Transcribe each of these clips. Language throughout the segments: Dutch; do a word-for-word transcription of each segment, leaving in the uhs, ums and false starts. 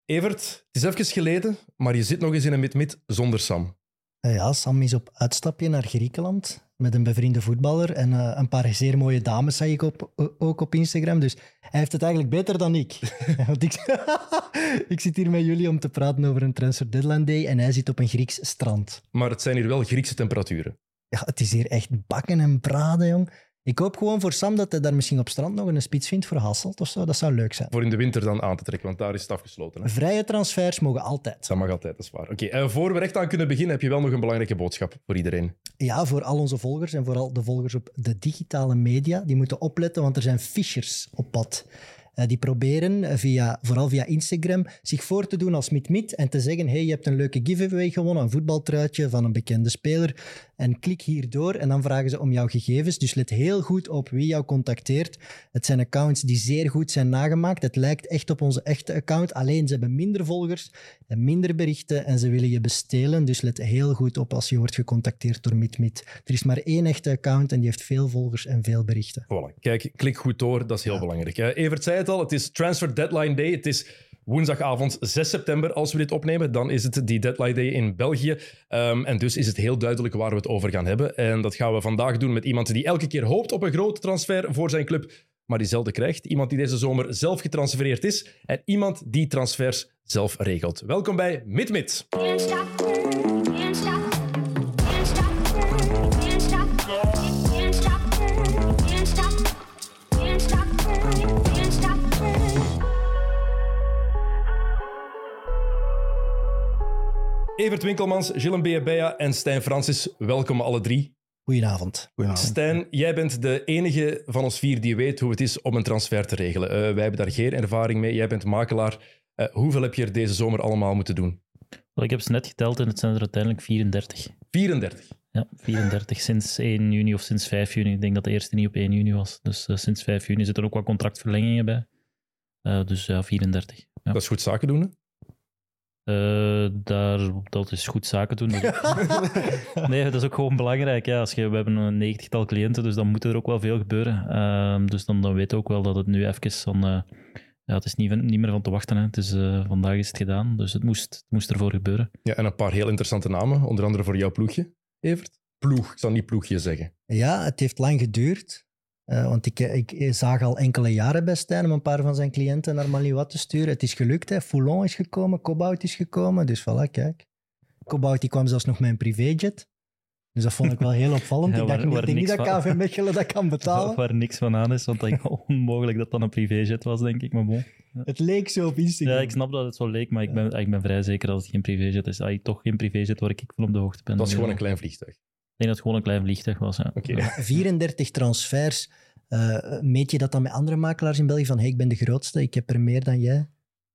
Evert, het is even geleden, maar je zit nog eens in een mid-mid zonder Sam. Uh, ja, Sam is op uitstapje naar Griekenland met een bevriende voetballer en uh, een paar zeer mooie dames zag ik op, ook op Instagram. Dus hij heeft het eigenlijk beter dan ik. Want ik, ik zit hier met jullie om te praten over een transfer deadline day en hij zit op een Grieks strand. Maar het zijn hier wel Griekse temperaturen. Ja, het is hier echt bakken en braden, jong. Ik hoop gewoon voor Sam dat hij daar misschien op strand nog een spits vindt voor Hasselt of zo. Dat zou leuk zijn. Voor in de winter dan aan te trekken, want daar is het afgesloten. Hè? Vrije transfers mogen altijd. Dat mag altijd, dat is waar. Oké, okay, uh, voor we echt aan kunnen beginnen, heb je wel nog een belangrijke boodschap voor iedereen. Ja, voor al onze volgers en vooral de volgers op de digitale media. Die moeten opletten, want er zijn phishers op pad. Uh, die proberen, via, vooral via Instagram, zich voor te doen als mid-mid en te zeggen, hey, je hebt een leuke giveaway gewonnen, een voetbaltruitje van een bekende speler. En klik hierdoor en dan vragen ze om jouw gegevens. Dus let heel goed op wie jou contacteert. Het zijn accounts die zeer goed zijn nagemaakt. Het lijkt echt op onze echte account. Alleen ze hebben minder volgers en minder berichten en ze willen je bestelen. Dus let heel goed op als je wordt gecontacteerd door mid-mid. Er is maar één echte account en die heeft veel volgers en veel berichten. Voilà. Kijk, klik goed door. Dat is heel ja. belangrijk. Uh, Evert zei het al, het is Transfer Deadline Day. Het is woensdagavond zes september als we dit opnemen. Dan is het die deadline day in België. Um, en dus is het heel duidelijk waar we het over gaan hebben. En dat gaan we vandaag doen met iemand die elke keer hoopt op een grote transfer voor zijn club, maar die zelden krijgt. Iemand die deze zomer zelf getransfereerd is. En iemand die transfers zelf regelt. Welkom bij Mid-Mid. Evert Winkelmans, Gilles Mbeya en Stijn Francis, welkom alle drie. Goedenavond. Goedenavond. Stijn, jij bent de enige van ons vier die weet hoe het is om een transfer te regelen. Uh, wij hebben daar geen ervaring mee. Jij bent makelaar. Uh, hoeveel heb je er deze zomer allemaal moeten doen? Wel, ik heb ze net geteld en het zijn er uiteindelijk vierendertig. vierendertig? Ja, vierendertig sinds één juni of sinds vijf juni. Ik denk dat de eerste niet op één juni was. Dus uh, sinds vijf juni zitten er ook wat contractverlengingen bij. Uh, dus ja, vierendertig. Ja. Dat is goed zaken doen, hè? Uh, daar, dat is goed zaken doen. Nee, dat is ook gewoon belangrijk. Ja, als je, we hebben een negentigtal cliënten, dus dan moet er ook wel veel gebeuren. Uh, dus dan, dan weten we ook wel dat het nu even van... Uh, ja, het is niet, niet meer van te wachten. Hè. Het is, uh, vandaag is het gedaan, dus het moest, het moest ervoor gebeuren. Ja, en een paar heel interessante namen, onder andere voor jouw ploegje, Evert. Ploeg, ik zal niet ploegje zeggen. Ja, het heeft lang geduurd. Uh, want ik, ik zag al enkele jaren bij Stijn om een paar van zijn cliënten naar Maliwat te sturen. Het is gelukt, hè. Foulon is gekomen, Cobout is gekomen. Dus voilà, kijk. Cobout die kwam zelfs nog met een privéjet. Dus dat vond ik wel heel opvallend. Ja, ik dacht, waar, ik denk niet dat K V Mechelen dat kan betalen. Waar niks van aan is, want dat onmogelijk dat dat een privéjet was, denk ik. Maar bon. Ja. Het leek zo op Instagram. Ja, ik snap dat het zo leek, maar ik ben, ik ben vrij zeker dat het geen privéjet is. Als je toch geen privéjet waar ik van op de hoogte ben. Dat was gewoon ja. een klein vliegtuig. Ik denk dat het gewoon een klein vliegtuig was, ja. Okay. vierendertig transfers. Uh, meet je dat dan met andere makelaars in België? Van, hey, ik ben de grootste, ik heb er meer dan jij?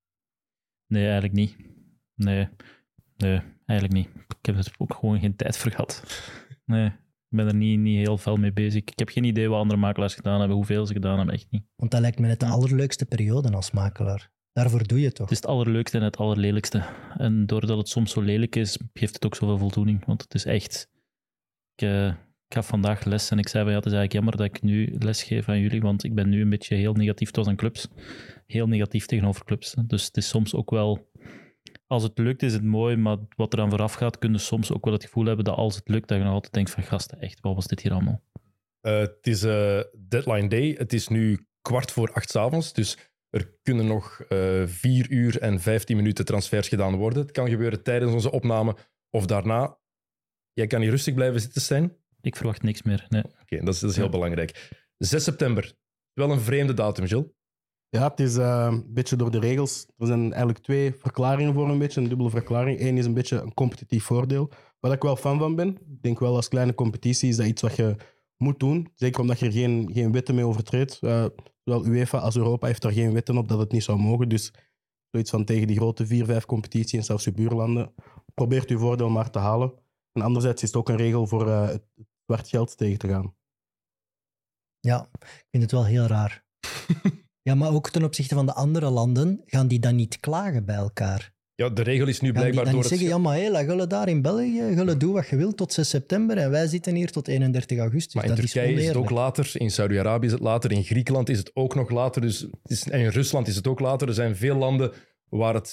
Nee, eigenlijk niet. Nee, nee eigenlijk niet. Ik heb er ook gewoon geen tijd voor gehad. Nee, ik ben er niet, niet heel fel mee bezig. Ik heb geen idee wat andere makelaars gedaan hebben, hoeveel ze gedaan hebben, echt niet. Want dat lijkt me net de allerleukste periode als makelaar. Daarvoor doe je het toch? Het is het allerleukste en het allerlelijkste. En doordat het soms zo lelijk is, geeft het ook zoveel voldoening. Want het is echt... Ik, uh, ik gaf vandaag les en ik zei van ja, het is eigenlijk jammer dat ik nu les geef aan jullie, want ik ben nu een beetje heel negatief tegen clubs. Heel negatief tegenover clubs. Dus het is soms ook wel... Als het lukt is het mooi, maar wat er dan vooraf gaat, kun je soms ook wel het gevoel hebben dat als het lukt, dat je nog altijd denkt van gasten, echt, wat was dit hier allemaal? Uh, het is uh, deadline day. Het is nu kwart voor acht 's avonds, dus er kunnen nog uh, vier uur en vijftien minuten transfers gedaan worden. Het kan gebeuren tijdens onze opname of daarna. Jij kan hier rustig blijven zitten, Stijn. Ik verwacht niks meer, nee. Oké, okay, dat, dat is heel ja. belangrijk. zes september. Wel een vreemde datum, Gilles. Ja, het is uh, een beetje door de regels. Er zijn eigenlijk twee verklaringen voor een beetje, een dubbele verklaring. Eén is een beetje een competitief voordeel, waar ik wel fan van ben. Ik denk wel als kleine competitie is dat iets wat je moet doen. Zeker omdat je er geen, geen wetten mee overtreedt. Uh, zowel UEFA als Europa heeft er geen wetten op dat het niet zou mogen. Dus zoiets van tegen die grote vier, vijf competities en zelfs je buurlanden. Probeert je voordeel maar te halen. En anderzijds is het ook een regel voor uh, het zwart geld tegen te gaan. Ja, ik vind het wel heel raar. Ja, maar ook ten opzichte van de andere landen, gaan die dan niet klagen bij elkaar? Ja, de regel is nu blijkbaar door door het... het... zeggen, ja, maar hé, hey, gullen daar in België, gullen doe wat je wilt tot zes september en wij zitten hier tot eenendertig augustus. Maar in dat Turkije is, is het ook later, in Saudi-Arabië is het later, in Griekenland is het ook nog later, dus het is, en in Rusland is het ook later. Er zijn veel landen waar het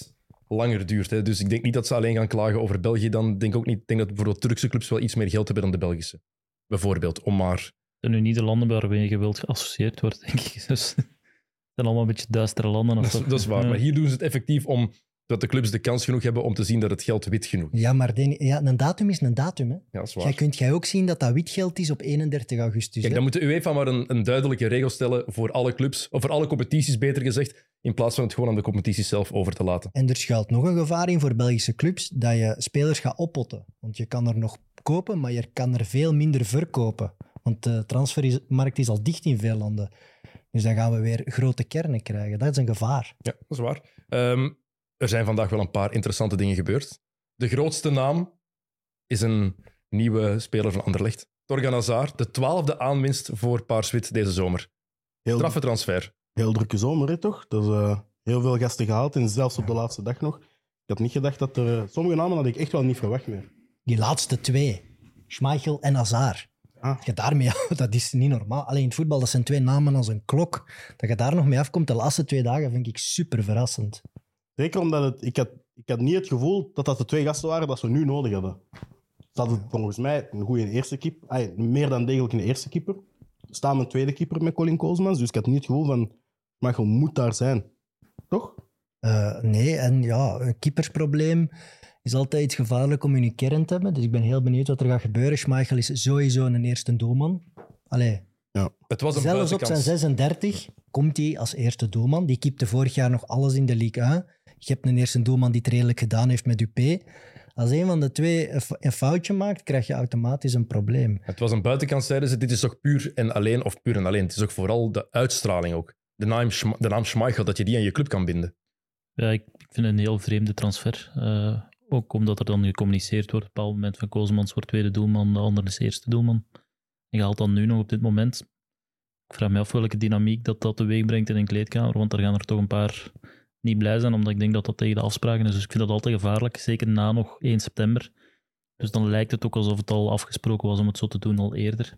langer duurt. Hè. Dus ik denk niet dat ze alleen gaan klagen over België. Dan denk ik ook niet. Ik denk dat bijvoorbeeld Turkse clubs wel iets meer geld hebben dan de Belgische. Bijvoorbeeld, om maar... Het zijn nu niet de landen waarmee je wilt geassocieerd wordt, denk ik. Dus het zijn allemaal een beetje duistere landen. Of Dat is, zo. dat is waar. Ja. Maar hier doen ze het effectief om dat de clubs de kans genoeg hebben om te zien dat het geld wit genoeg is. Ja, maar Danny, ja, een datum is een datum. Hè. Ja, dat is Jij waar. kunt jij ook zien dat dat wit geld is op eenendertig augustus. Kijk, hè. dan moet de UEFA maar een, een duidelijke regel stellen voor alle clubs, of voor alle competities beter gezegd, in plaats van het gewoon aan de competities zelf over te laten. En er schuilt nog een gevaar in voor Belgische clubs, dat je spelers gaat oppotten. Want je kan er nog kopen, maar je kan er veel minder verkopen. Want de transfermarkt is al dicht in veel landen. Dus dan gaan we weer grote kernen krijgen. Dat is een gevaar. Ja, dat is waar. Ehm, er zijn vandaag wel een paar interessante dingen gebeurd. De grootste naam is een nieuwe speler van Anderlecht. Torgan Hazard, de twaalfde aanwinst voor Paars-Wit deze zomer. Heel, Straffe transfer. heel drukke zomer, hè, toch? Dat is uh, heel veel gasten gehaald en zelfs op de laatste dag nog. Ik had niet gedacht dat er... Sommige namen had ik echt wel niet verwacht meer. Die laatste twee, Schmeichel en Hazard. Ah. Je daarmee, dat is niet normaal. Alleen in het voetbal, dat zijn twee namen als een klok. Dat je daar nog mee afkomt de laatste twee dagen, vind ik super verrassend. Zeker omdat het, ik, had, ik had niet het gevoel dat dat de twee gasten waren dat ze nu nodig hadden. Ze hadden volgens mij een goede eerste keeper. Ay, meer dan degelijk een eerste keeper. Er staat een tweede keeper met Colin Koolmans. Dus ik had niet het gevoel van... Michael moet daar zijn. Toch? Uh, nee, en ja, een keepersprobleem is altijd iets gevaarlijk om in je kern te hebben. Dus ik ben heel benieuwd wat er gaat gebeuren. Schmeichel is sowieso een eerste doelman. Allee, Ja. Het was een zelfs op zijn buitenkans. zesendertig komt hij als eerste doelman. Die keepte vorig jaar nog alles in de Ligue één. Je hebt een eerste doelman die het redelijk gedaan heeft met U P. Als een van de twee een foutje maakt, krijg je automatisch een probleem. Het was een buitenkans, zeiden ze. Dit is toch puur en alleen, of puur en alleen. Het is ook vooral de uitstraling ook. De naam, Schme- de naam Schmeichel, dat je die aan je club kan binden. Ja, ik ik vind het een heel vreemde transfer. Uh, ook omdat er dan gecommuniceerd wordt op een bepaald moment van Koolmans wordt tweede doelman, de andere is eerste doelman. En je haalt dan nu nog op dit moment. Ik vraag me af welke dynamiek dat dat teweeg brengt in een kleedkamer, want er gaan er toch een paar niet blij zijn, omdat ik denk dat dat tegen de afspraken is. Dus ik vind dat altijd gevaarlijk, zeker na nog één september. Dus dan lijkt het ook alsof het al afgesproken was om het zo te doen al eerder.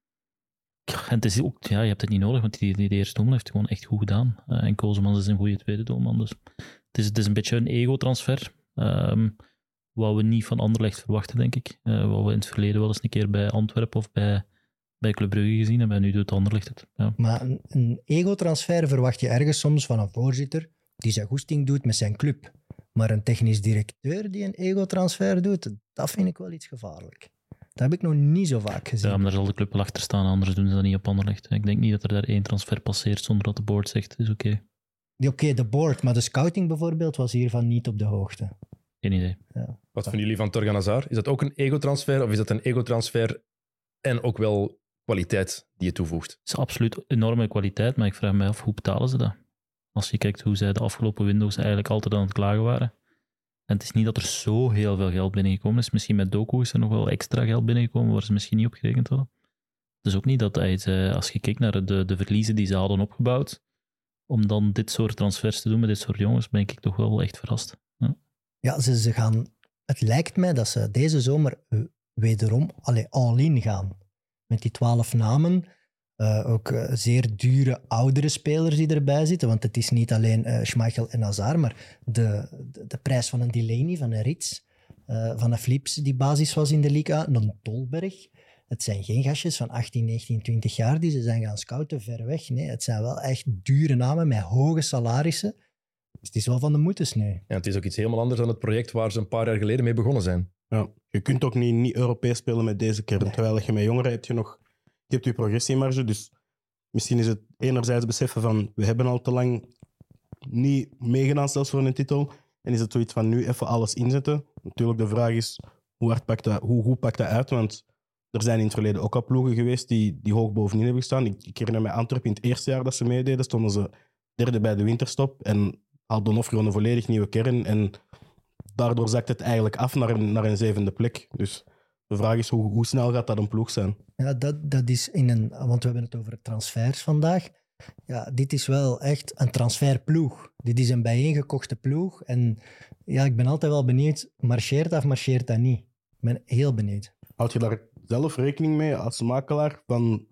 En het is ook, ja, je hebt het niet nodig, want die, die de eerste doelman heeft het gewoon echt goed gedaan. Uh, en Koolmans is een goede tweede doelman. Dus het is, het is een beetje een ego-transfer. Um, wat we niet van Anderlecht verwachten, denk ik. Uh, wat we in het verleden wel eens een keer bij Antwerpen of bij, bij Club Brugge gezien hebben. En nu doet Anderlecht het. Ja. Maar een, een ego-transfer verwacht je ergens soms van een voorzitter die zijn goesting doet met zijn club. Maar een technisch directeur die een ego-transfer doet, dat vind ik wel iets gevaarlijk. Dat heb ik nog niet zo vaak gezien. Ja, maar daar zal de club wel achter staan, anders doen ze dat niet op Anderlecht. Ik denk niet dat er daar één transfer passeert zonder dat de board zegt, is oké. Okay. Oké, okay, de board, maar de scouting bijvoorbeeld was hiervan niet op de hoogte. Geen idee. Ja. Wat vinden jullie van Torgan Hazard? Is dat ook een ego-transfer of is dat een ego-transfer en ook wel kwaliteit die je toevoegt? Het is absoluut enorme kwaliteit, maar ik vraag me af, hoe betalen ze dat? Als je kijkt hoe zij de afgelopen windows eigenlijk altijd aan het klagen waren. En het is niet dat er zo heel veel geld binnengekomen is. Misschien met Doku is er nog wel extra geld binnengekomen waar ze misschien niet op gerekend hadden. Het is ook niet dat hij, als je kijkt naar de, de verliezen die ze hadden opgebouwd, om dan dit soort transfers te doen met dit soort jongens, ben ik toch wel echt verrast. Ja, ja ze, ze gaan... Het lijkt mij dat ze deze zomer wederom allee, all-in gaan. Met die twaalf namen. Uh, ook uh, zeer dure oudere spelers die erbij zitten. Want het is niet alleen uh, Schmeichel en Hazard, maar de, de, de prijs van een Delaney, van een Rits, uh, van een Flips die basis was in de Liga, een Tolberg. Het zijn geen gastjes van achttien, negentien, twintig jaar die ze zijn gaan scouten ver weg. Nee, het zijn wel echt dure namen met hoge salarissen. Dus het is wel van de moeite sneu. Ja, het is ook iets helemaal anders dan het project waar ze een paar jaar geleden mee begonnen zijn. Ja, je kunt ook niet, niet Europees spelen met deze kern. Nee. Terwijl je met jongeren hebt je nog... Je hebt je progressiemarge, dus misschien is het enerzijds beseffen van we hebben al te lang niet meegedaan zelfs voor een titel. En is het zoiets van nu even alles inzetten. Natuurlijk, de vraag is hoe, hard pakt dat, hoe goed pakt dat uit? Want er zijn in het verleden ook al ploegen geweest die, die hoog bovenin hebben gestaan. Ik, ik herinner mij Antwerpen in het eerste jaar dat ze meededen, stonden ze derde bij de winterstop en had Don Hoffer een volledig nieuwe kern. En daardoor zakt het eigenlijk af naar een, naar een zevende plek. Dus de vraag is, hoe, hoe snel gaat dat een ploeg zijn? Ja, dat, dat is in een... Want we hebben het over transfers vandaag. Ja, dit is wel echt een transferploeg. Dit is een bijeengekochte ploeg. En ja, ik ben altijd wel benieuwd, marcheert dat of marcheert dat niet? Ik ben heel benieuwd. Houd je daar zelf rekening mee als makelaar van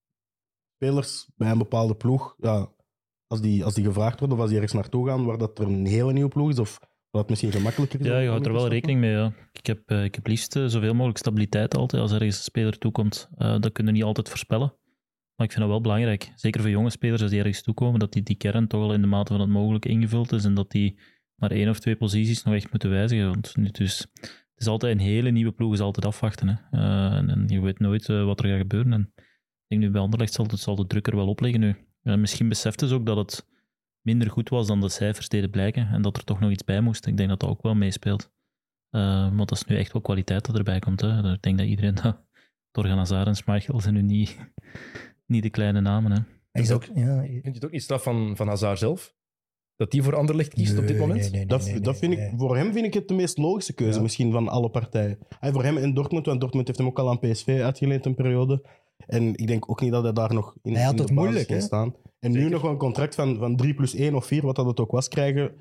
spelers bij een bepaalde ploeg? Ja, als, die, als die gevraagd worden of als die ergens naartoe gaan waar dat er een hele nieuwe ploeg is? Of Dat misschien gemakkelijker is. Ja, om je houdt er wel te rekening mee. Ja. Ik, heb, uh, ik heb liefst uh, zoveel mogelijk stabiliteit altijd als er ergens een speler toekomt. Uh, dat kunnen we niet altijd voorspellen. Maar ik vind dat wel belangrijk. Zeker voor jonge spelers, als die ergens toekomen, dat die, die kern toch al in de mate van het mogelijk ingevuld is en dat die maar één of twee posities nog echt moeten wijzigen. Want nu dus, het is altijd een hele nieuwe ploeg, is altijd afwachten. Hè. Uh, en, en je weet nooit uh, wat er gaat gebeuren. En ik denk nu bij Anderlecht zal, zal de druk er wel op liggen nu. Uh, misschien beseft ze ook dat het minder goed was dan de cijfers deden blijken en dat er toch nog iets bij moest. Ik denk dat dat ook wel meespeelt. Uh, want dat is nu echt wel kwaliteit dat erbij komt. Hè. Ik denk dat iedereen dat... Torgan Hazard en Schmeichel zijn nu niet, niet de kleine namen. Hè. Vind je, ook, ja, vind je het ook niet straf van, van Hazard zelf? Dat die voor Anderlecht kiest nee, op dit moment? Nee, nee, nee, dat nee, nee, dat vind nee. ik, voor hem vind ik het de meest logische keuze ja. misschien van alle partijen. En voor hem in Dortmund, want Dortmund heeft hem ook al aan P S V uitgeleend een periode. En ik denk ook niet dat hij daar nog in, hij had in het de basis moeilijk, kan staan. En Zeker. nu nog wel een contract van, van drie plus één of vier, wat dat het ook was, krijgen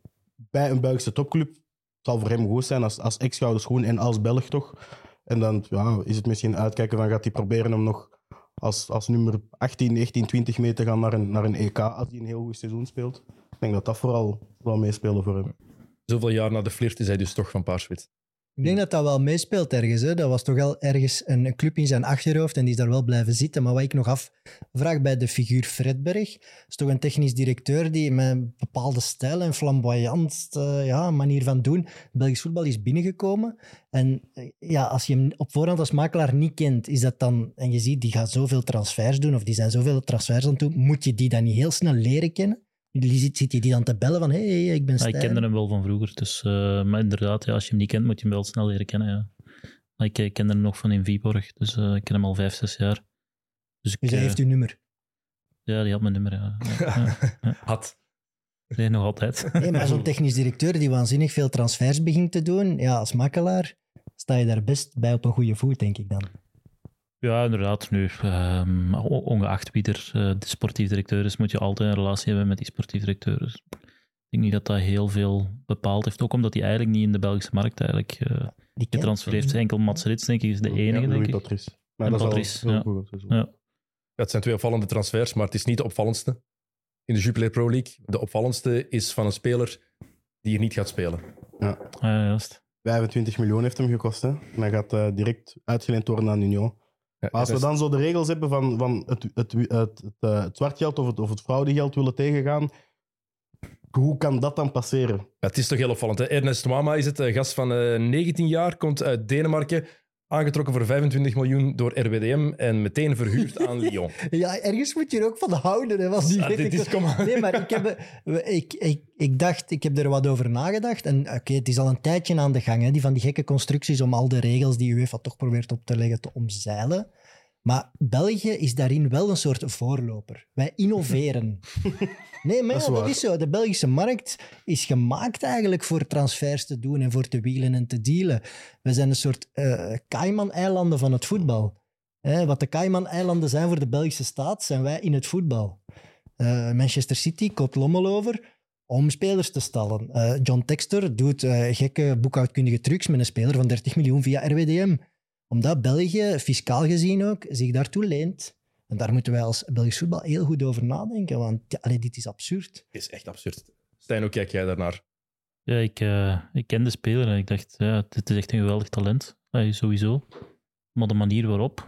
bij een Belgische topclub. Het zal voor hem goed zijn als, als ex-gouden schoen en als Belg toch. En dan ja, is het misschien uitkijken van gaat hij proberen om nog als, als nummer achttien, negentien, twintig mee te gaan naar een, naar een E K als hij een heel goed seizoen speelt. Ik denk dat dat vooral wel meespelen voor hem. Zoveel jaar na de flirt is hij dus toch van Paars-Wit. Ik denk dat dat wel meespeelt ergens. Hè. Dat was toch wel ergens een, een club in zijn achterhoofd en die is daar wel blijven zitten. Maar wat ik nog afvraag bij de figuur Fredberg, is toch een technisch directeur die met een bepaalde stijl en flamboyant uh, ja, manier van doen Belgisch voetbal is binnengekomen. En uh, ja, als je hem op voorhand als makelaar niet kent, is dat dan, en je ziet die gaat zoveel transfers doen, of die zijn zoveel transfers aan het doen, moet je die dan niet heel snel leren kennen? Zit je die dan te bellen van, hé, hey, ik ben Stijn? Ja, ik kende hem wel van vroeger, dus, uh, maar inderdaad, ja, als je hem niet kent, moet je hem wel snel leren kennen. Ja. Maar ik, ik kende hem nog van in Viborg, dus uh, ik ken hem al vijf, zes jaar. Dus, ik, dus hij uh, heeft uw nummer? Ja, die had mijn nummer, ja. ja, ja. Had. Nee, nog altijd. Nee, maar zo'n technisch directeur die waanzinnig veel transfers begint te doen, ja, als makelaar sta je daar best bij op een goede voet, denk ik dan. Ja, inderdaad. Nu, um, ongeacht wie er uh, de sportief directeur is, moet je altijd een relatie hebben met die sportief directeur. Dus ik denk niet dat dat heel veel bepaald heeft. Ook omdat hij eigenlijk niet in de Belgische markt eigenlijk uh, getransfereerd is. Enkel Mats Rits, denk ik, is de enige, ja, denk ik. Patrice. Maar en dat Patrice, is al ja. heel goed. Ja. Ja, het zijn twee opvallende transfers, maar het is niet de opvallendste. In de Jupiler Pro League. De opvallendste is van een speler die hier niet gaat spelen. Ja. Ah, ja, juist. vijfentwintig miljoen heeft hem gekost. Hè? En hij gaat uh, direct uitgeleend worden aan Union. Ja, maar als we dan zo de regels hebben van, van het, het, het, het, uh, het zwartgeld of het, of het fraudegeld willen tegengaan, hoe kan dat dan passeren? Ja, het is toch heel opvallend. Hè? Ernest Wama is het, een gast van uh, negentien jaar, komt uit Denemarken, aangetrokken voor vijfentwintig miljoen door R W D M en meteen verhuurd aan Lyon. Ja, ergens moet je er ook van houden. Hè, was die Ja, dit is, kom aan. Nee, maar ik, heb, ik, ik, ik dacht, ik heb er wat over nagedacht. En oké, okay, het is al een tijdje aan de gang, hè, die van die gekke constructies om al de regels die UEFA toch probeert op te leggen te omzeilen. Maar België is daarin wel een soort voorloper. Wij innoveren. Nee, maar dat, ja, is dat is zo. De Belgische markt is gemaakt eigenlijk voor transfers te doen en voor te wielen en te dealen. We zijn een soort uh, Cayman-eilanden van het voetbal. Eh, wat de Cayman-eilanden zijn voor de Belgische staat, zijn wij in het voetbal. Uh, Manchester City koopt Lommel over om spelers te stallen. Uh, John Textor doet uh, gekke boekhoudkundige trucs met een speler van dertig miljoen via R W D M. Omdat België, fiscaal gezien ook, zich daartoe leent. En daar moeten wij als Belgisch voetbal heel goed over nadenken, want ja, allee, dit is absurd. Het is echt absurd. Stijn, hoe kijk jij daarnaar? Ja, ik, uh, ik ken de speler en ik dacht, ja, dit is echt een geweldig talent. Allee, sowieso. Maar de manier waarop...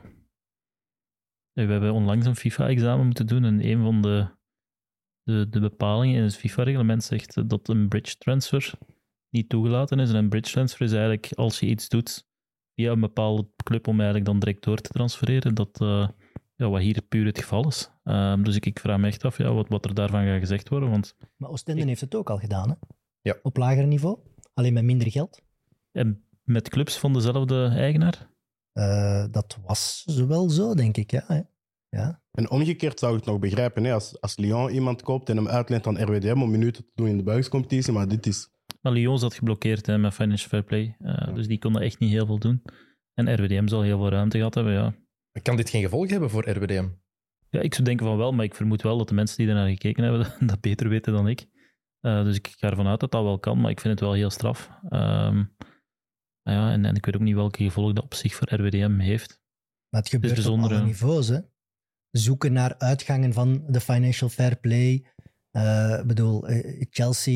We hebben onlangs een FIFA-examen moeten doen en een van de, de, de bepalingen in het FIFA-reglement zegt dat een bridge transfer niet toegelaten is. En een bridge transfer is eigenlijk als je iets doet via een bepaalde club om eigenlijk dan direct door te transfereren, dat uh, ja, wat hier puur het geval is. Um, dus ik, ik vraag me echt af ja, wat, wat er daarvan gaat gezegd worden. Want maar Oostende ik... heeft het ook al gedaan, hè? Ja. Op lager niveau, alleen met minder geld. En met clubs van dezelfde eigenaar? Uh, dat was wel zo, denk ik, ja. Hè? Ja. En omgekeerd zou ik het nog begrijpen. Hè? Als, als Lyon iemand koopt en hem uitleent aan R W D M om minuten te doen in de Belgische competitie, maar dit is... Maar Lyon zat geblokkeerd hè, met Financial Fair Play, uh, ja. dus die konden echt niet heel veel doen. En R W D M zal heel veel ruimte gehad hebben, ja. Kan dit geen gevolg hebben voor R W D M? Ja, ik zou denken van wel, maar ik vermoed wel dat de mensen die ernaar gekeken hebben dat beter weten dan ik. Uh, dus ik ga ervan uit dat dat wel kan, maar ik vind het wel heel straf. Um, ja, en, en ik weet ook niet welke gevolgen dat op zich voor R W D M heeft. Maar het gebeurt dus op alle niveaus, hè. Zoeken naar uitgangen van de Financial Fair Play. Ik uh, bedoel, uh, Chelsea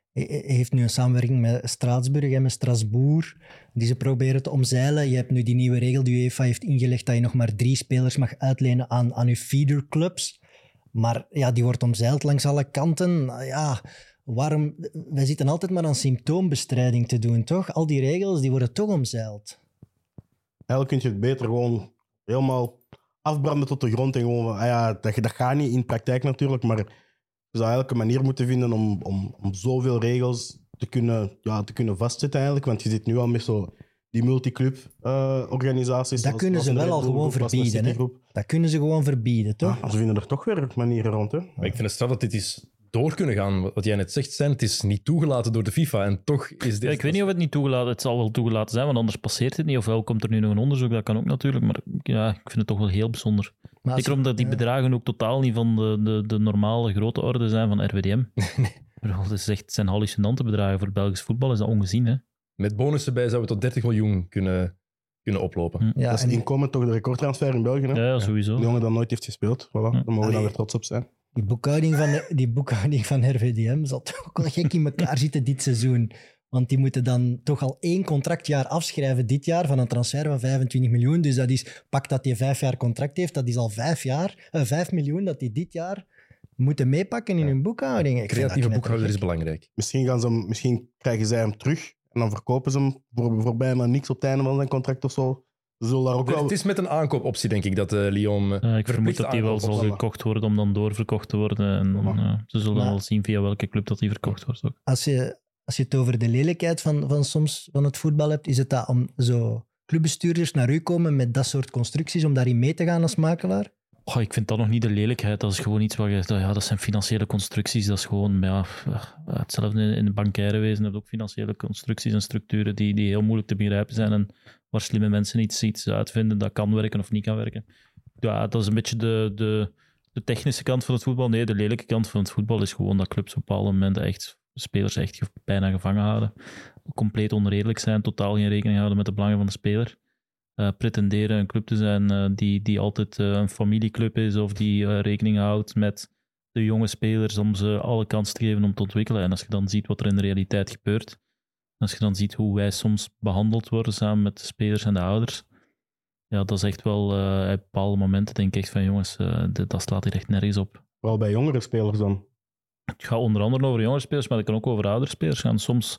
heeft nu een samenwerking met Straatsburg en met Strasbourg, die ze proberen te omzeilen. Je hebt nu die nieuwe regel die UEFA heeft ingelegd dat je nog maar drie spelers mag uitlenen aan, aan je feederclubs. Maar ja, die wordt omzeild langs alle kanten. Ja, waarom? Wij zitten altijd maar aan symptoombestrijding te doen, toch? Al die regels die worden toch omzeild. Eigenlijk kun je het beter gewoon helemaal afbranden tot de grond en gewoon van, ah ja, dat, dat gaat niet in de praktijk natuurlijk, maar je zou eigenlijk een manier moeten vinden om, om, om zoveel regels te kunnen, ja, te kunnen vastzetten eigenlijk, want je zit nu al met zo die multiclub uh, organisaties. Dat kunnen ze wel al gewoon verbieden. Hè? Dat kunnen ze gewoon verbieden, toch? Ja, ze vinden er toch weer manieren rond. Hè? Maar ik vind het straf dat dit is door kunnen gaan. Wat jij net zegt, zijn, het is niet toegelaten door de FIFA en toch is dit... Ja, ik weet niet of het niet toegelaten is. Het zal wel toegelaten zijn, want anders passeert het niet. Ofwel komt er nu nog een onderzoek, dat kan ook natuurlijk. Maar ja, ik vind het toch wel heel bijzonder. Maar Zeker omdat die bedragen ook totaal niet van de, de, de normale grote orde zijn van R W D M. Nee. Dat is echt, het zijn hallucinante bedragen. Voor Belgisch voetbal is dat ongezien, hè? Met bonussen bij zouden we tot dertig miljoen kunnen, kunnen oplopen. Ja, dat is en... inkomen toch de recordtransfer in België, hè? Ja, sowieso. De jongen dat nooit heeft gespeeld. Voilà, daar mogen we dan weer trots op zijn. Die boekhouding van, die boekhouding van R W D M zal toch ook wel gek in elkaar zitten dit seizoen. Want die moeten dan toch al één contractjaar afschrijven dit jaar van een transfer van vijfentwintig miljoen. Dus dat is, pak dat hij vijf jaar contract heeft, dat is al vijf jaar, uh, vijf miljoen dat die dit jaar moeten meepakken in ja. hun boekhouding. Ik Creatieve boekhouder is belangrijk. Misschien, gaan ze hem, misschien krijgen zij hem terug en dan verkopen ze hem voor, voor bijna niks op het einde van zijn contract of zo. Daar ook wel... Het is met een aankoopoptie, denk ik, dat uh, Lyon... Uh, ja, ik vermoed dat die wel zal gekocht worden om dan doorverkocht te worden. En dan, uh, ze zullen maar, wel zien via welke club dat die verkocht wordt. Ook. Als je, als je het over de lelijkheid van, van soms van het voetbal hebt, is het dat om zo clubbestuurders naar u komen met dat soort constructies, om daarin mee te gaan als makelaar? Oh, ik vind dat nog niet de lelijkheid. Dat is gewoon iets wat je... Ja, dat zijn financiële constructies. Dat is gewoon... Ja, hetzelfde in het bankaire wezen. Je hebt ook financiële constructies en structuren die, die heel moeilijk te begrijpen zijn en waar slimme mensen iets, iets uitvinden dat kan werken of niet kan werken. Ja, dat is een beetje de, de, de technische kant van het voetbal. Nee, de lelijke kant van het voetbal is gewoon dat clubs op bepaalde momenten echt spelers echt bijna gevangen houden. Compleet onredelijk zijn, totaal geen rekening houden met de belangen van de speler. Uh, pretenderen een club te zijn uh, die, die altijd uh, een familieclub is of die uh, rekening houdt met de jonge spelers om ze alle kans te geven om te ontwikkelen. En als je dan ziet wat er in de realiteit gebeurt, als je dan ziet hoe wij soms behandeld worden samen met de spelers en de ouders, ja, dat is echt wel uh, op bepaalde momenten denk ik echt van jongens, uh, dit, dat slaat hier echt nergens op. Vooral bij jongere spelers dan? Het gaat onder andere over jongere spelers, maar het kan ook over oudere spelers gaan. Soms...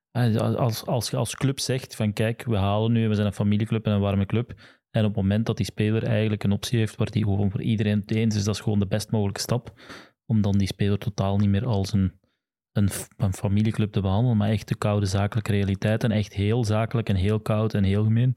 Als, als je als club zegt van kijk, we halen nu, we zijn een familieclub en een warme club. En op het moment dat die speler eigenlijk een optie heeft waar die gewoon voor iedereen het eens is, dat is gewoon de best mogelijke stap. Om dan die speler totaal niet meer als een, een, een familieclub te behandelen, maar echt de koude zakelijke realiteit. En echt heel zakelijk en heel koud en heel gemeen.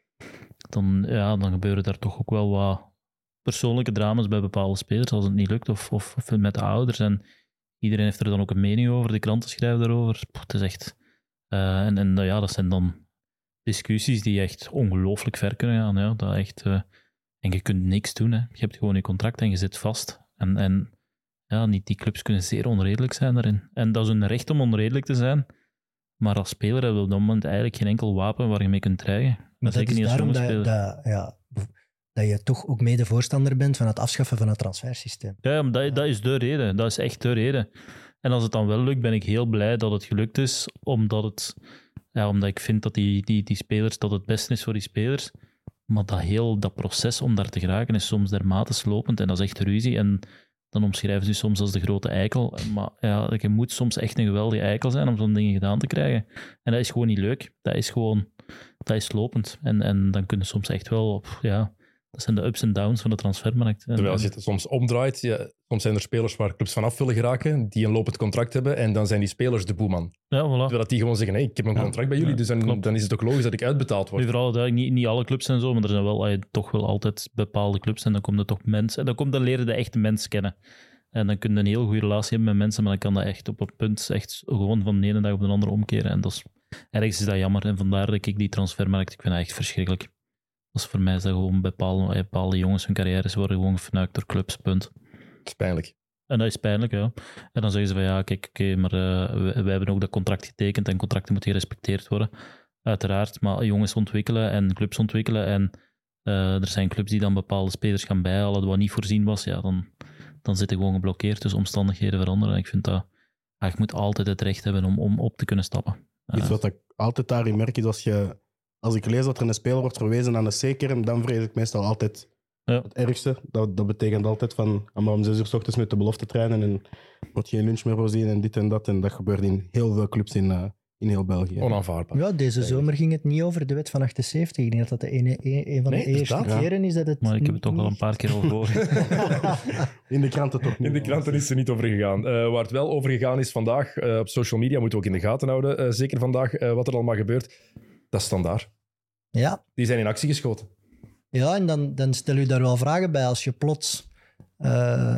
Dan, ja, dan gebeuren daar toch ook wel wat persoonlijke drama's bij bepaalde spelers als het niet lukt. Of, of, of met de ouders. En iedereen heeft er dan ook een mening over. De kranten schrijven daarover. Poh, het is echt... Uh, en en uh, ja, dat zijn dan discussies die echt ongelooflijk ver kunnen gaan. Ja. Dat echt, uh, en je kunt niks doen. Hè. Je hebt gewoon je contract en je zit vast. En, en ja, niet, die clubs kunnen zeer onredelijk zijn daarin. En dat is hun recht om onredelijk te zijn. Maar als speler hebben we op dat moment eigenlijk geen enkel wapen waar je mee kunt dreigen. Maar dat is daarom dat, dat, ja, dat je toch ook mede voorstander bent van het afschaffen van het transfersysteem. Ja, maar dat, dat is de reden. Dat is echt de reden. En als het dan wel lukt, ben ik heel blij dat het gelukt is, omdat, het, ja, omdat ik vind dat die, die, die spelers, dat het beste is voor die spelers. Maar dat heel dat proces om daar te geraken is soms dermate slopend en dat is echt ruzie. En dan omschrijven ze soms als de grote eikel. Maar ja, je moet soms echt een geweldige eikel zijn om zo'n dingen gedaan te krijgen. En dat is gewoon niet leuk. Dat is gewoon, dat is slopend. En, en dan kunnen soms echt wel, ja... Dat zijn de ups en downs van de transfermarkt. Terwijl als je het soms omdraait, ja, soms zijn er spelers waar clubs vanaf willen geraken, die een lopend contract hebben, en dan zijn die spelers de boeman. Ja, voilà. Terwijl dat die gewoon zeggen, hey, ik heb een contract ja, bij jullie, ja, dus dan, dan is het ook logisch dat ik uitbetaald word. Nu, vooral, niet, niet alle clubs zijn zo, maar er zijn wel ay, toch wel altijd bepaalde clubs en dan komen er toch mensen, en dan, komt, dan leren de echte mensen kennen. En dan kun je een heel goede relatie hebben met mensen, maar dan kan dat echt op een punt echt gewoon van de ene dag op de andere omkeren. En dat is, ergens is dat jammer, en vandaar dat ik die transfermarkt, ik vind dat echt verschrikkelijk. Dus voor mij is dat gewoon bepaalde, bepaalde jongens hun carrières worden gewoon gefnuikt door clubs, punt. Dat is pijnlijk. En dat is pijnlijk, ja. En dan zeggen ze van ja, kijk, oké, okay, maar uh, wij hebben ook dat contract getekend en contracten moeten gerespecteerd worden. Uiteraard, maar jongens ontwikkelen en clubs ontwikkelen en uh, er zijn clubs die dan bepaalde spelers gaan bijhalen wat niet voorzien was, ja, dan, dan zit je gewoon geblokkeerd, dus omstandigheden veranderen. En ik vind dat... ah, je moet altijd het recht hebben om, om op te kunnen stappen. Uh, Iets wat ik altijd daarin merk is als je... Als ik lees dat er een speler wordt verwezen aan een C-kern, dan vrees ik meestal altijd Ja. het ergste. Dat, dat betekent altijd van, ah, maar om zes uur 's ochtends met de belofte trainen en er wordt geen lunch meer voorzien en dit en dat. En dat gebeurt in heel veel clubs in, uh, in heel België. Onaanvaardbaar. Ja, deze zomer ging het niet over de wet van achtenzeventig. Ik denk dat dat de ene, een, een van Nee, de eerste bestaat? keren is dat het... maar ik heb het toch al een paar keer al gehoord. In de kranten toch niet. In de kranten is het er niet over gegaan. Uh, waar het wel over gegaan is vandaag, uh, op social media, moeten we ook in de gaten houden, uh, zeker vandaag, uh, wat er allemaal gebeurt, dat is Standaard. Ja, Die zijn in actie geschoten. ja en dan, dan stel je daar wel vragen bij. Als je plots uh,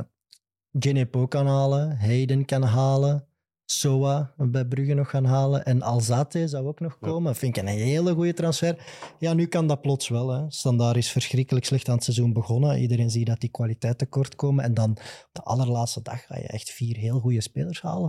Genepo kan halen, Hayden kan halen, Soa bij Brugge nog gaan halen en Alzate zou ook nog komen. Ja. Vind ik een hele goede transfer. Ja, nu kan dat plots wel. Hè. Standaard is verschrikkelijk slecht aan het seizoen begonnen. Iedereen ziet dat die kwaliteit tekort komen. En dan op de allerlaatste dag ga je echt vier heel goede spelers halen.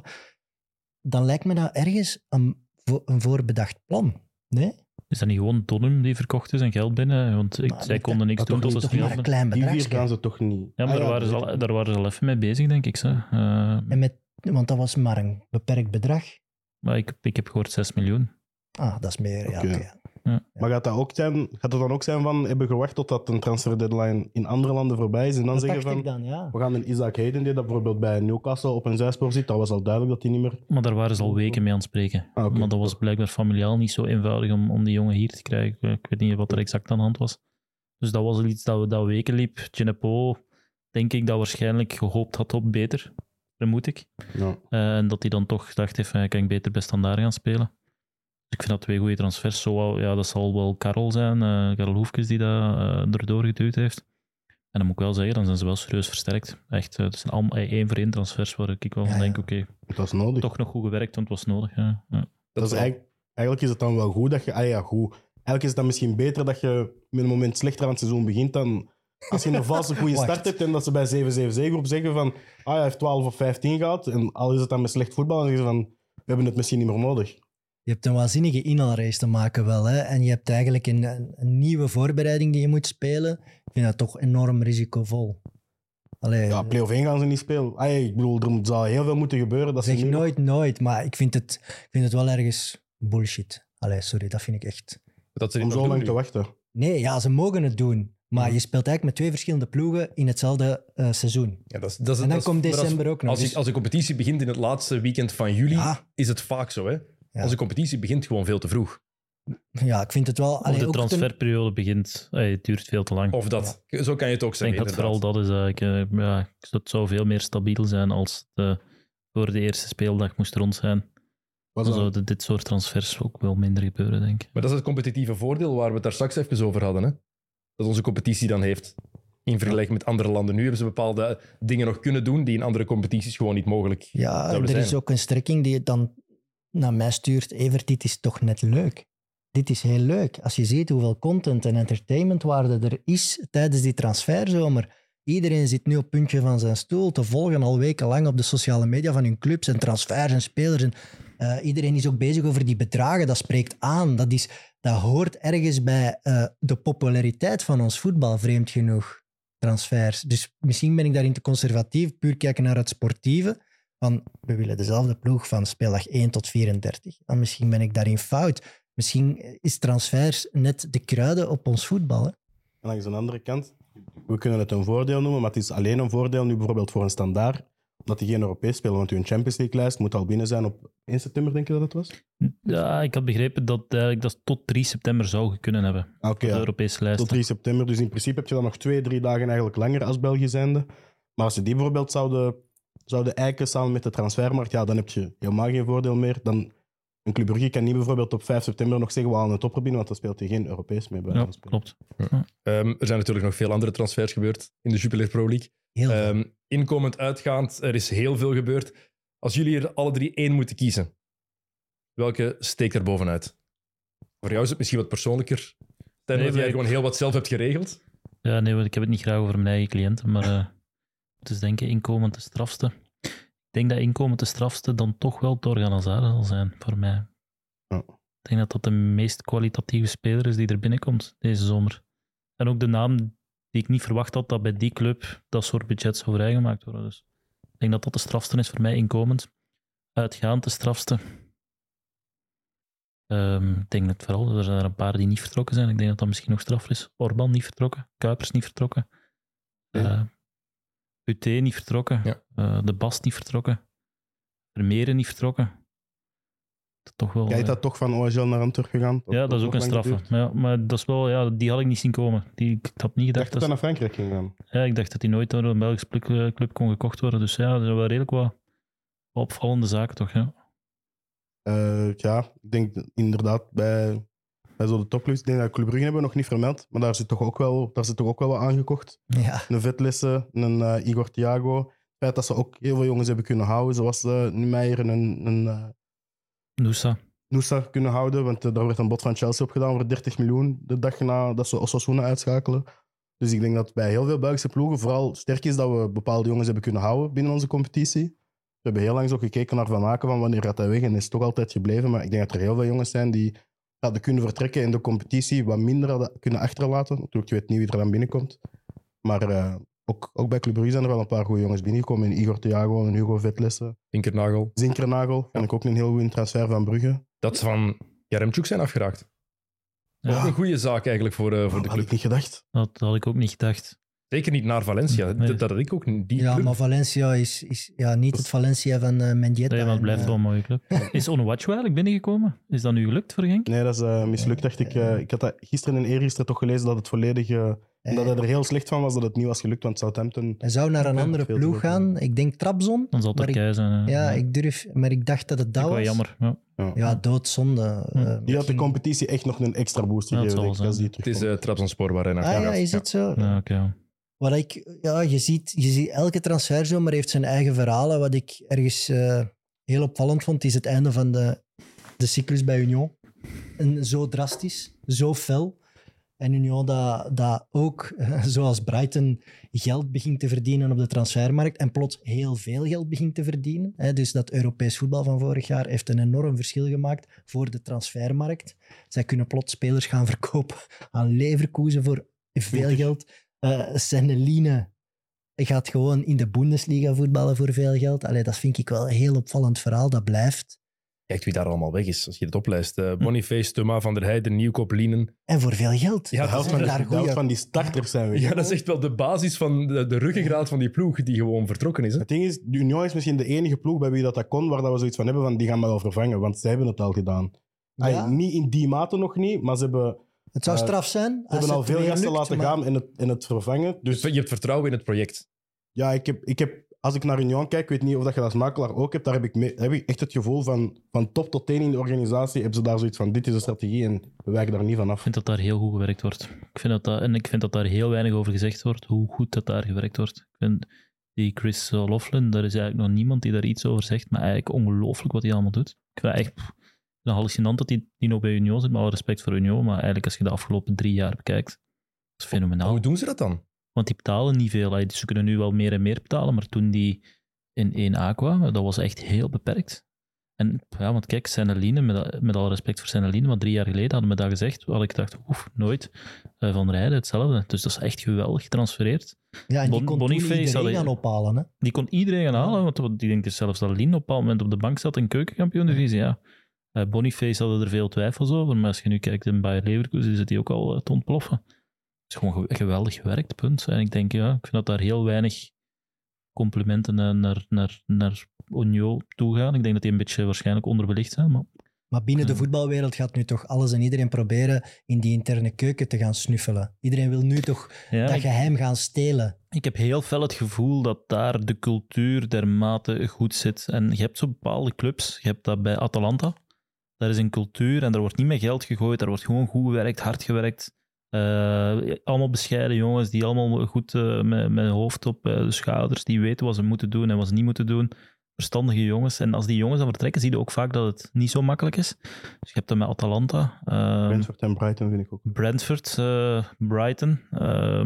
Dan lijkt me dat ergens een, een voorbedacht plan. Nee? Is dat niet gewoon Donum die verkocht is en geld binnen? Want ik, Maar zij dat- konden niks dat doen toch tot niet ze Toch speelden. maar een klein Die bedrag. vier gaan ze toch niet... Ja, maar Ah, daar, waren ze dat al, weet daar waren ze al even mee bezig, denk ik. Zo. Uh, En met, want dat was maar een beperkt bedrag. maar ik, ik heb gehoord zes miljoen. Ah, dat is meer. Ja, Oké. oké. Maar gaat dat ook zijn, gaat het dan ook zijn van, hebben gewacht totdat een transfer deadline in andere landen voorbij is en dan Dat zeggen dacht van, ik dan, ja. we gaan een Isaac Hayden, die dat bijvoorbeeld bij Newcastle op een zijspoor zit, dat was al duidelijk dat hij niet meer... Maar daar waren ze al weken mee aan het spreken. Ah, oké. Maar dat was blijkbaar familiaal niet zo eenvoudig om, om die jongen hier te krijgen. Ik weet niet wat er exact aan de hand was. Dus dat was iets dat, dat weken liep. Genepo, denk ik, dat waarschijnlijk gehoopt had op beter. Vermoed ik. Ja. Uh, en dat hij dan toch dacht, heeft, kan ik beter bij Standaard gaan spelen. Dus ik vind dat twee goede transfers. Zo, ja, dat zal wel Karel zijn, uh, Karel Hoefkes, die dat uh, erdoor geduwd heeft. En dan moet ik wel zeggen, dan zijn ze wel serieus versterkt. Echt, uh, het zijn allemaal één voor één transfers waar ik wel van Ja, denk, ja. oké, okay, Dat is nodig. toch nog goed gewerkt, want het was nodig. Ja. Ja. Dat is eigenlijk, eigenlijk is het dan wel goed dat je... Ah ja, goed. Eigenlijk is het dan misschien beter dat je met een moment slechter aan het seizoen begint dan... Als je een valse goede Wacht. start hebt en dat ze bij zeven zeven zeven zeggen van ah, hij heeft twaalf of vijftien gehad en al is het dan met slecht voetbal, dan zeggen ze van we hebben het misschien niet meer nodig. Je hebt een waanzinnige inhaalrace te maken wel. Hè? En je hebt eigenlijk een, een, een nieuwe voorbereiding die je moet spelen. Ik vind dat toch enorm risicovol. Allee, Ja, play-off één gaan ze niet spelen. Ah, ja, ik bedoel, er moet- zal heel veel moeten gebeuren. Dat ze zeg nu nog- nooit, nooit. Maar ik vind het, ik vind het wel ergens bullshit. Allee, sorry, dat vind ik echt... Dat ze dit om nog zo lang doen te nu. wachten. Nee, ja, ze mogen het doen. Maar je speelt eigenlijk met twee verschillende ploegen in hetzelfde eh, seizoen. Ja, dat is, dat is, En dan dat is- komt maar dat is- december ook nog, Als, dus- ik- als de competitie begint in het laatste weekend van juli, Ja. is het vaak zo. Hè? Ja. Als de competitie begint gewoon veel te vroeg. Ja, ik vind het wel... Of allee, de ook ten- transferperiode begint, eh, het duurt veel te lang. Of dat. Zo kan je het ook ik zeggen. denk dat vooral inderdaad. dat is eigenlijk, uh, ja, het zou veel meer stabiel zijn als het uh, voor de eerste speeldag moest rond zijn. Was Dan dat- zouden dit soort transfers ook wel minder gebeuren, denk ik. Maar dat is het competitieve voordeel waar we het daar straks even over hadden. Hè? Dat onze competitie dan heeft. In vergelijking met andere landen. Nu hebben ze bepaalde dingen nog kunnen doen die in andere competities gewoon niet mogelijk Ja, zouden er zijn. is ook een strekking die het dan naar mij stuurt. Evert, dit is toch net leuk. Dit is heel leuk. Als je ziet hoeveel content en entertainmentwaarde er is tijdens die transferzomer. Iedereen zit nu op het puntje van zijn stoel te volgen al wekenlang op de sociale media van hun clubs en transfers en spelers. En, uh, iedereen is ook bezig over die bedragen. Dat spreekt aan. Dat, is, dat hoort ergens bij uh, de populariteit van ons voetbal, vreemd genoeg. Transfers. Dus misschien ben ik daarin te conservatief, puur kijken naar het sportieve. Van, we willen dezelfde ploeg van speeldag één tot vierendertig. En misschien ben ik daarin fout. Misschien is transfers net de kruiden op ons voetbal. Hè? En langs de andere kant, we kunnen het een voordeel noemen, maar het is alleen een voordeel nu bijvoorbeeld voor een Standaard, omdat die geen Europees spelen. Want uw Champions League-lijst moet al binnen zijn op één september, denk je dat het was? Ja, ik had begrepen dat, eigenlijk dat tot drie september zou kunnen hebben. Ah, Oké, De ja. Europese lijst. Tot drie september. Dus in principe heb je dan nog twee, drie dagen eigenlijk langer als België zijnde. Maar als ze die bijvoorbeeld zouden, zouden eiken samen met de transfermarkt, ja, dan heb je helemaal geen voordeel meer. Dan, een Club Brugge kan niet bijvoorbeeld op vijf september nog zeggen we halen het topper binnen, want dan speelt hij geen Europees mee. Bij Ja, wijze van spreken. klopt. Ehm, er zijn natuurlijk nog veel andere transfers gebeurd in de Jupiler Pro League. Heel veel. Ehm, inkomend, uitgaand, er is heel veel gebeurd. Als jullie er alle drie één moeten kiezen, welke steekt er bovenuit? Voor jou is het misschien wat persoonlijker. Ten Nee, dat jij maar ik- gewoon heel wat zelf hebt geregeld. Ja, nee, want ik heb het niet graag over mijn eigen cliënten, maar uh, het is denk ik inkomend de strafste. Ik denk dat inkomend de strafste dan toch wel Torgan Hazard zal zijn, voor mij. Ja. Ik denk dat dat de meest kwalitatieve speler is die er binnenkomt deze zomer. En ook de naam die ik niet verwacht had dat bij die club dat soort budget zou vrijgemaakt worden. Dus ik denk dat dat de strafste is voor mij inkomend. Uitgaand de strafste. Um, ik denk dat vooral, er zijn er een paar die niet vertrokken zijn. Ik denk dat dat misschien nog straf is. Orban niet vertrokken, Kuipers niet vertrokken. Uh, U T niet vertrokken. Ja. Uh, de Bast niet vertrokken. Vermeeren niet vertrokken. Toch wel, Jij uh, dat toch van O H L naar Antwerp gegaan? Dat ja, dat is ook een straffe. Ja, maar dat is wel, ja, die had ik niet zien komen. Die, ik had niet gedacht dacht dat hij naar Frankrijk ging gaan. Ja, ik dacht dat hij nooit door een Belgische club, club kon gekocht worden. Dus ja, dat zijn wel redelijk wat opvallende zaken toch, ja. Uh, ja, ik denk inderdaad bij, bij zo de topclubs, ik denk dat Club Brugge hebben we nog niet vermeld, maar daar zit toch ook wel, daar zit toch ook wel wat aangekocht. Ja. Een Vetlessen, een uh, Igor Thiago. Het feit dat ze ook heel veel jongens hebben kunnen houden, zoals uh, Niemeyer en een, een uh, Noosa. Noosa kunnen houden, want uh, daar werd een bod van Chelsea opgedaan voor dertig miljoen de dag na dat ze Osasuna uitschakelen. Dus ik denk dat bij heel veel Belgische ploegen vooral sterk is dat we bepaalde jongens hebben kunnen houden binnen onze competitie. We hebben heel lang zo gekeken naar Van Aken van wanneer gaat hij weg en is toch altijd gebleven. Maar ik denk dat er heel veel jongens zijn die hadden kunnen vertrekken in de competitie, wat minder hadden kunnen achterlaten. Natuurlijk, je weet niet wie er dan binnenkomt. Maar uh, ook, ook bij Club Brugge zijn er wel een paar goede jongens binnengekomen. In Igor Thiago en Hugo Vetlessen. Zinkernagel. Zinkernagel, vond ik ook een heel goede transfer van Brugge. Dat ze van Jaremchuk zijn afgeraakt. Ja. Ook een goede zaak eigenlijk voor, uh, voor oh, de club. Had ik niet gedacht. Dat had ik ook niet gedacht. Zeker niet naar Valencia. Nee. Dat, dat had ik ook niet. Die ja, club. maar Valencia is, is ja, niet het Valencia van uh, Mendieta. Nee, maar het blijft en, wel een mooie club. Is Onuachu eigenlijk binnengekomen? Is dat nu gelukt voor Genk? Nee, dat is uh, mislukt, dacht ik. Uh, ik had dat gisteren en eergisteren toch gelezen dat het volledig... Uh, en dat hij er heel slecht van was dat het niet was gelukt, want Southampton... Hij zou naar een andere ploeg gaan. Ik denk Trabzon. Dan zal het Turkije zijn. Uh, ja, ik durf... Maar ik dacht dat het dat was. Wel jammer. Ja, ja. ja doodzonde. Ja. Uh, die had de competitie echt nog een extra boost gegeven. Ja, het, het is uh, Trabzonspor waar hij naar ah, gaat. ja, is ja. het zo? Ja, okay. Wat ik, ja, je ziet, je ziet elke transferzomer heeft zijn eigen verhalen. Wat ik ergens uh, heel opvallend vond, is het einde van de, de cyclus bij Union. En zo drastisch, zo fel. En Union dat, dat ook, uh, zoals Brighton, geld begint te verdienen op de transfermarkt en plots heel veel geld begint te verdienen. Hè. Dus dat Europees voetbal van vorig jaar heeft een enorm verschil gemaakt voor de transfermarkt. Zij kunnen plots spelers gaan verkopen aan Leverkusen voor veel geld. Uh, Senneline gaat gewoon in de Bundesliga voetballen voor veel geld. Allee, dat vind ik wel een heel opvallend verhaal. Dat blijft. Kijk wie daar allemaal weg is, als je het oplijst. Uh, Boniface, Thomas van der Heijden, Nieuwkoop, Lienen. En voor veel geld. Ja, de helft van, de goeie... van die starters zijn weg. Ja, dat is echt wel de basis van de, de ruggengraat van die ploeg die gewoon vertrokken is. Hè? Het ding is, de Union is misschien de enige ploeg bij wie dat, dat kon, waar dat we zoiets van hebben van die gaan we wel vervangen, want zij hebben het al gedaan. Ja. Ay, niet in die mate nog niet, maar ze hebben... Het zou straf zijn. Ze hebben al veel gasten lukt, laten maar... gaan in het, in het vervangen. Dus... Je hebt vertrouwen in het project. Ja, ik heb, ik heb, als ik naar Union kijk, ik weet niet of dat je dat als makelaar ook hebt, daar heb ik, mee, heb ik echt het gevoel van, van top tot teen in de organisatie, hebben ze daar zoiets van, dit is de strategie en we wijken daar niet van af. Ik vind dat daar heel goed gewerkt wordt. Ik vind dat dat, en ik vind dat daar heel weinig over gezegd wordt, hoe goed dat daar gewerkt wordt. Ik vind die Chris Laughlin, daar is eigenlijk nog niemand die daar iets over zegt, maar eigenlijk ongelooflijk wat hij allemaal doet. Ik vind het echt... Het is hallucinant dat hij die nog bij Union zit, met alle respect voor Union, maar eigenlijk als je de afgelopen drie jaar bekijkt, dat is fenomenaal. Hoe doen ze dat dan? Want die betalen niet veel. Ze kunnen nu wel meer en meer betalen, maar toen die in één A kwamen, dat was echt heel beperkt. En ja, want kijk, Senneline, met, met alle respect voor Senneline, maar drie jaar geleden hadden we dat gezegd, had ik gedacht, oef, nooit. Uh, Van Rijden, hetzelfde. Dus dat is echt geweldig getransfereerd. Ja, en die bon, kon Boniface iedereen hadden, gaan ophalen. Hè? Die kon iedereen gaan halen, want die denkt zelfs dat Lien op een bepaald moment op de bank zat in keukenkampioen-divisie, ja. Uh, Boniface hadden er veel twijfels over, maar als je nu kijkt in Bayer Leverkusen, zit hij ook al uh, te ontploffen. Het is gewoon geweldig gewerkt, punt. En ik denk, ja, ik vind dat daar heel weinig complimenten naar, naar, naar, naar Union toe gaan. Ik denk dat die een beetje waarschijnlijk onderbelicht zijn. Maar, maar binnen de voetbalwereld gaat nu toch alles en iedereen proberen in die interne keuken te gaan snuffelen. Iedereen wil nu toch ja, dat geheim gaan stelen. Ik heb heel fel het gevoel dat daar de cultuur dermate goed zit. En je hebt zo bepaalde clubs. Je hebt dat bij Atalanta. Daar is een cultuur en daar wordt niet met geld gegooid. Daar wordt gewoon goed gewerkt, hard gewerkt. Uh, allemaal bescheiden jongens die allemaal goed uh, met, met hun hoofd op uh, de schouders, die weten wat ze moeten doen en wat ze niet moeten doen. Verstandige jongens. En als die jongens dan vertrekken, zie je ook vaak dat het niet zo makkelijk is. Dus je hebt dat met Atalanta. Uh, Brentford en Brighton vind ik ook. Brentford, uh, Brighton. Uh,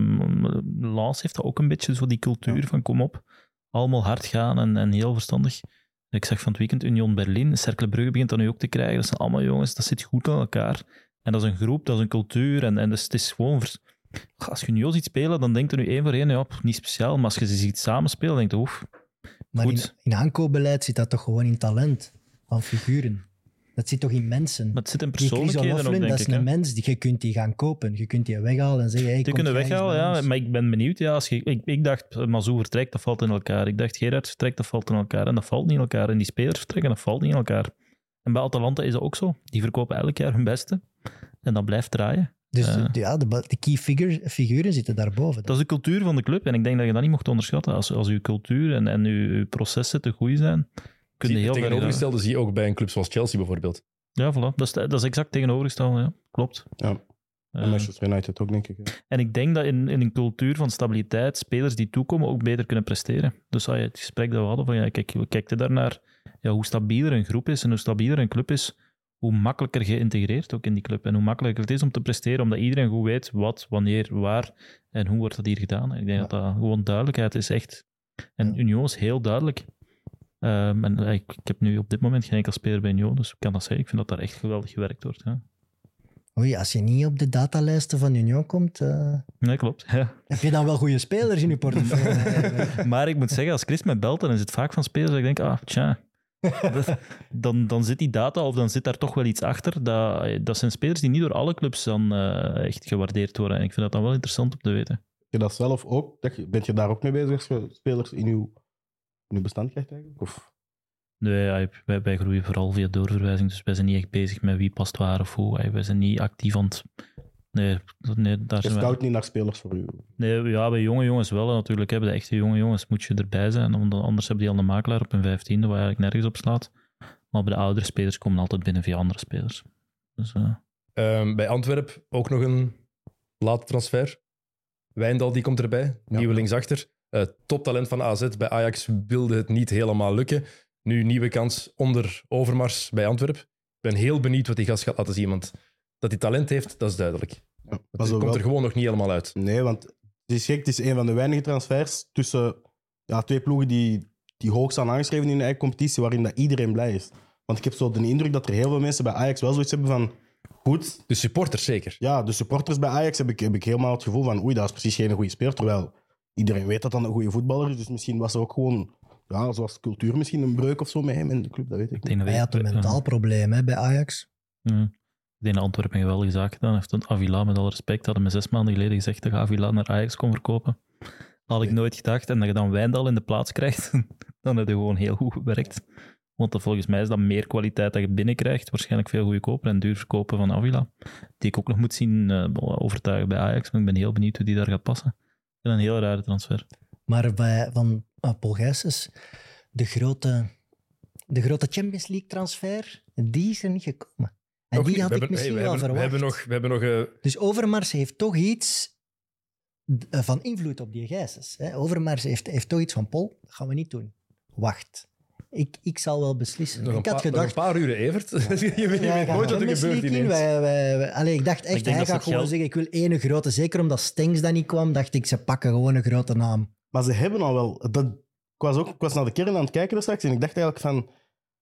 Lens heeft dat ook een beetje, zo die cultuur ja. van kom op. Allemaal hard gaan en, en heel verstandig. Ik zag van het weekend Union Berlin, Cercle Brugge begint dat nu ook te krijgen. Dat zijn allemaal jongens, dat zit goed aan elkaar. En dat is een groep, dat is een cultuur. En, en dus het is gewoon... Vers... Als je Union ziet spelen, dan denkt er nu één voor één, ja, niet speciaal. Maar als je ze ziet samenspelen, denk je, oef, Maar in, Goed. in aankoopbeleid zit dat toch gewoon in talent van figuren. Dat zit toch in mensen. Maar het zit in Die Chris persoonlijkheden ook, O'Loughlin, denk dat is ik. een hè. mens, die, je kunt die gaan kopen. Je kunt die weghalen en zeggen... Hey, Die kom kunnen jij eens weghalen, bij ja. ons. Maar ik ben benieuwd. Ja, als je, ik, ik dacht, Mazou vertrekt, dat valt in elkaar. Ik dacht, Gerrard vertrekt, dat valt in elkaar. En dat valt niet in elkaar. En die spelers vertrekken, dat valt niet in elkaar. En bij Atalanta is dat ook zo. Die verkopen elk jaar hun beste. En dat blijft draaien. Dus Ja. de, ja, de, de key figure, figuren zitten daarboven. Dat is de cultuur van de club. En ik denk dat je dat niet mocht onderschatten. Als, als uw cultuur en, en uw, uw processen te goed zijn, kun je Zie- heel Het ver gaan. tegenovergestelde zie je ook bij een club zoals Chelsea bijvoorbeeld. Ja, voilà. Dat is, dat is exact tegenovergestelde, ja. Klopt. Ja. Eh, En Manchester United ook, denk ik. hè. En ik denk dat in, in een cultuur van stabiliteit spelers die toekomen ook beter kunnen presteren. Dus ah, ja, het gesprek dat we hadden van, ja, kijk, we kijken daarnaar, ja, hoe stabieler een groep is en hoe stabieler een club is, hoe makkelijker geïntegreerd ook in die club. En hoe makkelijker het is om te presteren, omdat iedereen goed weet wat, wanneer, waar en hoe wordt dat hier gedaan. En ik denk Ja. dat dat gewoon duidelijkheid is, echt. En Ja. Union is heel duidelijk. Ehm, en eh, ik, ik heb nu op dit moment geen enkel speler bij Union, dus ik kan dat zeggen. Ik vind dat daar echt geweldig gewerkt wordt. Ja. Oei, als je niet op de datalijsten van Union komt, eh, Nee, klopt. Ja. heb je dan wel goede spelers in je portefeuille. Maar ik moet zeggen, als Chris mij belt, dan is het vaak van spelers dat ik denk, ah, tja. Dat- dan, dan zit die data, of dan zit daar toch wel iets achter. Dat, dat zijn spelers die niet door alle clubs dan eh, echt gewaardeerd worden. En ik vind dat dan wel interessant om te weten. Heb je dat zelf ook? Dat je- Bent je daar ook mee bezig als je spelers in uw, in uw bestand krijgt eigenlijk? Of? Nee, ja, wij, wij groeien vooral via doorverwijzing, dus wij zijn niet echt bezig met wie past waar of hoe. Wij zijn niet actief aan het... Nee, nee daar Je zijn wij... scout niet naar spelers voor u. Nee, ja, bij jonge jongens wel natuurlijk. Hè. Bij de echte jonge jongens moet je erbij zijn. Omdat anders hebben die al een makelaar op hun vijftiende, waar eigenlijk nergens op slaat. Maar bij de oudere spelers komen altijd binnen via andere spelers. Dus, eh, Ehm, bij Antwerp ook nog een late transfer. Wijndal die komt erbij, nieuwe linksachter. Uh, toptalent van A Z. Bij Ajax wilde het niet helemaal lukken. Nu nieuwe kans onder Overmars bij Antwerp. Ik ben heel benieuwd wat die gast gaat laten zien, want dat hij talent heeft, dat is duidelijk. Ja, Het maar zo komt wel- er gewoon nog niet helemaal uit. Nee, want het is gek. Het is een van de weinige transfers tussen ja, twee ploegen die, die hoog staan aangeschreven in de eigen competitie, waarin dat iedereen blij is. Want ik heb zo de indruk dat er heel veel mensen bij Ajax wel zoiets hebben van... Goed, De supporters zeker. ja, de supporters bij Ajax heb ik, heb ik helemaal het gevoel van... Oei, dat is precies geen goede speler. Terwijl iedereen weet dat dat een goede voetballer is. Dus misschien was er ook gewoon... Ja, zoals cultuur misschien een breuk of zo met hem in de club. Dat weet ik ik niet. denk dat Hij had een wij- mentaal probleem hè, bij Ajax. Ja. Ik denk dat Antwerpen een geweldige zaak gedaan heeft. Want Avila, met alle respect, hadden me zes maanden geleden gezegd dat je Avila naar Ajax kon verkopen. Dat had ik nooit gedacht. En dat je dan Wijndal in de plaats krijgt, dan heb je gewoon heel goed gewerkt. Want dat, volgens mij is dat meer kwaliteit dat je binnenkrijgt. Waarschijnlijk veel goedkoper en duur verkopen van Avila. Die ik ook nog moet zien uh, overtuigen bij Ajax. Maar ik ben heel benieuwd hoe die daar gaat passen. En een heel rare transfer. Maar bij, van uh, Paul Gijsens, de grote, de grote Champions League transfer, die is er niet gekomen. En Nog die niet. had We ik hebben- misschien hey, we wel hebben, verwacht. We hebben nog... We hebben nog eh, Dus Overmars heeft toch iets uh, van invloed op die Gijsens. Hè? Overmars heeft, heeft toch iets van Paul, dat gaan we niet doen. Wacht. Ik, ik zal wel beslissen. nog, een ik had paar, nog gedacht... een paar uren, Evert. je weet, je weet Ja, nooit wat er Champions gebeurt League in. ineens. Wij, wij, wij- allee, ik dacht ik echt, denk hij dat ze gaat het gewoon geld- zeggen, ik wil ene grote. Zeker omdat Stengs dan niet kwam, dacht ik, ze pakken gewoon een grote naam. Maar ze hebben al wel... Dat, ik, was ook, ik was naar de kern aan het kijken er straks en ik dacht eigenlijk van...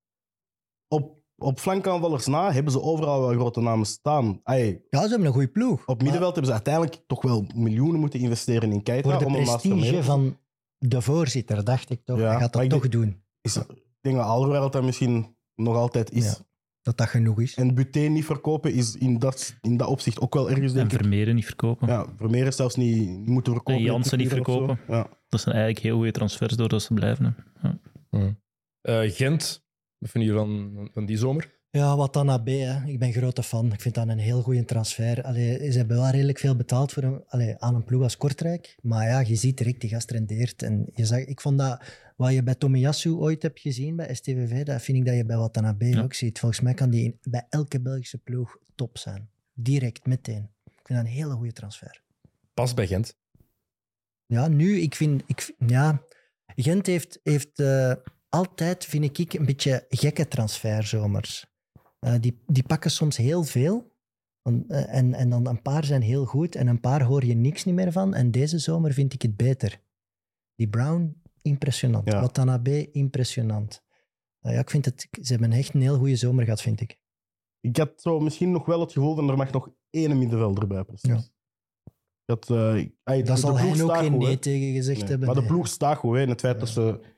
Op, op flankaanvallers na hebben ze overal wel grote namen staan. Ay, Ja, ze hebben een goede ploeg. op middenveld hebben ze uiteindelijk toch wel miljoenen moeten investeren in Keita. Voor de om hem naast prestige Vermeer- van de voorzitter, dacht ik toch. Ja, Hij gaat maar dat ik toch denk- doen. Is, ik denk dat Alderweireld dat misschien nog altijd is. Ja. Dat dat genoeg is. En Buté niet verkopen is in dat, in dat opzicht ook wel ergens, En denk ik. Vermeeren niet verkopen. Ja, Vermeer is zelfs niet, niet moeten verkopen. En Jansen niet met Cultuur of zo. verkopen. Ja. Dat zijn eigenlijk heel goede transfers doordat ze blijven. Hè. Ja. Eh, Gent, wat vinden jullie van, van die zomer? Ja, Watanabe, hè. Ik ben grote fan. Ik vind dat een heel goede transfer. Allee, ze hebben wel redelijk veel betaald voor hem, allee, aan een ploeg als Kortrijk. Maar ja, je ziet direct, die gast rendeert. En je zag, ik vond dat, wat je bij Tomiyasu ooit hebt gezien bij S T V V, dat vind ik dat je bij Watanabe Ja. ook ziet. Volgens mij kan die in, bij elke Belgische ploeg top zijn. Direct, meteen. Ik vind dat een hele goede transfer. Pas bij Gent. Ja, nu, ik vind... Ik, vind- ja, Gent heeft, heeft eh, altijd, vind ik, een beetje gekke transferzomers. Eh, die, die pakken soms heel veel. En, eh, en, en dan een paar zijn heel goed en een paar hoor je niks niet meer van. En deze zomer vind ik het beter. Die Brown, impressionant. Ja. Watanabe, impressionant. Eh, ja, ik vind het... Ze hebben echt een heel goede zomer gehad, vind ik. Ik had zo misschien nog wel het gevoel van er mag nog één middenvelder bij, precies. Ja. Dat, eh, ay, de- Daar de zal ploeg hij ook staat geen goed, hè. nee tegen gezegd Nee, hebben. Maar de nee. ploeg staat goed. Hè. En het feit dat ze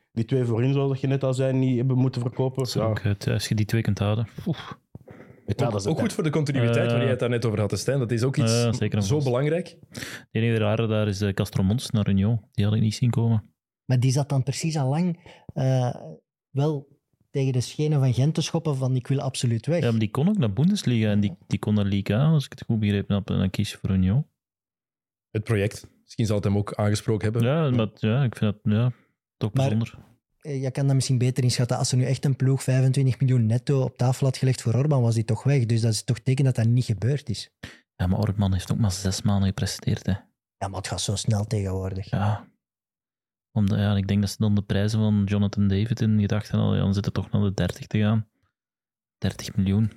die twee voorin, zoals je net al zei, niet hebben moeten verkopen. Ja. Ook, het, als je die twee kunt houden. Oef. Ja, ook, dat is ook goed voor de continuïteit Uh, waar jij het daar net over had, Stijn. Dat is ook iets uh, zeker zo vast. belangrijk. De enige rare daar is uh, Castromons naar Union. Die had ik niet zien komen. Maar die zat dan precies al lang uh, wel tegen de schenen van Gent te schoppen van ik wil absoluut weg. Ja, maar die kon ook naar Bundesliga en die, die kon naar Liga A, als ik het goed begrepen heb. En dan kies je voor Union. Het project. Misschien zal het hem ook aangesproken hebben. Ja, maar ja, ik vind dat ja, toch Maar- bijzonder. Je kan dat misschien beter inschatten. Als er nu echt een ploeg vijfentwintig miljoen netto op tafel had gelegd voor Orban, was die toch weg. Dus dat is toch teken dat dat niet gebeurd is. Ja, maar Orban heeft ook maar zes maanden gepresteerd. Hè. Ja, maar het gaat zo snel tegenwoordig. Ja. Omdat, ja, ik denk dat ze dan de prijzen van Jonathan David in gedachten hadden. Ja, dan zit het toch naar de dertig te gaan. dertig miljoen.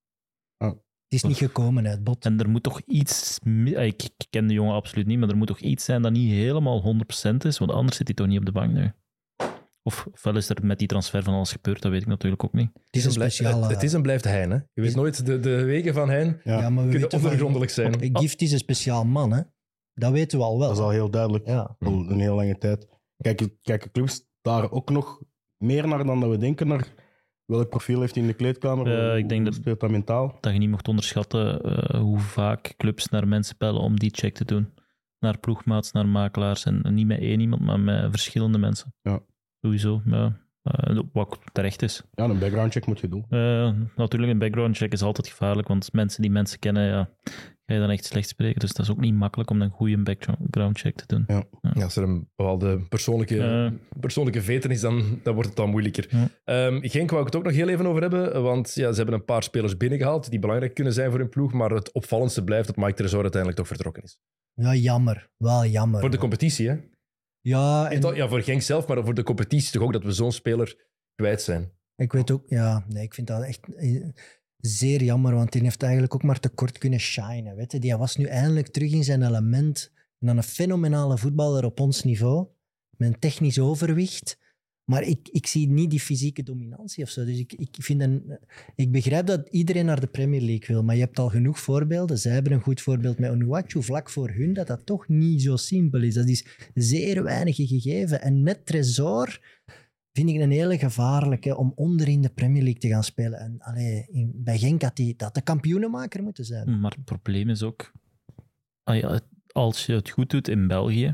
Het is niet gekomen uit bot. En er moet toch iets... mi- ah, Ik, ik ken de jongen absoluut niet, maar er moet toch iets zijn dat niet helemaal honderd procent is, want anders zit hij toch niet op de bank nu. Of ofwel is er met die transfer van alles gebeurd, dat weet ik natuurlijk ook niet. Het is een blijft- speciale... het, het is en blijft Hein. Hè? Je weet nooit, de, de wegen van Hein Ja. ja, maar we kunnen weten van- ondergrondelijk zijn. Eh, Gift is een speciaal man, hè. Dat weten we al wel. Dat is al heel duidelijk. Ja. Al een heel lange tijd. Kijken, kijken clubs daar ook nog meer naar dan dat we denken naar welk profiel heeft hij in de kleedkamer? Ja, Hoe- ik denk hoe dat- speelt dat mentaal? Dat je niet mocht onderschatten uh, hoe vaak clubs naar mensen bellen om die check te doen. Naar ploegmaats, naar makelaars. En, en niet met één iemand, maar met verschillende mensen. Ja. Sowieso, ja. Uh, wat ook terecht is. Ja, een background check moet je doen. Uh, natuurlijk, een background check is altijd gevaarlijk, want mensen die mensen kennen, ja, ga je dan echt slecht spreken. Dus dat is ook niet makkelijk om een goede background check te doen. Ja. Ja, als er een bepaalde persoonlijke, Ja. persoonlijke veten is, dan, dan wordt het dan moeilijker. Ja. Um, Genk wou ik het ook nog heel even over hebben, want ja, ze hebben een paar spelers binnengehaald die belangrijk kunnen zijn voor hun ploeg, maar het opvallendste blijft dat Mike Tresor uiteindelijk toch vertrokken is. Ja, jammer. Wel jammer. Voor de competitie, hè? Ja, en Ja, voor Genk zelf, maar voor de competitie toch ook dat we zo'n speler kwijt zijn. ik weet ook... Ja, nee, ik vind dat echt eh, zeer jammer, want die heeft eigenlijk ook maar tekort kunnen shinen. Weet je? Die was nu eindelijk terug in zijn element. En dan een fenomenale voetballer op ons niveau, met een technisch overwicht. Maar ik, ik zie niet die fysieke dominantie of zo. Dus ik, ik, vind een, ik begrijp dat iedereen naar de Premier League wil, maar je hebt al genoeg voorbeelden. Zij hebben een goed voorbeeld met Onuachu vlak voor hun, dat dat toch niet zo simpel is. Dat is zeer weinig gegeven. En net Tresor vind ik een hele gevaarlijke om onderin de Premier League te gaan spelen. En allee, in, bij Genk had hij dat de kampioenenmaker moeten zijn. Maar het probleem is ook, ah ja, het- als je het goed doet in België,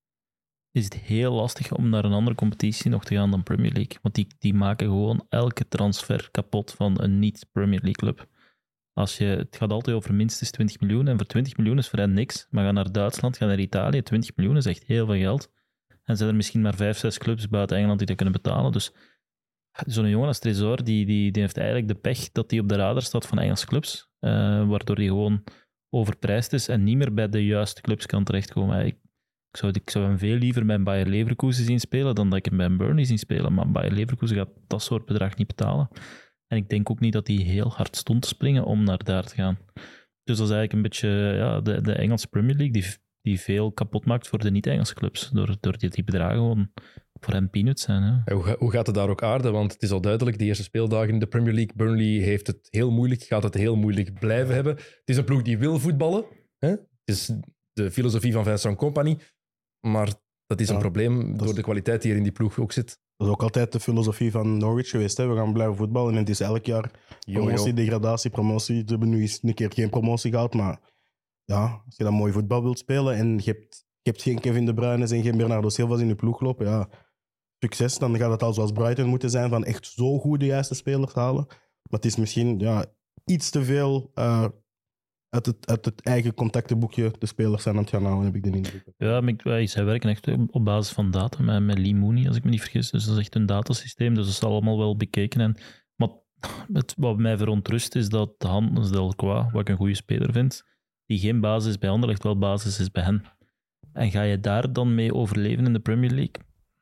is het heel lastig om naar een andere competitie nog te gaan dan Premier League. Want die, die maken gewoon elke transfer kapot van een niet-Premier League club. Als je, het gaat altijd over minstens twintig miljoen. En voor twintig miljoen is voor hen niks. Maar ga naar Duitsland, ga naar Italië. twintig miljoen is echt heel veel geld. En zijn er misschien maar vijf, zes clubs buiten Engeland die dat kunnen betalen. Dus zo'n jongen als Tresor, die, die, die heeft eigenlijk de pech dat hij op de radar staat van Engelse clubs. Uh, waardoor hij gewoon overprijsd is en niet meer bij de juiste clubs kan terechtkomen. Ik, ik, zou, ik zou hem veel liever bij Bayer Leverkusen zien spelen dan dat ik hem bij Burnley zien spelen. Maar Bayer Leverkusen gaat dat soort bedrag niet betalen. En ik denk ook niet dat hij heel hard stond te springen om naar daar te gaan. Dus dat is eigenlijk een beetje ja, de, de Engelse Premier League die, die veel kapot maakt voor de niet-Engelse clubs. Door, door die, die bedragen gewoon voor hem peanuts zijn. Hè. Ja, hoe, ga- hoe gaat het daar ook aarden? Want het is al duidelijk, de eerste speeldagen in de Premier League. Burnley heeft het heel moeilijk, gaat het heel moeilijk blijven hebben. Het is een ploeg die wil voetballen. Hè? Het is de filosofie van Vincent Kompany. Maar dat is een Ja, probleem dat door is- de kwaliteit die er in die ploeg ook zit. Dat is ook altijd de filosofie van Norwich geweest. Hè. We gaan blijven voetballen en het is elk jaar promotie, degradatie, promotie. Ze hebben nu eens een keer geen promotie gehad, maar ja, als je dan mooi voetbal wilt spelen en je hebt, je hebt geen Kevin De Bruyne en geen Bernardo Silva's in je ploeg lopen, ja, succes. Dan gaat het al zoals Brighton moeten zijn, van echt zo goed de juiste spelers halen. Maar het is misschien ja, iets te veel uh, uit, het, uit het eigen contactenboekje de spelers zijn aan het gaan halen, heb ik de indruk. Ja, maar ik, wij- zij werken echt op, op basis van data met, met Lee Mooney, als ik me niet vergis. Dus dat is echt een datasysteem, dus dat is allemaal wel bekeken. En, maar het, wat mij verontrust is dat Hans Delcroix, wat ik een goede speler vind, die geen basis is bij Anderlecht, wel basis is bij hen. En ga je daar dan mee overleven in de Premier League?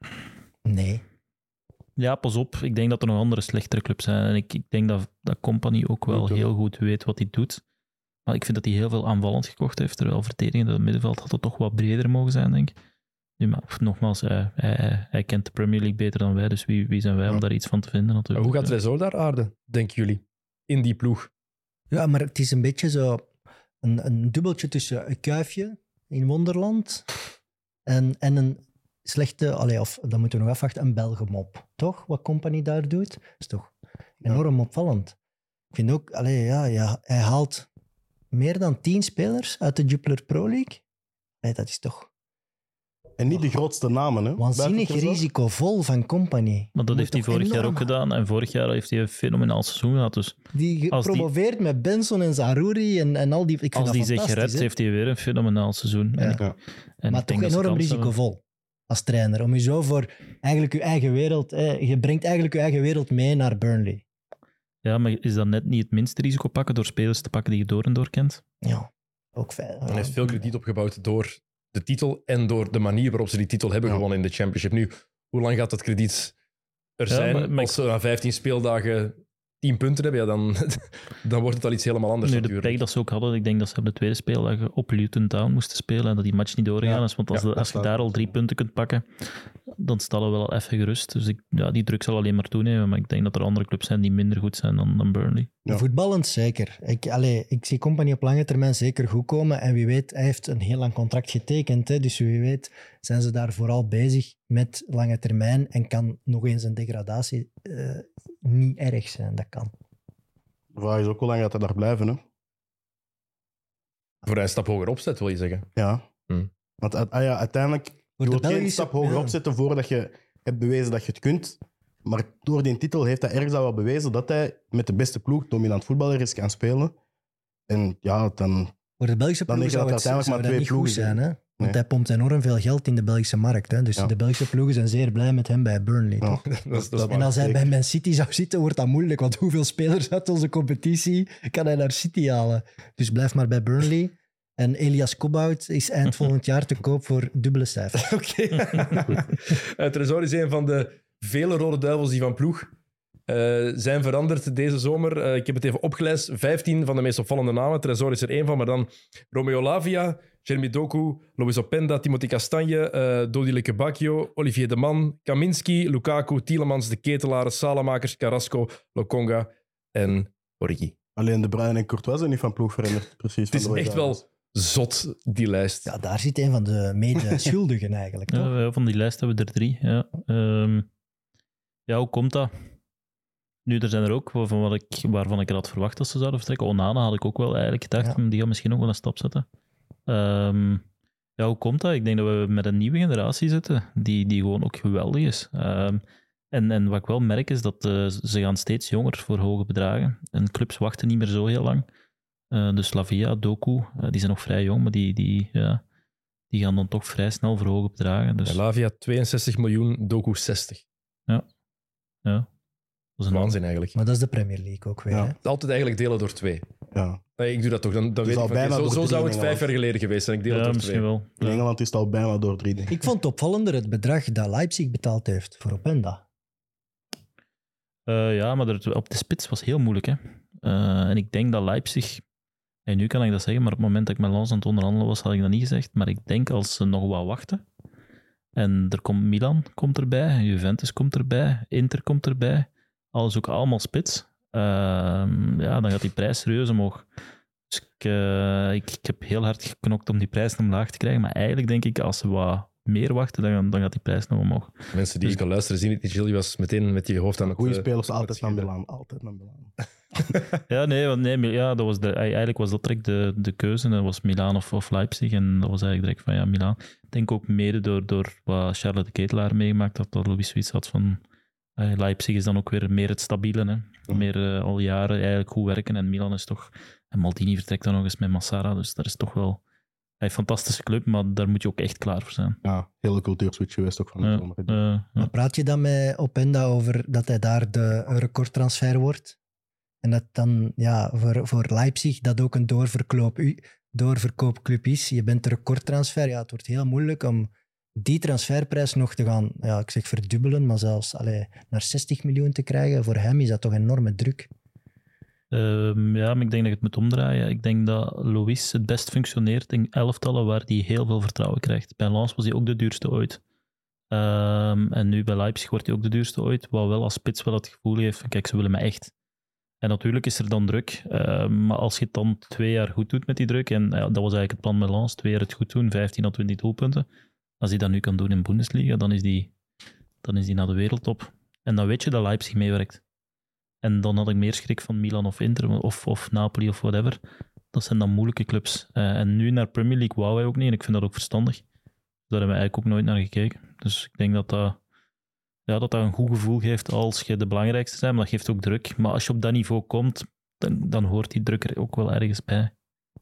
Nee. Ja, pas op. Ik denk dat er nog andere slechtere clubs zijn. En ik, ik denk dat, dat Company ook wel Goed, hoor. heel goed weet wat hij doet. Maar ik vind dat hij heel veel aanvallend gekocht heeft. Terwijl verdedigend, het middenveld had het toch wat breder mogen zijn, denk ik. Nu, maar nogmaals, hij, hij, hij kent de Premier League beter dan wij. Dus wie, wie zijn wij om Ja. daar iets van te vinden, natuurlijk. Hoe gaat Ja. Tresor daar aarden, denken jullie? In die ploeg. Ja, maar het is een beetje zo een, een dubbeltje tussen een kuifje in Wonderland en, en een slechte, allee, of dat moeten we nog afwachten, een Belgemop. Toch? Wat Company daar doet? Dat is toch enorm opvallend. Ik vind ook, allee, ja, ja, hij haalt meer dan tien spelers uit de Jupiler Pro League. Allee, dat is toch En niet de grootste namen, hè? waanzinnig Buiten Trezor. risicovol van Company. Maar dat Moet heeft hij toch vorig jaar enorm- ook gedaan. En vorig jaar heeft hij een fenomenaal seizoen gehad. Dus Die Als die- gepromoveerd met Benson en Zaroury en, en al die... Ik vind als dat die zich fantastisch, gered, hè. heeft hij weer een fenomenaal seizoen. En Ja. ik- Ja. en Maar ik toch denk dat ze enorm kans hebben. risicovol als trainer. Om je zo voor eigenlijk je eigen wereld... Eh, je brengt eigenlijk je eigen wereld mee naar Burnley. Ja, maar is dat net niet het minste risico pakken door spelers te pakken die je door en door kent? Ja, ook fijn. Hij heeft veel krediet opgebouwd door de titel en door de manier waarop ze die titel hebben Ja. gewonnen in de Championship. Nu, hoe lang gaat dat krediet er Ja, zijn? maar- maar Als ze na vijftien speeldagen tien punten hebben, ja, dan, dan wordt het al iets helemaal anders Nu, de natuurlijk. pech dat ze ook hadden, ik denk dat ze op de tweede speeldag op Luton Town moesten spelen en dat die match niet doorgegaan Ja. is. Want als, Ja, de- dat als je staat daar al goed. drie punten kunt pakken, dan staan we wel even gerust. Dus ik, ja, die druk zal alleen maar toenemen. Maar ik denk dat er andere clubs zijn die minder goed zijn dan, dan Burnley. Ja. Voetballend zeker. Ik, allee, ik zie Company op lange termijn zeker goed komen. En wie weet, hij heeft een heel lang contract getekend. Hè, dus wie weet zijn ze daar vooral bezig met lange termijn. En kan nog eens een degradatie eh, niet erg zijn. Dat kan. De vraag is ook hoe lang gaat hij daar blijven, hè? Voor hij een stap hoger opzet, wil je zeggen. Ja. Hmm. Want ah ja, uiteindelijk, Voor je de wilt geen Belgische- stap hoger ja. opzetten voordat je hebt bewezen dat je het kunt. Maar door die titel heeft hij ergens al wel bewezen dat hij met de beste ploeg dominant voetballer is gaan spelen. En ja, dan... Voor de Belgische Dan ploeg denk zou je het, dat er uiteindelijk zou maar dat twee niet goed ploegen zijn. zijn. Hè? Want Nee. hij pompt enorm veel geld in de Belgische markt. Hè? Dus Ja. de Belgische ploegen zijn zeer blij met hem bij Burnley. Ja. Toch? Dat is, dat is Dat- waar. En als hij zeker. bij Man City zou zitten, wordt dat moeilijk. Want hoeveel spelers uit onze competitie kan hij naar City halen? Dus blijf maar bij Burnley. En Elias Kobout is eind volgend jaar te koop voor dubbele cijfers. Oké. Eh, Trezor is een van de vele rode duivels die van ploeg eh, zijn veranderd deze zomer. Eh, ik heb het even opgelijst. vijftien van de meest opvallende namen. Trezor is er één van, maar dan Romeo Lavia, Jeremy Doku, Lois Openda, Timothy Castagne, eh Dodi Lekebakio, Olivier de Man, Kaminski, Lukaku, Tielemans, De Ketelaar, Salamakers, Carrasco, Lokonga en Origi. Alleen De Bruyne en Courtois zijn niet van ploeg veranderd. Precies. Het is van de echt Rode wel zot, die lijst. Ja, daar zit een van de mede-schuldigen eigenlijk. Toch? Ja, van die lijst hebben we er drie. Ja, Ehm, ja hoe komt dat? Nu, er zijn er ook waarvan, wat ik, waarvan ik er had verwacht dat ze zouden vertrekken. Onana had ik ook wel eigenlijk gedacht, Ja. die gaat misschien ook wel een stap zetten. Ehm, ja, hoe komt dat? Ik denk dat we met een nieuwe generatie zitten, die, die gewoon ook geweldig is. Ehm, en, en wat ik wel merk is dat eh, ze gaan steeds jonger voor hoge bedragen. En clubs wachten niet meer zo heel lang. Eh, dus Lavia, Doku, eh, die zijn nog vrij jong, maar die, die, ja, die gaan dan toch vrij snel voor hoge bedragen. Dus, Ja, Lavia tweeënzestig miljoen, Doku zestig. ja. Dat is een Waanzin eigenlijk. Maar dat is de Premier League ook weer. Ja. Hè? Altijd eigenlijk delen door twee. Ja. Nee, ik doe dat toch. Dan, dan Dus weet ik al van, oké, bijna zo, door zo drie zou het in vijf jaar Engeland. geleden geweest zijn. Ik deel het Ja, door misschien twee. wel. In Ja. Engeland is het al bijna door drie, denk ik. Ik vond het opvallender het bedrag dat Leipzig betaald heeft voor Openda. Eh, ja, maar er, op de spits was heel moeilijk. Hè? Eh, en ik denk dat Leipzig, en nu kan ik dat zeggen, maar op het moment dat ik met Lens aan het onderhandelen was, had ik dat niet gezegd. Maar ik denk als ze nog wat wachten, en er komt Milan komt erbij, Juventus komt erbij, Inter komt erbij, alles ook allemaal spits, Ehm, ja, dan gaat die prijs serieus omhoog. Dus ik, eh, ik, ik heb heel hard geknokt om die prijs omlaag te krijgen, maar eigenlijk denk ik, als ze wat meer wachten, dan, dan gaat die prijs nog omhoog. Mensen die Dus- kan luisteren zien, die Gilly was meteen met je hoofd aan het... Goede eh, spelers altijd naar schieten. Milaan. Altijd naar Milaan. Ja, nee, want nee, ja, dat was de, eigenlijk was dat direct de, de keuze. Dat was Milaan of, of Leipzig. En dat was eigenlijk direct van ja, Milaan. Ik denk ook mede door, door wat Charles de Ketelaar meegemaakt had, dat Louis zoiets had van eh, Leipzig is dan ook weer meer het stabiele. Hè. Ja. Meer eh, al jaren eigenlijk goed werken. En Milan is toch... En Maldini vertrekt dan nog eens met Massara. Dus dat is toch wel een fantastische club, maar daar moet je ook echt klaar voor zijn. Ja, hele cultuurswitch geweest ook van de Ja, zomer. eh, ja. Maar praat je dan met Openda over dat hij daar de recordtransfer wordt? En dat dan ja, voor, voor Leipzig dat ook een doorverkoop, doorverkoopclub is. Je bent de recordtransfer. Ja, het wordt heel moeilijk om die transferprijs nog te gaan, ja, ik zeg verdubbelen, maar zelfs allee, naar zestig miljoen te krijgen. Voor hem is dat toch enorme druk. Ehm, ja, maar ik denk dat je het moet omdraaien. Ik denk dat Loïs het best functioneert in elftallen waar hij heel veel vertrouwen krijgt. Bij Lens was hij ook de duurste ooit. Ehm, en nu bij Leipzig wordt hij ook de duurste ooit. Wat wel als spits wel het gevoel heeft van kijk, ze willen me echt. En natuurlijk is er dan druk. Ehm, maar als je het dan twee jaar goed doet met die druk, en ja, dat was eigenlijk het plan met Lens, twee jaar het goed doen, vijftien à twintig doelpunten, Als hij dat nu kan doen in Bundesliga, dan is die, dan is die naar de wereldtop. En dan weet je dat Leipzig meewerkt. En dan had ik meer schrik van Milan of Inter of, of Napoli of whatever. Dat zijn dan moeilijke clubs. Uh, en nu naar Premier League wou hij ook niet. En ik vind dat ook verstandig. Daar hebben we eigenlijk ook nooit naar gekeken. Dus ik denk dat dat, ja, dat, dat een goed gevoel geeft als je de belangrijkste bent. Maar dat geeft ook druk. Maar als je op dat niveau komt, dan, dan hoort die druk er ook wel ergens bij.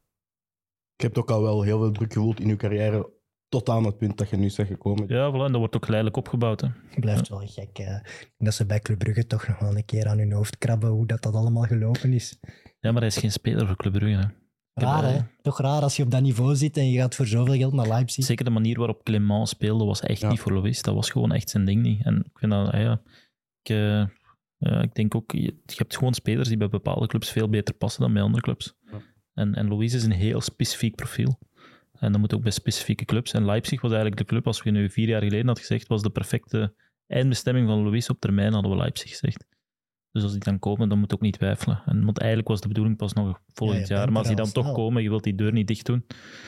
Je hebt ook al wel heel veel druk gevoeld in je carrière tot aan het punt dat je nu bent gekomen. Ja, voilà, en dat wordt ook geleidelijk opgebouwd. Hè. Het blijft wel gek. Hè. Ik denk dat ze bij Club Brugge toch nog wel een keer aan hun hoofd krabben hoe dat, dat allemaal gelopen is. Ja, maar hij is geen speler voor Club Brugge. Hè. Raar, hè? Toch raar als je op dat niveau zit en je gaat voor zoveel geld naar Leipzig. Zeker de manier waarop Clement speelde was echt ja. niet voor Loïs. Dat was gewoon echt zijn ding niet. En ik vind dat, ja... Ik, uh, uh, ik denk ook, je, je hebt gewoon spelers die bij bepaalde clubs veel beter passen dan bij andere clubs. Ja. En, en Loïs is een heel specifiek profiel. En dat moet ook bij specifieke clubs. En Leipzig was eigenlijk de club, als we nu vier jaar geleden had gezegd, was de perfecte eindbestemming van Loïs op termijn, hadden we Leipzig gezegd. Dus als die dan komen, dan moet je ook niet twijfelen. En, want eigenlijk was de bedoeling pas nog volgend ja, jaar. Maar als die dan snel. toch komen, je wilt die deur niet dicht doen.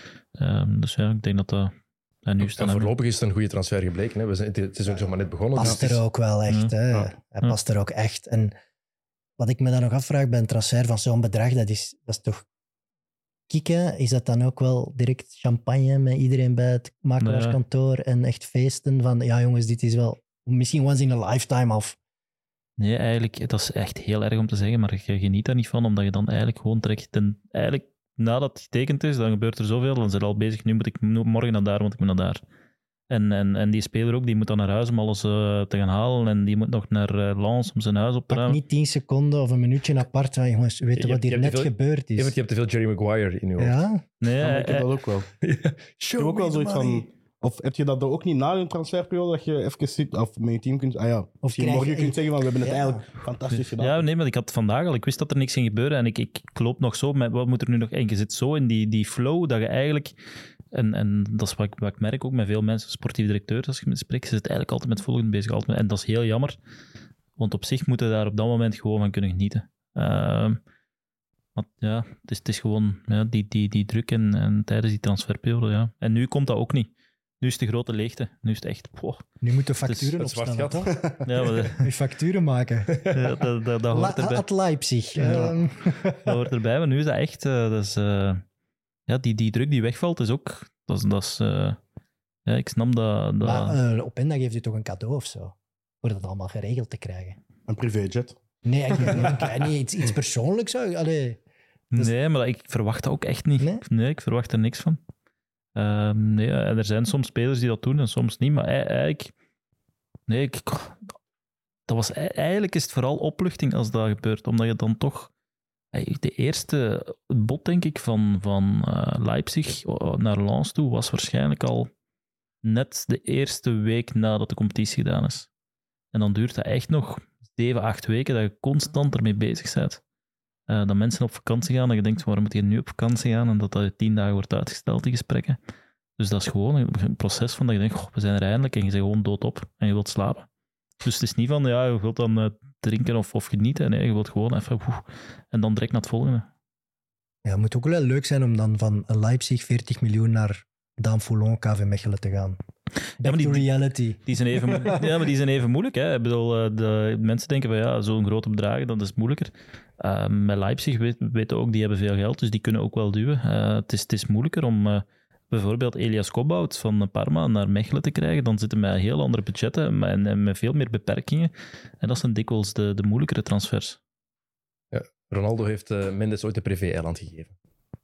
Um, dus ja, ik denk dat dat... En, nu en voorlopig is het een goede transfer gebleken. Hè. We zijn, het is ook nog maar net begonnen. Past dus er ook wel echt. Ja. Hè. Ja. Hij ja. past er ook echt. En wat ik me dan nog afvraag bij een transfer van zo'n bedrag, dat is, dat is toch... Kikken, is dat dan ook wel direct champagne met iedereen bij het makelaarskantoor en echt feesten van, ja jongens, dit is wel misschien once in a lifetime of... Nee, eigenlijk, dat is echt heel erg om te zeggen, maar je geniet daar niet van, omdat je dan eigenlijk gewoon trekt. En eigenlijk, nadat het getekend is, dan gebeurt er zoveel, dan zijn ze al bezig, nu moet ik morgen naar daar, want ik moet naar daar. En, en, en die speler ook, die moet dan naar huis om alles uh, te gaan halen en die moet nog naar uh, Lens om zijn huis op te Pak ruimen. niet tien seconden of een minuutje apart, van, jongens, weet je wat hier net veel, gebeurd is? Je hebt te veel Jerry Maguire in je hoofd. Ja? Nee, ja, ik heb dat ook wel. ja. Ik heb ook wel zoiets van... Of heb je dat ook niet na een transferperiode, dat je even zit, of met je team kunt... Ah ja, of je morgen kunt zeggen van, we hebben het ja. eigenlijk fantastisch gedaan. Ja, nee, maar ik had vandaag al, ik wist dat er niks ging gebeuren en ik, ik, ik loop nog zo met, wat moet er nu nog... En je zit zo in die, die flow, dat je eigenlijk... En, en dat is wat ik, wat ik merk ook met veel mensen, sportief directeurs, als je met spreekt, ze zitten eigenlijk altijd met het volgende bezig. Altijd met, en dat is heel jammer, want op zich moeten we daar op dat moment gewoon van kunnen genieten. Uh, maar ja, het is, het is gewoon ja, die, die, die druk en, en tijdens die transferperiode, ja. En nu komt dat ook niet. Nu is de grote leegte. Nu is het echt... Poh. Nu moeten facturen het opstaan. Het zwart gat. Ja, maar de... Nu facturen maken. Ja, dat, dat, dat hoort erbij. At Leipzig. Ja. Um. Dat hoort erbij, maar nu is dat echt... Uh, dat is, uh, ja, die, die druk die wegvalt is ook... Dat is... Dat is uh, ja, ik snap dat... dat... Maar uh, Openda geeft u toch een cadeau of zo? Voor dat allemaal geregeld te krijgen. Een privéjet? Nee, ik, ik, nee iets, iets persoonlijks. Allee, dus... Nee, maar ik verwacht dat ook echt niet. Nee, nee ik verwacht er niks van. Uh, nee, en er zijn soms spelers die dat doen en soms niet, maar eigenlijk... Nee, ik, dat was, eigenlijk is het vooral opluchting als dat gebeurt, omdat je dan toch... De eerste bot, denk ik, van, van uh, Leipzig naar Lens toe was waarschijnlijk al net de eerste week nadat de competitie gedaan is. En dan duurt dat echt nog zeven, acht weken dat je constant ermee bezig bent. Uh, dat mensen op vakantie gaan en je denkt, waarom moet je nu op vakantie gaan? En dat dat tien dagen wordt uitgesteld, die gesprekken. Dus dat is gewoon een proces van dat je denkt, goh, we zijn er eindelijk en je bent gewoon doodop en je wilt slapen. Dus het is niet van, ja, je wilt dan uh, drinken of, of genieten. Nee, je wilt gewoon even, woe, en dan direct naar het volgende. Ja, het moet ook wel leuk zijn om dan van Leipzig veertig miljoen naar Daan Foulon, K V Mechelen te gaan. Back ja, maar die, to reality. Die, die zijn even, ja, maar die zijn even moeilijk. Hè. Ik bedoel, uh, de mensen denken van, ja, zo'n grote bedragen, dat is moeilijker. Uh, met Leipzig weten weet ook, die hebben veel geld, dus die kunnen ook wel duwen. Uh, het, is, het is moeilijker om... Uh, bijvoorbeeld Elias Kobout van Parma naar Mechelen te krijgen, dan zitten we met heel andere budgetten en, en met veel meer beperkingen. En dat zijn dikwijls de, de moeilijkere transfers. Ja, Ronaldo heeft uh, Mendes ooit een privé-eiland gegeven.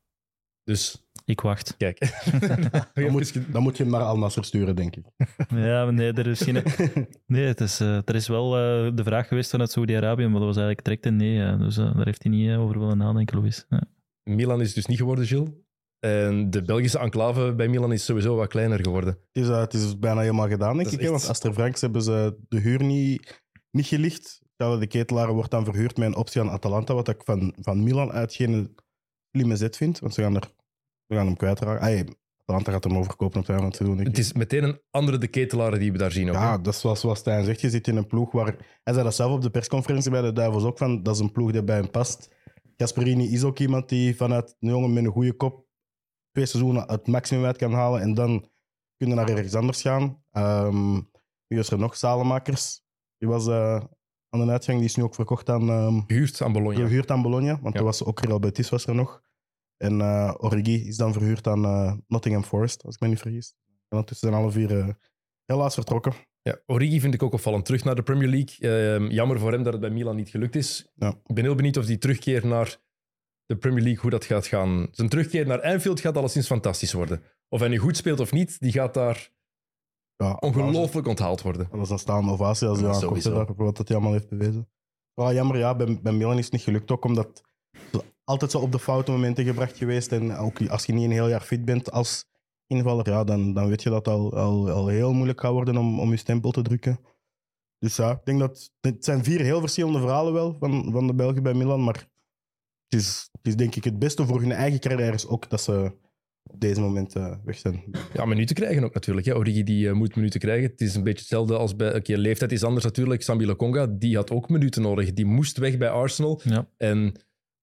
Dus... Ik wacht. Kijk. dan, moet, dan moet je hem naar Al Nassr sturen, denk ik. Ja, maar nee, er is geen... Nee, het is, uh, er is wel uh, de vraag geweest vanuit Saudi-Arabië, maar dat was eigenlijk direct een nee. Uh, dus uh, daar heeft hij niet uh, over willen nadenken, Louis. Ja. Milan is het dus niet geworden, Gilles. En de Belgische enclave bij Milan is sowieso wat kleiner geworden. Het is, uh, het is bijna helemaal gedaan, denk ik. Echt... Want Aster Franks hebben ze de huur niet, niet gelicht. De Ketelaar wordt dan verhuurd met een optie aan Atalanta, wat ik van, van Milan uit geen slimme zet vind. Want ze gaan, er, ze gaan hem kwijtraken. Ah, Atalanta gaat hem overkopen op het einde van het seizoen. Het is meteen een andere de Ketelaar die we daar zien. Ook, ja, hè? dat is zoals, zoals Stijn zegt. Je zit in een ploeg waar... Hij zei dat zelf op de persconferentie bij de Duivels ook, van, dat is een ploeg die bij hem past. Gasperini is ook iemand die vanuit een jongen met een goede kop twee seizoenen het maximum uit kan halen en dan kunnen naar ergens anders gaan. Um, wie was er nog? Salemakers. Die was uh, aan de uitgang. Die is nu ook verkocht aan... Um, Gehuurd aan Bologna. Verhuurd aan Bologna, want ja. er was ook Real Betis was er nog. En uh, Origi is dan verhuurd aan uh, Nottingham Forest, als ik me niet vergis. En ondertussen zijn alle vier uh, helaas vertrokken. Ja, Origi vind ik ook opvallend. Terug naar de Premier League. Uh, jammer voor hem dat het bij Milan niet gelukt is. Ja. Ik ben heel benieuwd of die terugkeer naar de Premier League, hoe dat gaat gaan. Zijn terugkeer naar Anfield gaat alleszins fantastisch worden. Of hij nu goed speelt of niet, die gaat daar ja, ongelooflijk onthaald worden. Dat is een staande ovatie als hij Ja, aankomt, sowieso. voor wat hij allemaal heeft bewezen. Wel jammer, ja, bij, bij Milan is het niet gelukt ook, omdat ze altijd zo op de foute momenten gebracht geweest. En ook als je niet een heel jaar fit bent als invaller, ja, dan, dan weet je dat het al, al, al heel moeilijk gaat worden om, om je stempel te drukken. Dus ja, ik denk dat het zijn vier heel verschillende verhalen wel van, van de Belgen bij Milan, maar het is, het is denk ik het beste voor hun eigen carrières ook dat ze op deze moment uh, weg zijn. Ja, minuten krijgen ook natuurlijk. Ja, Origi die, uh, moet minuten krijgen. Het is een beetje hetzelfde als bij... Oké, okay, leeftijd is anders natuurlijk. Sambi Lokonga, die had ook minuten nodig. Die moest weg bij Arsenal. Ja. En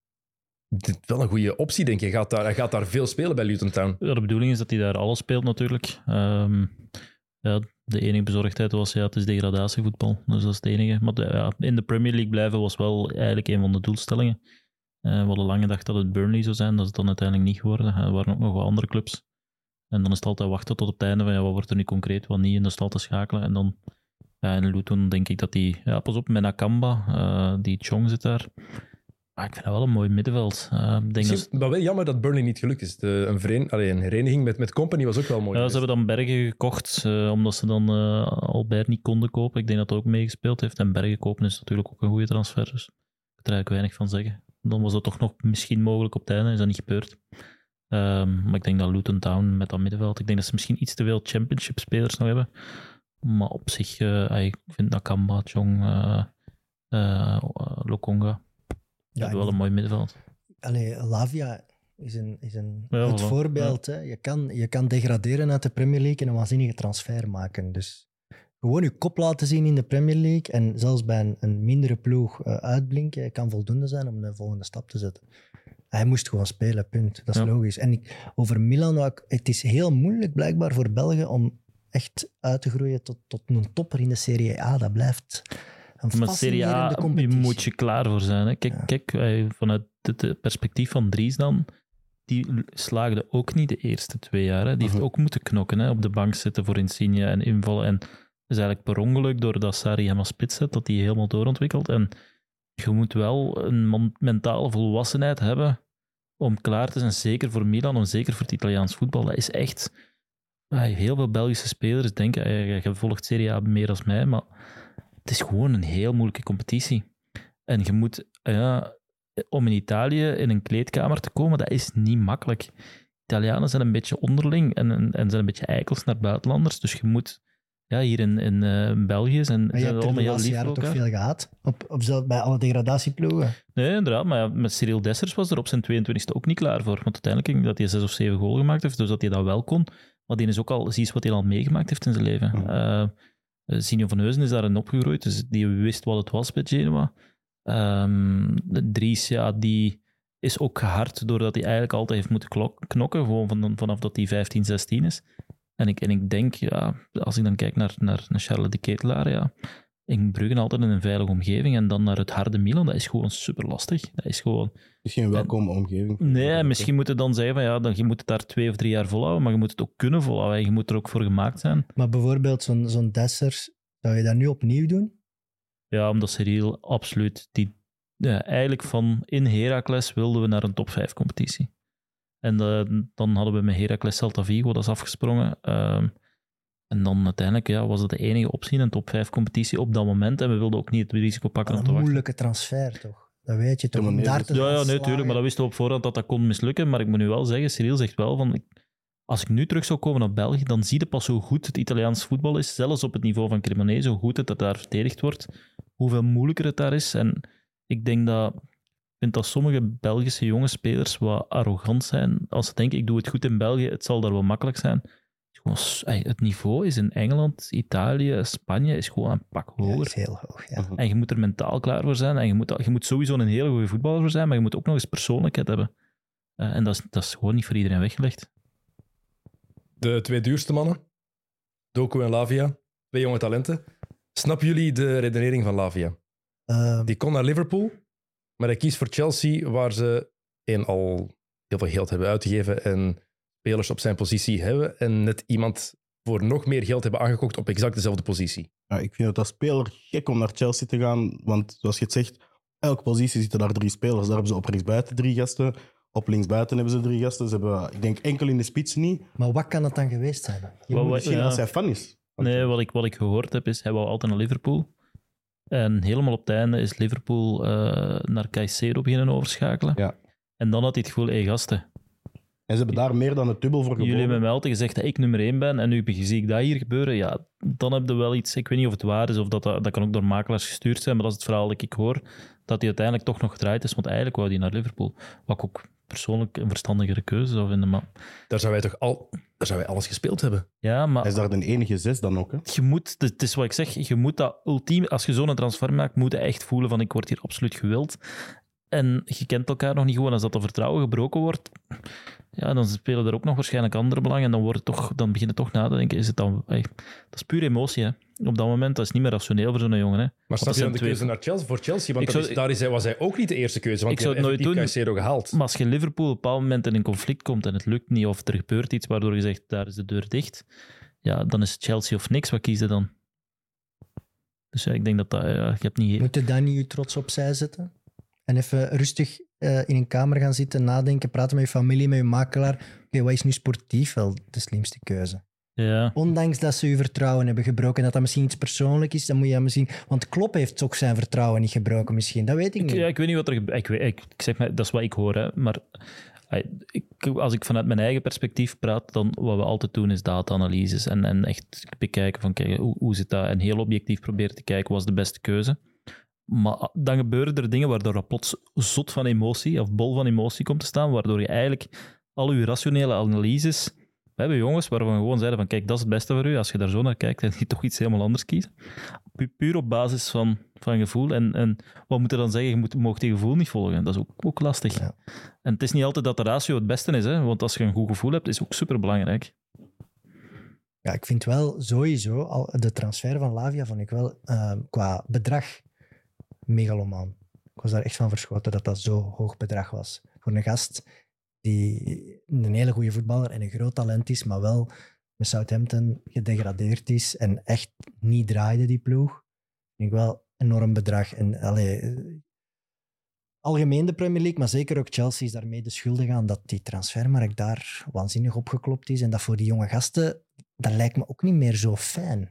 dit is wel een goede optie, denk je. Hij gaat daar, hij gaat daar veel spelen bij Luton Town. Ja, de bedoeling is dat hij daar alles speelt natuurlijk. Um, ja, de enige bezorgdheid was, ja, het is degradatievoetbal. Dus dat is het enige. Maar de, ja, in de Premier League blijven was wel eigenlijk een van de doelstellingen. Uh, we hadden lang gedacht dat het Burnley zou zijn. Dat is het dan uiteindelijk niet geworden. Er waren ook nog wat andere clubs. En dan is het altijd wachten tot op het einde van ja, wat wordt er nu concreet, wat niet. En dan is het altijd schakelen. En dan ja, in Luton denk ik dat die... Ja, pas op, met Nakamba. Uh, die Chong zit daar. Maar ik vind dat wel een mooi middenveld. Uh, denk Misschien, dat... Maar wel jammer dat Burnley niet gelukt is. De, een, verein, allee, een hereniging met, met Company was ook wel mooi. Ja, ze hebben dan Bergen gekocht, uh, omdat ze dan uh, Albert niet konden kopen. Ik denk dat dat ook meegespeeld heeft. En Bergen kopen is natuurlijk ook een goede transfer. Dus ik kan er eigenlijk weinig van zeggen. Dan was dat toch nog misschien mogelijk op het einde. Is dat niet gebeurd. Um, maar ik denk dat Luton Town met dat middenveld... Ik denk dat ze misschien iets te veel championship-spelers nog hebben. Maar op zich, uh, ik vind Nakamba, Chong, uh, uh, Lokonga... Ja, ja, wel een mooi middenveld. Allee, Lavia is een, is een ja, goed voilà. voorbeeld. Ja. Hè. Je, kan, je kan degraderen uit de Premier League en een waanzinnige transfer maken. Dus gewoon je kop laten zien in de Premier League en zelfs bij een, een mindere ploeg uh, uitblinken kan voldoende zijn om de volgende stap te zetten. Hij moest gewoon spelen, punt. Dat is ja. logisch. En ik, over Milan, het is heel moeilijk blijkbaar voor Belgen om echt uit te groeien tot, tot een topper in de Serie A. Dat blijft... Maar Serie A moet je klaar voor zijn. Hè. Kijk, ja. kijk wij, vanuit het perspectief van Dries dan, die slaagde ook niet de eerste twee jaar. Hè. Die uh-huh. heeft ook moeten knokken, hè, op de bank zitten voor Insigne en invallen. En dat is eigenlijk per ongeluk, doordat Sarri hem als spits zet, dat hij helemaal doorontwikkelt. En je moet wel een mentale volwassenheid hebben om klaar te zijn, zeker voor Milan, en zeker voor het Italiaans voetbal. Dat is echt... Heel veel Belgische spelers denken, je volgt Serie A meer dan mij, maar het is gewoon een heel moeilijke competitie. En je moet, ja, om in Italië in een kleedkamer te komen, dat is niet makkelijk. Italianen zijn een beetje onderling en, en, en zijn een beetje eikels naar buitenlanders. Dus je moet, ja, hier in, in, uh, in België zijn, maar je zijn hebt er de laatste jaren toch veel gehad? Op, op zelf, bij alle degradatieploegen? Nee, inderdaad. Maar ja, met Cyril Dessers was er op zijn tweeëntwintigste ook niet klaar voor. Want uiteindelijk dat hij zes of zeven goal gemaakt heeft, dus dat hij dat wel kon. Maar die is ook al, zie eens wat hij al meegemaakt heeft in zijn leven. Mm. Uh, Sinjo van Heusen is daarin opgegroeid, dus die wist wat het was bij Genoa. Um, Dries, ja, die is ook gehard doordat hij eigenlijk altijd heeft moeten klok- knokken, gewoon van, vanaf dat hij vijftien, zestien is. En ik, en ik denk, ja, als ik dan kijk naar, naar, naar Charles de Ketelaar, ja, in Brugge altijd in een veilige omgeving en dan naar het harde Milan, dat is gewoon super lastig. Dat is gewoon... Dus geen welkome en, omgeving. Nee, misschien moet je dan zeggen van ja, dan, je moet het daar twee of drie jaar volhouden, maar je moet het ook kunnen volhouden en je moet er ook voor gemaakt zijn. Maar bijvoorbeeld zo'n, zo'n Dessers, zou je dat nu opnieuw doen? Ja, omdat Cyril absoluut... Die, ja, eigenlijk van in Heracles wilden we naar een top vijf competitie. En uh, dan hadden we met Heracles Celta Vigo, dat is afgesprongen. Uh, en dan uiteindelijk ja, was het de enige optie in een top vijf competitie op dat moment. En we wilden ook niet het risico pakken om te wachten. Een moeilijke transfer, toch? Dat weet je toch? Om daar te ja, ja, nee, tuurlijk. Maar dat wisten we op voorhand dat dat kon mislukken. Maar ik moet nu wel zeggen, Cyril zegt wel van... Ik, als ik nu terug zou komen naar België, dan zie je pas hoe goed het Italiaans voetbal is. Zelfs op het niveau van Cremonese, hoe goed het dat daar verdedigd wordt. Hoeveel moeilijker het daar is. En ik denk dat... Ik vind dat sommige Belgische jonge spelers wat arrogant zijn. Als ze denken, ik doe het goed in België, het zal daar wel makkelijk zijn. Het niveau is in Engeland, Italië, Spanje is gewoon een pak hoger. Ja, is heel hoog, ja. En je moet er mentaal klaar voor zijn. En je moet, je moet sowieso een hele goede voetballer voor zijn, maar je moet ook nog eens persoonlijkheid hebben. Uh, en dat is, dat is gewoon niet voor iedereen weggelegd. De twee duurste mannen? Doku en Lavia, twee jonge talenten. Snappen jullie de redenering van Lavia? Uh, Die kon naar Liverpool, maar hij kiest voor Chelsea, waar ze één al heel veel geld hebben uitgegeven en spelers op zijn positie hebben en net iemand voor nog meer geld hebben aangekocht op exact dezelfde positie. Ja, ik vind het als speler gek om naar Chelsea te gaan, want zoals je het zegt, elke positie zitten daar drie spelers. Daar hebben ze op rechtsbuiten drie gasten, op linksbuiten hebben ze drie gasten. Ze hebben, ik denk, enkel in de spits niet. Maar wat kan het dan geweest zijn? Je Wat- moet- wat- Misschien ja. als hij fan is. Nee, wat ik, wat ik gehoord heb is, hij wou altijd naar Liverpool. En helemaal op het einde is Liverpool uh, naar Caicedo beginnen overschakelen. Ja. En dan had hij het gevoel, hé gasten, En ze hebben daar meer dan het dubbel voor jullie geboden. hebben mij altijd gezegd dat ik nummer één ben en nu zie ik dat hier gebeuren. Ja, dan heb je wel iets, ik weet niet of het waar is of dat, dat, dat kan ook door makelaars gestuurd zijn, maar dat is het verhaal dat ik hoor, dat hij uiteindelijk toch nog gedraaid is, want eigenlijk wou hij naar Liverpool. Wat ik ook persoonlijk een verstandigere keuze zou vinden. Maar, Daar zouden wij toch al, daar zouden wij alles gespeeld hebben. ja, maar Hij is daar de enige zes dan ook. Hè? je moet, het is wat ik zeg, je moet dat ultiem, als je zo'n transfer maakt, moet je echt voelen van ik word hier absoluut gewild. En je kent elkaar nog niet gewoon. Als dat de vertrouwen gebroken wordt, ja, dan spelen er ook nog waarschijnlijk andere belangen. En dan, wordt het toch, dan begin je toch na te denken, is het dan... Ey, dat is puur emotie, hè. Op dat moment, dat is niet meer rationeel voor zo'n jongen, hè. Maar snap dat je dan zijn de twee- keuze naar Chelsea, voor Chelsea? Want Ik dat zou- is, daar is hij, was hij ook niet de eerste keuze, want Ik zou die het hebben nooit effectief doen. Caicedo gehaald. Maar als je in Liverpool op een bepaald moment in een conflict komt en het lukt niet, of er gebeurt iets waardoor je zegt, daar is de deur dicht, ja, dan is het Chelsea of niks. Wat kies je dan? Dus ja, ik denk dat dat... Ja, je hebt niet... Moet je daar niet je trots opzij zetten? En even rustig uh, in een kamer gaan zitten, nadenken, praten met je familie, met je makelaar. Oké, okay, wat is nu sportief wel de slimste keuze? Ja. Ondanks dat ze je vertrouwen hebben gebroken en dat dat misschien iets persoonlijks is, dan moet je misschien... Want Klopp heeft ook zijn vertrouwen niet gebroken misschien, dat weet ik niet. Ik, ja, ik weet niet wat er gebeurt. Ik, weet- ik, ik zeg maar, dat is wat ik hoor, hè. Maar ik, als ik vanuit mijn eigen perspectief praat, dan wat we altijd doen is data-analyses en, en echt bekijken van, kijk, hoe, hoe zit dat? En heel objectief proberen te kijken, wat is de beste keuze? Maar dan gebeuren er dingen waardoor dat plots zot van emotie, of bol van emotie komt te staan, waardoor je eigenlijk al je rationele analyses... We hebben jongens waarvan we gewoon zeiden van, kijk, dat is het beste voor u. Als je daar zo naar kijkt, en die toch iets helemaal anders kiezen. Pu- Puur op basis van, van gevoel. En, en wat moet je dan zeggen? Je moet, mag die gevoel niet volgen. Dat is ook, ook lastig. Ja. En het is niet altijd dat de ratio het beste is, hè? Want als je een goed gevoel hebt, is het ook superbelangrijk. Ja, ik vind wel sowieso, al de transfer van Lavia vond ik wel uh, qua bedrag megalomaan. Ik was daar echt van verschoten dat dat zo hoog bedrag was. Voor een gast die een hele goede voetballer en een groot talent is, maar wel met Southampton gedegradeerd is en echt niet draaide die ploeg. Vind ik wel een enorm bedrag. En allee, algemeen de Premier League, maar zeker ook Chelsea is daarmee de schuldig aan dat die transfermarkt daar waanzinnig opgeklopt is en dat voor die jonge gasten, dat lijkt me ook niet meer zo fijn.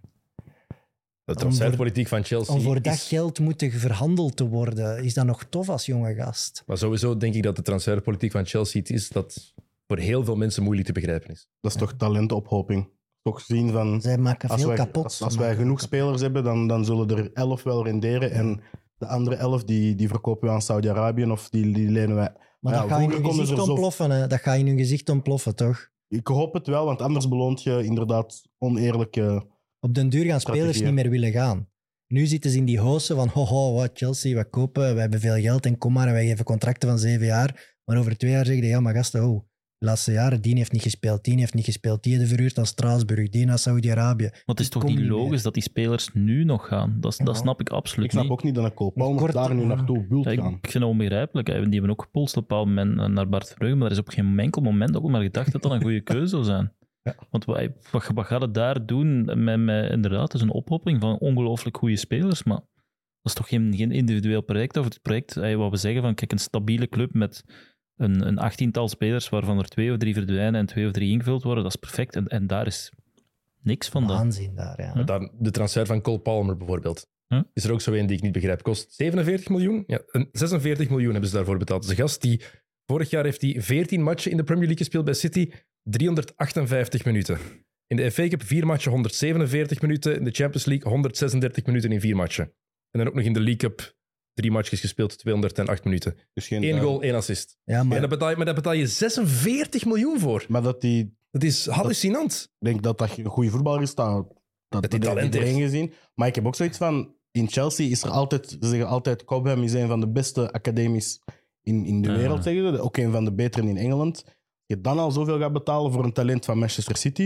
De transferpolitiek van Chelsea Om voor dat is... geld moeten verhandeld te worden, is dat nog tof als jonge gast? Maar sowieso denk ik dat de transferpolitiek van Chelsea het is dat voor heel veel mensen moeilijk te begrijpen is. Dat is toch talentophoping. Toch zien van... Zij maken Als veel wij, kapot. als, als Ze wij maken genoeg veel spelers hebben, dan, dan zullen er elf wel renderen. En de andere elf, die, die verkopen we aan Saudi-Arabië of die, die lenen wij... Maar Ja, dat gaat in vroeger hun konden ze gezicht er zo- ontploffen. Hè. Dat gaat in hun gezicht ontploffen, toch? Ik hoop het wel, want anders beloont je inderdaad oneerlijke... Op den duur gaan spelers Strategieën. niet meer willen gaan. Nu zitten ze in die hossen van hoho, wat Chelsea, wat kopen, we hebben veel geld en kom maar en wij geven contracten van zeven jaar. Maar over twee jaar zeggen ze, ja maar gasten, oh, de laatste jaren, die heeft niet gespeeld, die heeft niet gespeeld, die heeft verhuurd aan Straatsburg, die naar Saudi-Arabië. Maar het is Ik toch kom niet niet logisch meer. dat die spelers nu nog gaan? Dat, is- dat Ja. snap ik absoluut Ik snap niet. ook niet dat een Koopal nog Kort- daar nu naartoe wilt Ja, ik, gaan. ik vind dat onbegrijpelijk. hè. Die hebben ook gepolst op een bepaald moment naar Bart Verbrugge, maar er is op geen enkel moment ook maar gedacht dat dat een goede keuze zou zijn. Ja. Want wat, wat, wat gaat het daar doen met, met inderdaad, het is een ophoping van ongelooflijk goede spelers, maar dat is toch geen, geen individueel project of het project, hey, wat we zeggen van, kijk, een stabiele club met een, een achttiental spelers waarvan er twee of drie verdwijnen en twee of drie ingevuld worden, dat is perfect. En, en daar is niks van dat. Waanzin daar, ja. Hm? Dan de transfer van Cole Palmer bijvoorbeeld. Hm? Is er ook zo een die ik niet begrijp. Kost zevenenveertig miljoen? Ja, een zesenveertig miljoen hebben ze daarvoor betaald. Dat is een gast die... Vorig jaar heeft hij veertien matchen in de Premier League gespeeld bij City. driehonderdachtenvijftig minuten. In de F A Cup vier matchen, honderdzevenenveertig minuten. In de Champions League honderdzesendertig minuten in vier matchen. En dan ook nog in de League Cup drie matches gespeeld, tweehonderdacht minuten. Dus geen Eén duim. goal, één assist. Ja, En maar daar betaal je, maar daar betaal je zesenveertig miljoen voor. Maar dat die... Dat is hallucinant. Ik denk dat dat een goede voetballer is, dat, dat, Dat dat hij heeft talent iedereen heeft. gezien. Maar ik heb ook zoiets van... In Chelsea is er altijd... Ze zeggen altijd... Cobham is een van de beste academies in, in de Ja. wereld, zeggen ze. Ook een van de betere in Engeland. Je dan al zoveel gaat betalen voor een talent van Manchester City...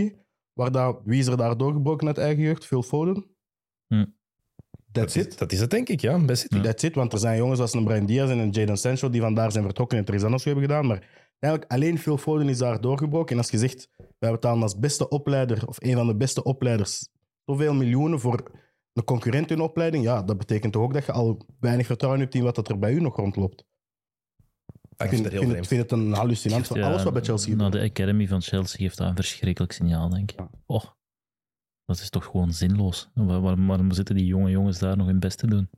Waar dat, wie is er daar doorgebroken uit eigen jeugd? Phil Foden? Hm. That's Dat it. is, dat is het, denk ik, ja. Bij City. Ja. That's it, want er zijn jongens als een Bryan Diaz en een Jadon Sancho die vandaar zijn vertrokken en er iets anders hebben gedaan. Maar eigenlijk alleen Phil Foden is daar doorgebroken. En als je zegt, wij betalen als beste opleider, of een van de beste opleiders, zoveel miljoenen voor een concurrent in opleiding, ja, dat betekent toch ook dat je al weinig vertrouwen hebt in wat er bij u nog rondloopt. Ah, Ik ik vind, vind het heel vind, het, vreemd. vind het een hallucinant van Ja, alles wat bij Chelsea nou, gebeurt. de Academy van Chelsea heeft daar een verschrikkelijk signaal, denk ik. Ja. Oh, dat is toch gewoon zinloos. Waar, waar- waarom zitten die jonge jongens daar nog hun best te doen?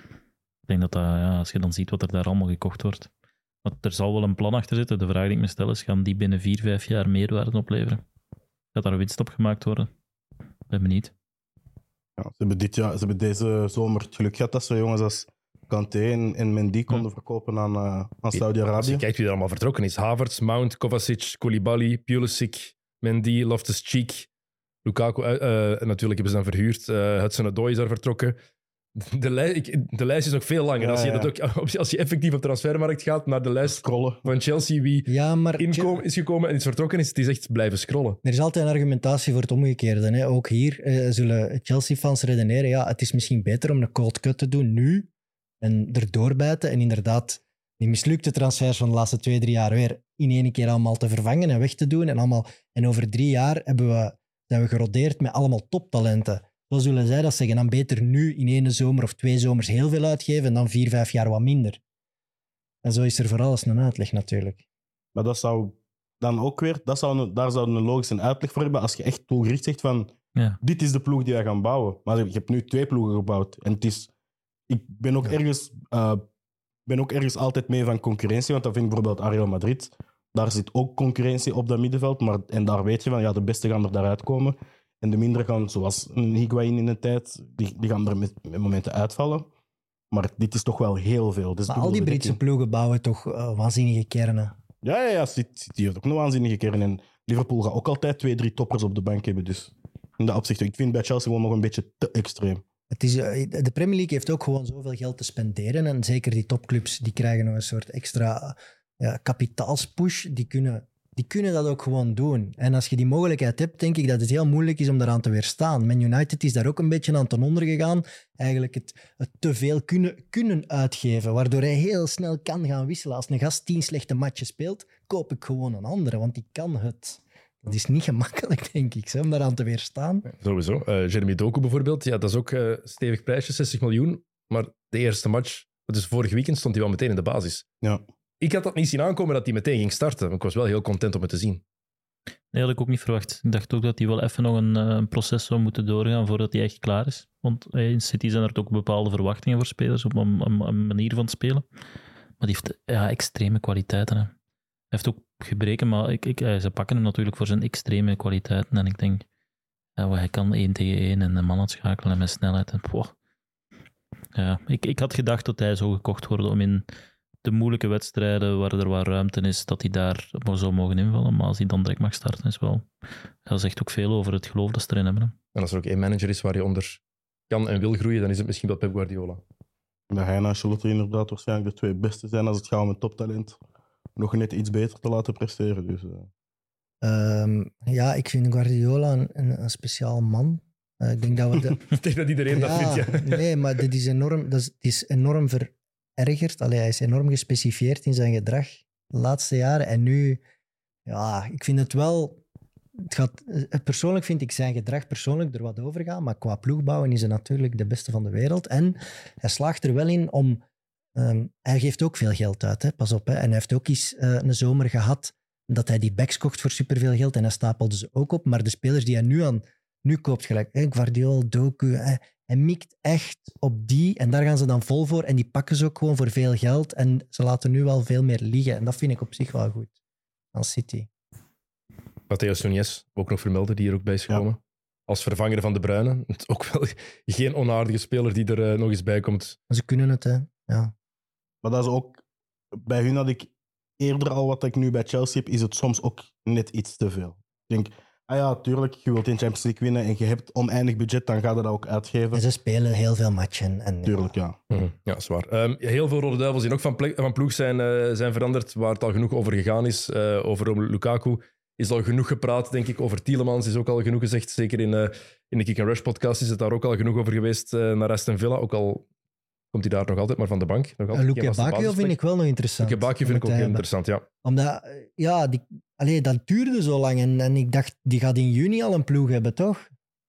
Ik denk dat, dat ja, als je dan ziet wat er daar allemaal gekocht wordt. Want er zal wel een plan achter zitten. De vraag die ik me stel is, gaan die binnen vier, vijf jaar meerwaarde opleveren? Gaat daar winst op gemaakt worden? Ben benieuwd. Ja, ze, hebben dit jaar, ze hebben deze zomer het geluk gehad dat ze jongens als Kanté en, en Mendy konden verkopen aan, uh, aan Als je Saudi-Arabië. kijkt wie er allemaal vertrokken is. Havertz, Mount, Kovacic, Koulibaly, Pulisic, Mendy, Loftus-Cheek, Lukaku. Uh, uh, natuurlijk hebben ze dan verhuurd. Uh, Hudson-Odoi is daar vertrokken. De, lij- ik, de lijst is nog veel langer. Ja, als, je ja. dat ook, als je effectief op transfermarkt gaat naar de lijst Scrollen. van Chelsea, wie Ja, maar inkomen, is gekomen en is vertrokken is, het is echt blijven scrollen. er is altijd een argumentatie voor het omgekeerde. Hè. Ook hier eh, zullen Chelsea-fans redeneren, ja, het is misschien beter om een cold cut te doen nu en erdoor bijten en inderdaad die mislukte transfers van de laatste twee, drie jaar weer in één keer allemaal te vervangen en weg te doen. En, allemaal, en over drie jaar hebben we, zijn we gerodeerd met allemaal toptalenten. Zo zullen zij dat zeggen. Dan beter nu in één zomer of twee zomers heel veel uitgeven en dan vier, vijf jaar wat minder. En zo is er voor alles een uitleg natuurlijk. Maar dat zou dan ook weer, dat zou een, daar zou een logische uitleg voor hebben als je echt doelgericht zegt van Ja. dit is de ploeg die wij gaan bouwen. Maar je hebt nu twee ploegen gebouwd. En het is, ik ben ook, Ja. ergens, uh, ben ook ergens altijd mee van concurrentie, want dat vind ik bijvoorbeeld Real Madrid. Daar zit ook concurrentie op dat middenveld. Maar, en daar weet je van, ja, de beste gaan er daaruit komen. En de mindere gaan, zoals een Higuain in de tijd, die, die gaan er met, met momenten uitvallen. Maar dit is toch wel heel veel. Dus Maar al die Britse ploegen bouwen toch uh, waanzinnige kernen. Ja, ja, ja. City City heeft ook een waanzinnige kern. En Liverpool gaat ook altijd twee, drie toppers op de bank hebben. Dus in dat opzicht, ik vind bij Chelsea gewoon nog een beetje te extreem. Het is, uh, de Premier League heeft ook gewoon zoveel geld te spenderen. En zeker die topclubs, die krijgen nog een soort extra uh, kapitaalspush. Die kunnen, die kunnen dat ook gewoon doen. En als je die mogelijkheid hebt, denk ik dat het heel moeilijk is om daaraan te weerstaan. Man United is daar ook een beetje aan ten onder gegaan. Eigenlijk het, het te veel kunnen, kunnen uitgeven, waardoor hij heel snel kan gaan wisselen. Als een gast tien slechte matchen speelt, koop ik gewoon een andere, want die kan het. Dat is niet gemakkelijk, denk ik, zo, om daaraan te weerstaan. Sowieso. Uh, Jeremy Doku bijvoorbeeld, ja, dat is ook uh, stevig prijsje, zestig miljoen. Maar de eerste match, dus vorig weekend, stond hij wel meteen in de basis. Ja. Ik had dat niet zien aankomen dat hij meteen ging starten. Maar ik was wel heel content om het te zien. Nee, had ik ook niet verwacht. Ik dacht ook dat hij wel even nog een, een proces zou moeten doorgaan voordat hij echt klaar is. Want in City zijn er ook bepaalde verwachtingen voor spelers op een, een, een manier van spelen. Maar die heeft ja, extreme kwaliteiten. Hè. Hij heeft ook gebreken, maar ik, ik, ze pakken hem natuurlijk voor zijn extreme kwaliteiten. En ik denk, ja, hij kan één tegen één en een man uitschakelen met snelheid. En, ja, ik, ik had gedacht dat hij zou gekocht worden om in de moeilijke wedstrijden waar er wat ruimte is, dat hij daar zou mogen invallen. Maar als hij dan direct mag starten, is wel... Dat zegt ook veel over het geloof dat ze erin hebben. Hè. En als er ook één manager is waar je onder kan en wil groeien, dan is het misschien wel Pep Guardiola. Dat hij en Ancelotti inderdaad waarschijnlijk de twee beste zijn als het gaat om een toptalent nog net iets beter te laten presteren. Dus, uh. um, ja, ik vind Guardiola een, een, een speciaal man. Uh, ik denk dat we... De... ik denk dat iedereen ja, dat vindt, ja. Nee, maar dit is enorm, dat is, dit is enorm verergerd. Allee, hij is enorm gespecifieerd in zijn gedrag de laatste jaren. En nu, ja, ik vind het wel... Het gaat, persoonlijk vind ik zijn gedrag persoonlijk er wat over gaan, maar qua ploegbouwen is hij natuurlijk de beste van de wereld. En hij slaagt er wel in om... Um, hij geeft ook veel geld uit, hè, pas op. Hè. En hij heeft ook eens uh, een zomer gehad dat hij die backs kocht voor superveel geld en hij stapelde ze ook op. Maar de spelers die hij nu aan nu koopt, gelijk hè, Guardiola, Doku, hij, hij mikt echt op die en daar gaan ze dan vol voor en die pakken ze ook gewoon voor veel geld en ze laten nu wel veel meer liggen. En dat vind ik op zich wel goed aan City. Matheus Nunes, ook nog vermelden, die er ook bij is gekomen. Ja. Als vervanger van De Bruyne. Ook wel geen onaardige speler die er uh, nog eens bij komt. Ze kunnen het, hè. Ja. Maar dat is ook... Bij hun had ik eerder al wat ik nu bij Chelsea heb, is het soms ook net iets te veel. Ik denk, ah ja, tuurlijk, je wilt in Champions League winnen en je hebt oneindig budget, dan ga je dat ook uitgeven. En ze spelen heel veel matchen. En, tuurlijk, ja. Ja, mm-hmm. Ja, zwaar. Um, heel veel Rode Duivels die ook van, plek, van ploeg zijn, uh, zijn veranderd, waar het al genoeg over gegaan is, uh, over Lukaku. is al genoeg gepraat, denk ik. Over Tielemans is ook al genoeg gezegd. Zeker in, uh, in de Kick and Rush podcast is het daar ook al genoeg over geweest uh, naar Aston Villa. Ook al komt hij daar nog altijd maar van de bank. Nog altijd Luke Bakio vind ik wel nog interessant. Luke Bakio vind ik ook heel interessant, ja. Omdat, ja, die, allee, dat duurde zo lang. En, en ik dacht, die gaat in juni al een ploeg hebben, toch?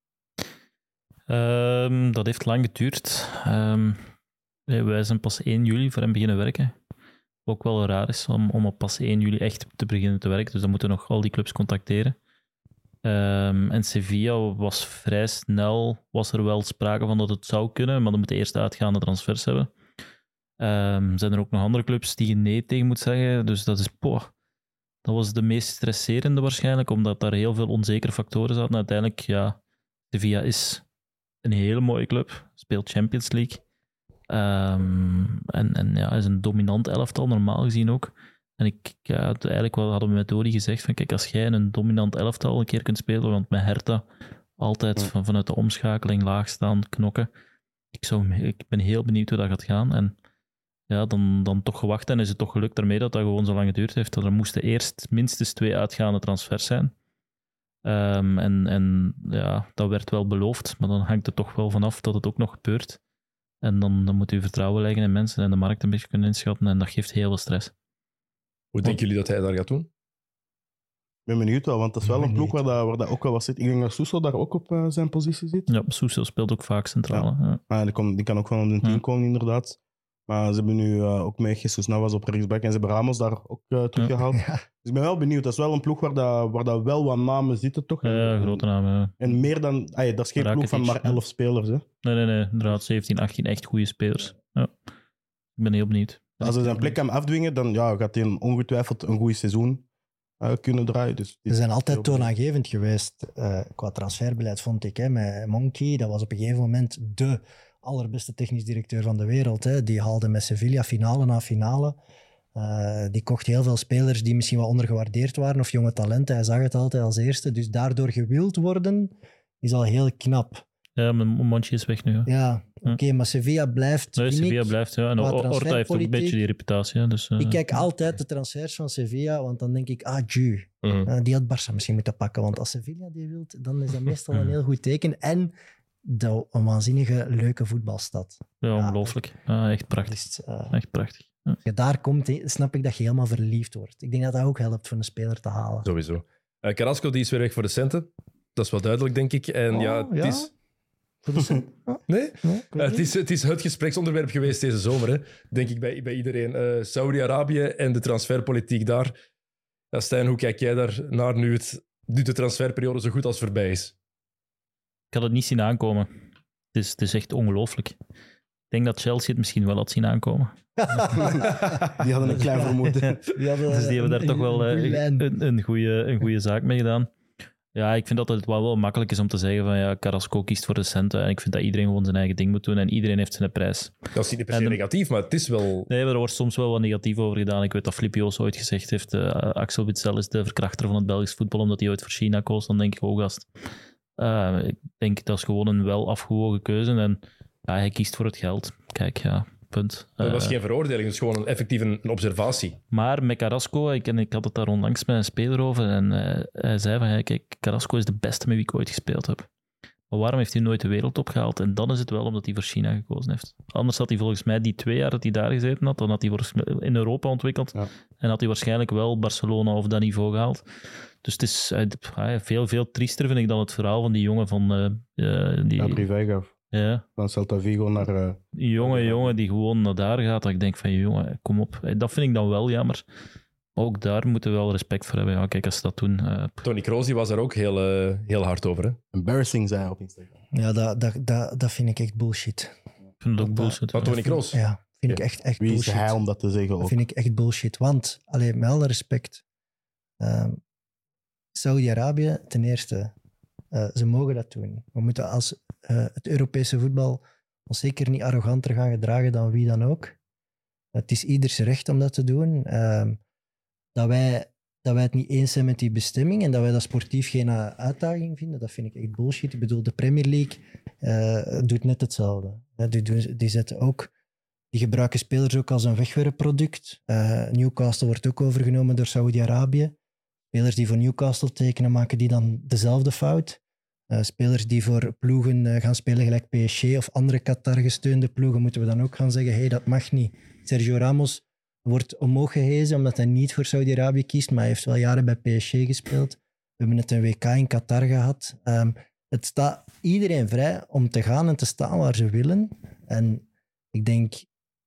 Um, dat heeft lang geduurd. Um, wij zijn pas één juli voor hem beginnen werken. Ook wel raar is om, om op pas één juli echt te beginnen te werken. Dus dan moeten we nog al die clubs contacteren. Um, en Sevilla was vrij snel, was er wel sprake van dat het zou kunnen, maar dan moeten eerst uitgaande transfers hebben. Um, zijn er ook nog andere clubs die je nee tegen moet zeggen. Dus dat is, poh, dat was de meest stresserende waarschijnlijk, omdat daar heel veel onzekere factoren zaten. Uiteindelijk, ja, Sevilla is een hele mooie club, speelt Champions League. Um, en, en ja, is een dominant elftal, normaal gezien ook. En ik, ja, eigenlijk wel hadden we met Dodi gezegd van kijk, als jij een dominant elftal een keer kunt spelen, want met Hertha altijd ja. van, vanuit de omschakeling laag staan, knokken. Ik, zou, ik ben heel benieuwd hoe dat gaat gaan. En ja, dan, dan toch gewacht en is het toch gelukt daarmee dat dat gewoon zo lang geduurd heeft. Er moesten eerst minstens twee uitgaande transfers zijn. Um, en, en ja, dat werd wel beloofd, maar dan hangt het toch wel vanaf dat het ook nog gebeurt. En dan, dan moet u vertrouwen leggen in mensen en de markt een beetje kunnen inschatten en dat geeft heel veel stress. Hoe denken jullie dat hij daar gaat doen? Ik ben benieuwd wel, want dat is wel een ploeg waar dat, waar dat ook wel wat zit. Ik denk dat Sousa daar ook op uh, zijn positie zit. Ja, Sousa speelt ook vaak centraal. Ja. Ja. Ah, die, kom, die kan ook van op de team ja. komen, inderdaad. Maar ze hebben nu uh, ook mee Jesus Navas op rechtsback en ze hebben Ramos daar ook uh, teruggehaald. Ja. Dus ik ben wel benieuwd. Dat is wel een ploeg waar, dat, waar dat wel wat namen zitten, toch? Ja, ja, grote namen. Ja. En meer dan... Ah, dat is geen Rakitic, ploeg van maar elf spelers, hè. Nee, nee, nee. Inderdaad, zeventien, achttien echt goede spelers. Ja. Ik ben heel benieuwd. Als ze zijn plek hem afdwingen, dan ja, gaat hij ongetwijfeld een goed seizoen uh, kunnen draaien. Dus Ze zijn altijd toonaangevend geweest uh, qua transferbeleid, vond ik. Hè, met Monkey, dat was op een gegeven moment de allerbeste technisch directeur van de wereld. Hè. Die haalde met Sevilla finale na finale. Uh, die kocht heel veel spelers die misschien wat ondergewaardeerd waren of jonge talenten. Hij zag het altijd als eerste. Dus daardoor gewild worden is al heel knap. Ja, mijn mondje is weg nu. Ja, ja oké, okay, maar Sevilla blijft... Nee, Sevilla ik, blijft, ja. En Horta heeft ook een beetje die reputatie. Ja, dus, uh, ik kijk altijd de transfers van Sevilla, want dan denk ik, ah, Ju. Mm. Uh, die had Barça misschien moeten pakken, want als Sevilla die wilt, dan is dat meestal een heel goed teken. En de, een waanzinnige, leuke voetbalstad. Ja, ongelooflijk. Ja, echt prachtig. Is, uh, echt prachtig. Ja. Als je daar komt, snap ik dat je helemaal verliefd wordt. Ik denk dat dat ook helpt voor een speler te halen. Sowieso. Uh, Carrasco die is weer weg voor de centen. Dat is wel duidelijk, denk ik. En oh, ja, het ja? is... Oh. Nee? nee uh, het, is, het is het gespreksonderwerp geweest deze zomer, hè. Denk ik bij, bij iedereen. Uh, Saudi-Arabië en de transferpolitiek daar. Ja, Stijn, hoe kijk jij daar naar nu, het, nu de transferperiode zo goed als voorbij is? Ik had het niet zien aankomen. Het is, het is echt ongelooflijk. Ik denk dat Chelsea het misschien wel had zien aankomen. Die hadden een klein vermoeden. Die hadden, dus die hebben daar een, toch wel een, uh, een, een, goede, een goede zaak mee gedaan. Ja, ik vind dat het wel, wel makkelijk is om te zeggen van ja, Carrasco kiest voor de centen en ik vind dat iedereen gewoon zijn eigen ding moet doen en iedereen heeft zijn prijs. Dat is niet per se de, negatief, maar het is wel... Nee, er wordt soms wel wat negatief over gedaan. Ik weet dat Filip Joos ooit gezegd heeft, uh, Axel Witsel is de verkrachter van het Belgisch voetbal omdat hij ooit voor China koos. Dan denk ik, oh gast, uh, ik denk dat is gewoon een wel afgewogen keuze en ja, hij kiest voor het geld. Kijk, ja... Punt. Dat was uh, geen veroordeling, het is gewoon een, effectief een, een observatie. Maar met Carrasco, ik, en ik had het daar onlangs met een speler over, en uh, hij zei van, ja, kijk, Carrasco is de beste met wie ik ooit gespeeld heb. Maar waarom heeft hij nooit de wereldtop gehaald? En dan is het wel omdat hij voor China gekozen heeft. Anders had hij volgens mij die twee jaar dat hij daar gezeten had, dan had hij in Europa ontwikkeld ja. en had hij waarschijnlijk wel Barcelona of dat niveau gehaald. Dus het is uh, veel, veel triester vind ik dan het verhaal van die jongen van... Uh, uh, die, Adri Veiga. Ja. Van Celta Vigo naar... Uh, een jonge naar jongen die gewoon naar daar gaat, dat ik denk van, jongen, kom op. Dat vind ik dan wel jammer. Ook daar moeten we wel respect voor hebben. Ja, kijk, als ze dat doen... Uh... Tony Kroos was er ook heel, uh, heel hard over, hè? Embarrassing, zei hij op Instagram. Ja, dat, dat, dat, dat vind ik echt bullshit. Ik vind het ook bullshit. Wat Tony Kroos? Ja, vind ik echt, echt Wie bullshit. Wie is hij om dat te zeggen ook? Dat vind ik echt bullshit. Want, alleen met alle respect, uh, Saudi-Arabië, ten eerste, uh, ze mogen dat doen. We moeten als uh, het Europese voetbal ons zeker niet arroganter gaan gedragen dan wie dan ook. Het is ieders recht om dat te doen. Uh, dat, wij, dat wij het niet eens zijn met die bestemming en dat wij dat sportief geen uitdaging vinden, dat vind ik echt bullshit. Ik bedoel, de Premier League uh, doet net hetzelfde. Die, doen, die, zetten ook, die gebruiken spelers ook als een wegwerpproduct. Uh, Newcastle wordt ook overgenomen door Saudi-Arabië. Spelers die voor Newcastle tekenen, maken die dan dezelfde fout? Uh, spelers die voor ploegen uh, gaan spelen gelijk P S G of andere Qatar-gesteunde ploegen, moeten we dan ook gaan zeggen, hé, hey, dat mag niet. Sergio Ramos wordt omhoog gehezen omdat hij niet voor Saudi-Arabië kiest, maar hij heeft wel jaren bij P S G gespeeld. We hebben net een W K in Qatar gehad. Um, het staat iedereen vrij om te gaan en te staan waar ze willen. En ik denk,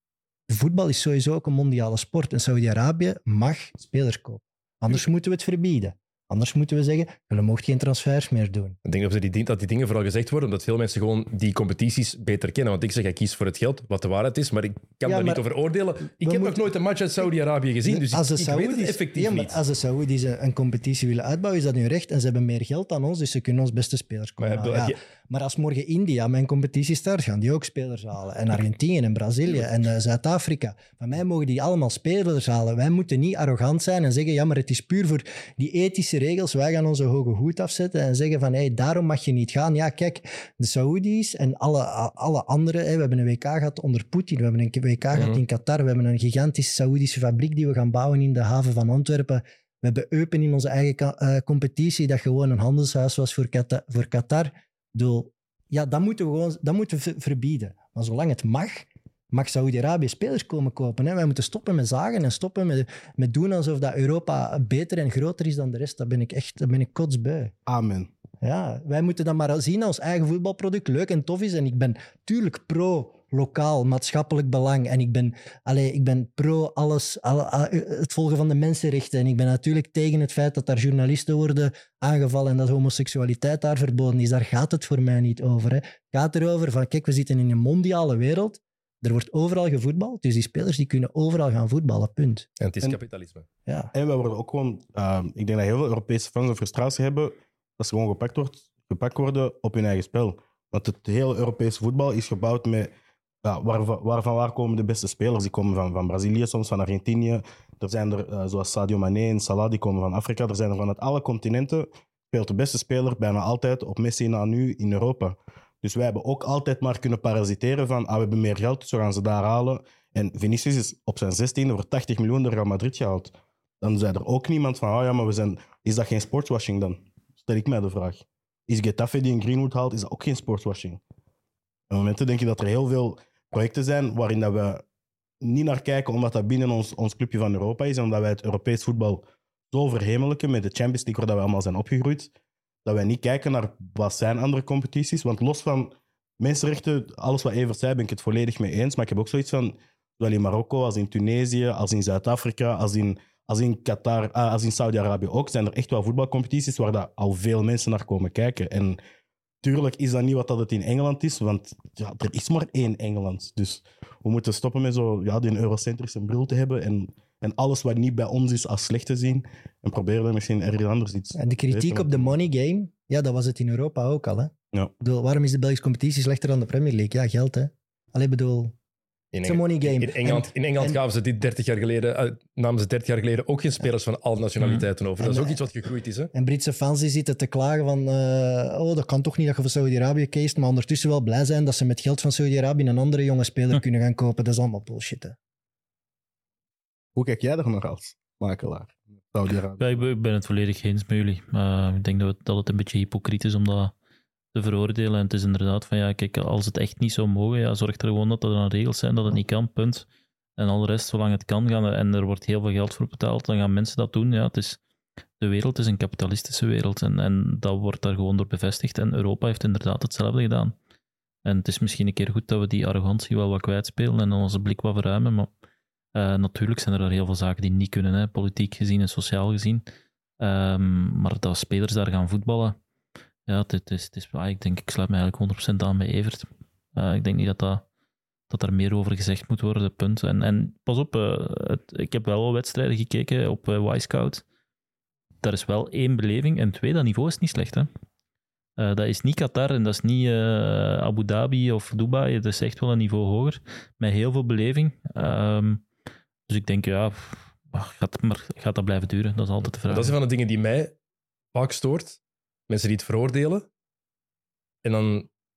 voetbal is sowieso ook een mondiale sport en Saudi-Arabië mag spelers kopen. Anders moeten we het verbieden. Anders moeten we zeggen, je mag geen transfers meer doen. Ik denk dat die, dat die dingen vooral gezegd worden, omdat veel mensen gewoon die competities beter kennen. Want ik zeg, ik kies voor het geld, wat de waarheid is, maar ik kan ja, daar niet over oordelen. Ik heb moeten... nog nooit een match uit Saudi-Arabië gezien, dus als ik, ik weet het effectief ja, maar niet. Als de Saoedi's een competitie willen uitbouwen, is dat hun recht en ze hebben meer geld dan ons, dus ze kunnen ons beste spelers komen maar, ja, je... maar als morgen India met een competitie start, gaan die ook spelers halen. En Argentinië en Brazilië en uh, Zuid-Afrika. Van mij mogen die allemaal spelers halen. Wij moeten niet arrogant zijn en zeggen, ja, maar het is puur voor die ethische regels. Wij gaan onze hoge hoed afzetten en zeggen van, hey, daarom mag je niet gaan. Ja, kijk, de Saoedi's en alle, alle andere, hey, we hebben een W K gehad onder Poetin, we hebben een W K mm-hmm. gehad in Qatar, we hebben een gigantische Saoedische fabriek die we gaan bouwen in de haven van Antwerpen. We hebben Eupen in onze eigen uh, competitie, dat gewoon een handelshuis was voor Qatar. Voor Qatar. Bedoel, ja, dat moeten we gewoon dat moeten we verbieden. Maar zolang het mag, mag Saudi-Arabië spelers komen kopen. Hè. Wij moeten stoppen met zagen en stoppen met, met doen alsof dat Europa beter en groter is dan de rest. Dat ben ik echt, dat ben ik kotsbui. Amen. Ja, wij moeten dat maar zien als eigen voetbalproduct, leuk en tof is. En ik ben tuurlijk pro lokaal, maatschappelijk belang. En ik ben, allez, ik ben pro alles, alle, het volgen van de mensenrechten. En ik ben natuurlijk tegen het feit dat daar journalisten worden aangevallen en dat homoseksualiteit daar verboden is. Daar gaat het voor mij niet over. Hè. Het gaat erover van, kijk, we zitten in een mondiale wereld. Er wordt overal gevoetbald, dus die spelers die kunnen overal gaan voetballen, punt. En het is en, kapitalisme. Ja. En we worden ook gewoon... Uh, ik denk dat heel veel Europese fans een frustratie hebben dat ze gewoon gepakt, wordt, gepakt worden op hun eigen spel. Want het hele Europese voetbal is gebouwd met... Ja, waar, waar, van waar komen de beste spelers? Die komen van, van Brazilië, soms van Argentinië. Er zijn er, uh, zoals Sadio Mané en Salah, die komen van Afrika. Er zijn er vanuit alle continenten. Speelt de beste speler bijna altijd op Messi na nu in Europa. Dus wij hebben ook altijd maar kunnen parasiteren van ah, we hebben meer geld, dus we gaan ze daar halen. En Vinicius is op zijn zestiende voor tachtig miljoen door Real Madrid gehaald. Dan zei er ook niemand van, oh ja, maar we zijn... is dat geen sportswashing dan? Stel ik mij de vraag. Is Getafe die een Greenwood haalt, is dat ook geen sportswashing? Op momenten denk ik dat er heel veel projecten zijn waarin dat we niet naar kijken omdat dat binnen ons, ons clubje van Europa is en omdat wij het Europees voetbal zo verhemelijken met de Champions League waar dat we allemaal zijn opgegroeid, dat wij niet kijken naar wat zijn andere competities. Want los van mensenrechten, alles wat Evert zei, ben ik het volledig mee eens. Maar ik heb ook zoiets van, zowel in Marokko als in Tunesië, als in Zuid-Afrika, als in, als in Qatar, als in Saudi-Arabië ook, zijn er echt wel voetbalcompetities waar dat al veel mensen naar komen kijken. En tuurlijk is dat niet wat dat het in Engeland is, want ja, er is maar één Engeland. Dus we moeten stoppen met zo ja, die eurocentrische bril te hebben en, en alles wat niet bij ons is als slecht te zien en proberen dan misschien ergens anders iets. En de kritiek op de money game, ja, dat was het in Europa ook al. Hè? Ja. Bedoel, waarom is de Belgische competitie slechter dan de Premier League? Ja, geld, hè. Allee, bedoel... In, Eng- money game. in Engeland, en, in Engeland en, gaven ze dit dertig jaar geleden, uh, namen ze dertig jaar geleden ook geen spelers van alle nationaliteiten over. Dat is ook iets wat gegroeid is. Hè? En Britse fans die zitten te klagen van uh, oh, dat kan toch niet dat je voor Saudi-Arabië kiest, maar ondertussen wel blij zijn dat ze met geld van Saudi-Arabië een andere jonge speler hm. kunnen gaan kopen. Dat is allemaal bullshit. Hè. Hoe kijk jij er nog als makelaar? Saudi-Arabië. Ja, ik ben het volledig eens met jullie. Uh, ik denk dat het, dat het een beetje hypocriet is om dat te veroordelen. En het is inderdaad van, ja, kijk, als het echt niet zou mogen, ja, zorg er gewoon dat er dan regels zijn dat het niet kan, punt. En al de rest, zolang het kan gaan en er wordt heel veel geld voor betaald, dan gaan mensen dat doen. Ja, het is, de wereld is een kapitalistische wereld en, en dat wordt daar gewoon door bevestigd. En Europa heeft inderdaad hetzelfde gedaan. En het is misschien een keer goed dat we die arrogantie wel wat kwijtspelen en onze blik wat verruimen, maar uh, natuurlijk zijn er heel veel zaken die niet kunnen, hè, politiek gezien en sociaal gezien. Um, maar dat spelers daar gaan voetballen, ja, het is, het is, ah, ik denk, ik sluit me eigenlijk honderd procent aan bij Evert. Uh, ik denk niet dat, dat, dat er meer over gezegd moet worden, punt. En, en pas op, uh, het, ik heb wel al wedstrijden gekeken op uh, Y-Scout. Daar is wel één beleving en twee, dat niveau is niet slecht. Hè? Uh, dat is niet Qatar en dat is niet uh, Abu Dhabi of Dubai. Dat is echt wel een niveau hoger, met heel veel beleving. Um, dus ik denk, ja, gaat, maar gaat dat blijven duren? Dat is altijd de vraag. Dat is een van de dingen die mij vaak stoort. Mensen die het veroordelen. En dan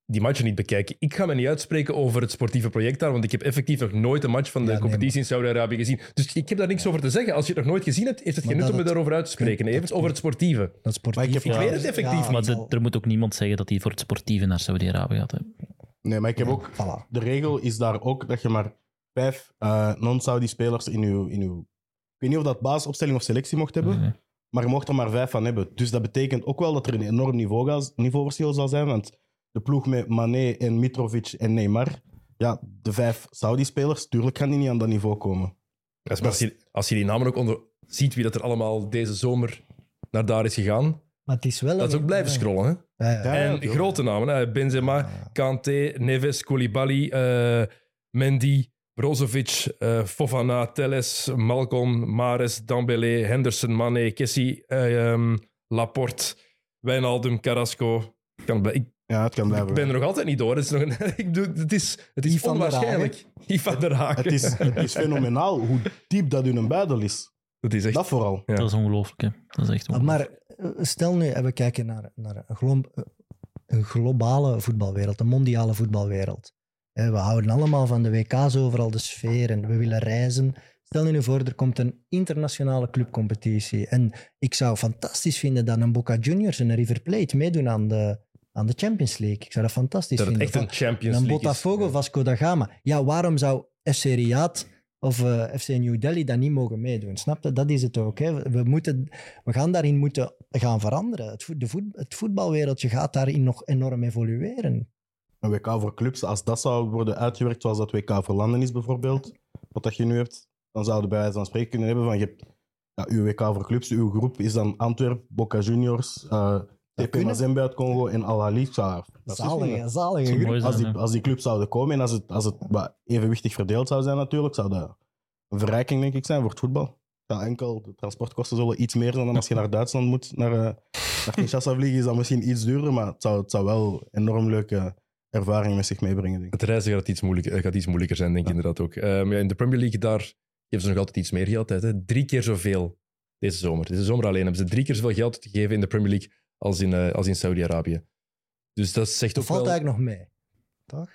die matchen niet bekijken. Ik ga me niet uitspreken over het sportieve project daar, want ik heb effectief nog nooit een match van de Ja, nee, competitie maar- in Saudi-Arabië gezien. Dus ik heb daar niks over te zeggen. Als je het nog nooit gezien hebt, is het Maar geen nut dat om je het- daarover uit te spreken. dat- Even over het sportieve. Dat sportief, Maar ik heb- ik weet het effectief niet. Maar de- zal- er moet ook niemand zeggen dat hij voor het sportieve naar Saudi-Arabië gaat. Hè. Nee, maar ik heb ook... Voilà. De regel is daar ook dat je maar vijf uh, non-Saudi-spelers in uw, in uw... Ik weet niet of dat basisopstelling of selectie mocht hebben, Nee. maar je mocht er maar vijf van hebben. Dus dat betekent ook wel dat er een enorm niveau ga- niveauverschil zal zijn, want de ploeg met Mané en Mitrovic en Neymar, ja, de vijf Saudi-spelers, tuurlijk gaan die niet aan dat niveau komen. Ja, maar als, je, als je die namen ook onder ziet wie dat er allemaal deze zomer naar daar is gegaan, Maar het is wel... dat is ook blijven scrollen. Hè? Ja, ja. Ja, En natuurlijk. grote namen, hè? Benzema, Kanté, Neves, Koulibaly, eh, Mendy, Brozovic, eh, Fofana, Telles, Malcolm, Mahrez, Dembélé, Henderson, Mané, Kessie, eh, um, Laporte, Wijnaldum, Carrasco. Ik, kan, bij- ik, Ja, het kan blijven. ik ben er nog altijd niet door. Het is, nog een, ik bedoel, het is, het is Yves van der onwaarschijnlijk. Yves van der Hagen. Het is, het is fenomenaal hoe diep dat hun buidel is. Dat is echt... Dat vooral. Ja. Dat is ongelooflijk. Hè. Dat is echt ongelooflijk. Maar eh, stel nu, en we kijken naar, naar een, glo- een globale voetbalwereld, een mondiale voetbalwereld. Eh, We houden allemaal van de W K's overal, de sfeer, en we willen reizen. Stel nu voor, er komt een internationale clubcompetitie. En ik zou fantastisch vinden dat een Boca Juniors en een River Plate meedoen aan de, aan de Champions League. Ik zou dat fantastisch Dat het vinden. echt een Champions Een League is. Botafogo, Vasco da Gama. Ja, waarom zou F C Riyadh of eh, F C New Delhi dat niet mogen meedoen? Snap je? Dat is het ook. Hè. We, moeten, we gaan daarin moeten gaan veranderen. Het, voet- de voet, het voetbalwereldje gaat daarin nog enorm evolueren. Een W K voor clubs, als dat zou worden uitgewerkt zoals dat W K voor landen is bijvoorbeeld, wat dat je nu hebt, dan zouden we bij wijze van spreken kunnen hebben van je hebt, ja, uw W K voor clubs, uw groep is dan Antwerp, Boca Juniors, uh, T P kunnen. Mazembe uit Congo en Al Ahly. Ik zou dat is Zalige, Dat zalige zou groep. mooi Als zijn. die, hè. als die clubs zouden komen en als het, als het wat evenwichtig verdeeld zou zijn natuurlijk, zou dat een verrijking denk ik zijn voor het voetbal. Ja, enkel, de transportkosten zullen iets meer zijn dan als je naar Duitsland moet. Naar, uh, naar Kinshasa vliegen is dat misschien iets duurder, maar het zou, het zou wel enorm leuke ervaring met zich meebrengen, denk ik. Het reizen gaat iets, moeilijk, eh, gaat iets moeilijker zijn, denk ik inderdaad ook. Um, ja, in de Premier League, daar geven ze nog altijd iets meer geld uit. Hè. Drie keer zoveel deze zomer. Deze zomer alleen hebben ze drie keer zoveel geld gegeven in de Premier League als in, uh, als in Saudi-Arabië. Dus dat zegt Dat ook valt wel... eigenlijk nog mee. Toch?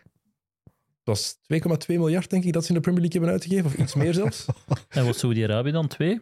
Dat was twee komma twee miljard, denk ik, dat ze in de Premier League hebben uitgegeven. Of iets meer zelfs. En was Saudi-Arabië dan twee?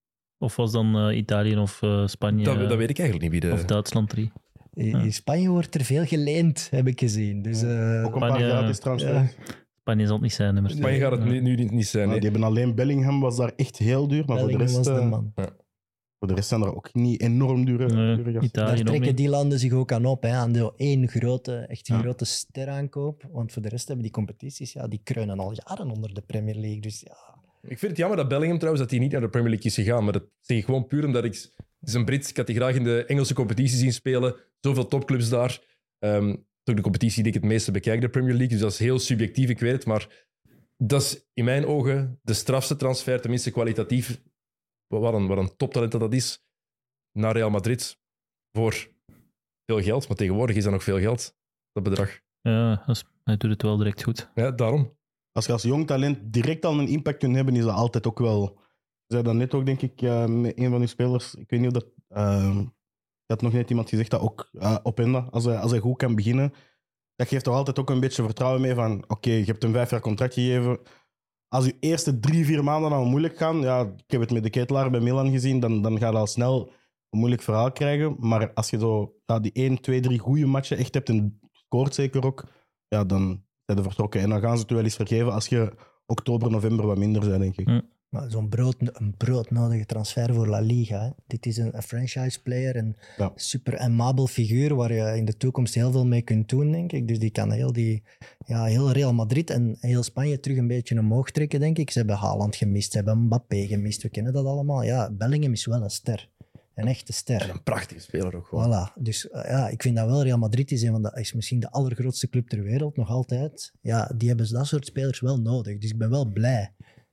Of was dan eh, Italië of eh, Spanje dat, dat weet ik eigenlijk niet wie of de... Duitsland drie? In, Ja. in Spanje wordt er veel geleend, heb ik gezien. Dus, eh, Ook een paar Spanje, gratis transfers. ja. Spanje zal het niet zijn, nummer twee. Spanje gaat het Ja. nu, nu niet, niet zijn. Maar Nee. die hebben alleen Bellingham, was daar echt heel duur. Maar voor de, Bellingham rest, was de eh, man. voor de rest zijn er ook niet enorm dure, Nee, dure gasten. Italië Daar nog trekken niet. die landen zich ook aan op, hè, aan de één grote, echt een Ja. grote steraankoop. Want voor de rest hebben die competities, ja, die kreunen al jaren onder de Premier League. Dus ja, Ik vind het jammer dat Bellingham trouwens dat hij niet naar de Premier League is gegaan. Maar dat zeg ik gewoon puur omdat ik... Het is een Brit, ik had die graag in de Engelse competitie zien spelen. Zoveel topclubs daar. Um, toch de competitie die ik het meeste bekijk, de Premier League. Dus dat is heel subjectief, ik weet het. Maar dat is in mijn ogen de strafste transfer, tenminste kwalitatief. Wat een, wat een toptalent dat dat is. Naar Real Madrid. Voor veel geld. Maar tegenwoordig is dat nog veel geld, dat bedrag. Ja, dat is- hij doet het wel direct goed. Ja, daarom. Als je als jong talent direct al een impact kunt hebben, is dat altijd ook wel... Je zei dat net ook, denk ik, uh, met een van uw spelers. Ik weet niet of dat... Uh, je had nog net iemand gezegd dat ook uh, Openda, als hij, als hij goed kan beginnen, dat geeft toch altijd ook een beetje vertrouwen mee van oké, okay, je hebt een vijf jaar contract gegeven. Als je eerste drie, vier maanden dan moeilijk gaan, ja, ik heb het met de ketelaar bij Milan gezien, dan, dan ga je al snel een moeilijk verhaal krijgen. Maar als je zo ja, die één, twee, drie goede matchen echt hebt en scoort zeker ook, ja, dan zijn ze vertrokken. En dan gaan ze het wel eens vergeven als je oktober, november wat minder zijn, denk ik. Hm. maar zo'n brood, een broodnodige transfer voor La Liga. Hè. Dit is een, een franchise player, een Ja. super amabel figuur waar je in de toekomst heel veel mee kunt doen, denk ik. Dus die kan heel, die, ja, heel Real Madrid en heel Spanje terug een beetje omhoog trekken, denk ik. Ze hebben Haaland gemist, ze hebben Mbappé gemist, we kennen dat allemaal. Ja, Bellingham is wel een ster. Een echte ster. En een prachtige speler ook gewoon. Voilà. Dus uh, ja, ik vind dat wel Real Madrid is, een van de, is misschien de allergrootste club ter wereld, nog altijd. Ja, die hebben dat soort spelers wel nodig. Dus ik ben wel blij.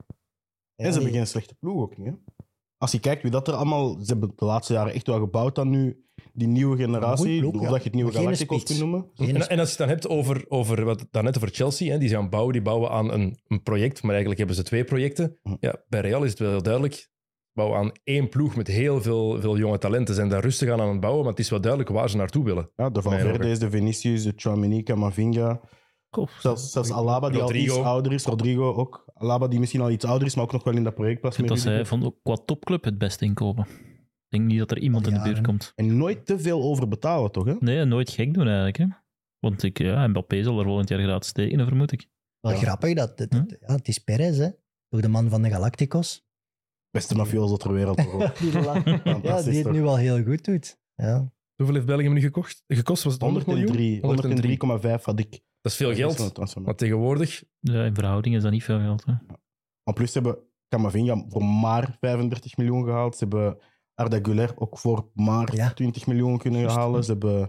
Ja, En ze die- hebben geen slechte ploeg ook niet. Hè? Als je kijkt wie dat er allemaal... Ze hebben de laatste jaren echt wel gebouwd aan nu die nieuwe generatie. Goeie ploeg, of ja. dat je het nieuwe Maar geen Galacticos spits. kunt noemen. Geen En, en als je het dan hebt over, over wat daarnet over Chelsea, hè, die zijn aan het bouwen, die bouwen aan een, een project, maar eigenlijk hebben ze twee projecten. Hm. Ja, bij Real is het wel heel duidelijk. bouwen aan één ploeg met heel veel, veel jonge talenten. Ze zijn daar rustig aan aan het bouwen, maar het is wel duidelijk waar ze naartoe willen. Ja, de Valverde, de Vinicius, de Tchouaméni, Camavinga. Zelfs, zelfs Alaba, die Rodrigo. al iets ouder is. Rodrigo ook. Alaba, die misschien al iets ouder is, maar ook nog wel in dat project past. Ik vind dat zij van ook qua topclub het beste inkopen. Ik denk niet dat er iemand Al in de buurt jaren. komt. En nooit te veel overbetalen, toch? Hè? Nee, nooit gek doen eigenlijk. Hè? Want ik, ja, Mbappé zal er volgend jaar gratis tekenen, vermoed ik. Wel Ja. grappig, dat, dat- dat- ja, het is Perez, hè. Toch de man van de Galacticos. Beste mafioso ter wereld. Toch ook. die, la- ja, Fantastisch, die het toch? nu al heel goed doet. Ja. Hoeveel heeft Belgium nu gekocht? gekost? Was het honderd miljoen? honderddrie honderddrie komma vijf had ik. Dat is veel Dat is geld. wel een transfermarkt. Maar tegenwoordig, Ja, in verhouding is dat niet veel geld. Hè? En plus, ze hebben Camavinga voor maar vijfendertig miljoen gehaald. Ze hebben Arda Güler ook voor maar Ja. twintig miljoen kunnen Juist. halen. Ze hebben...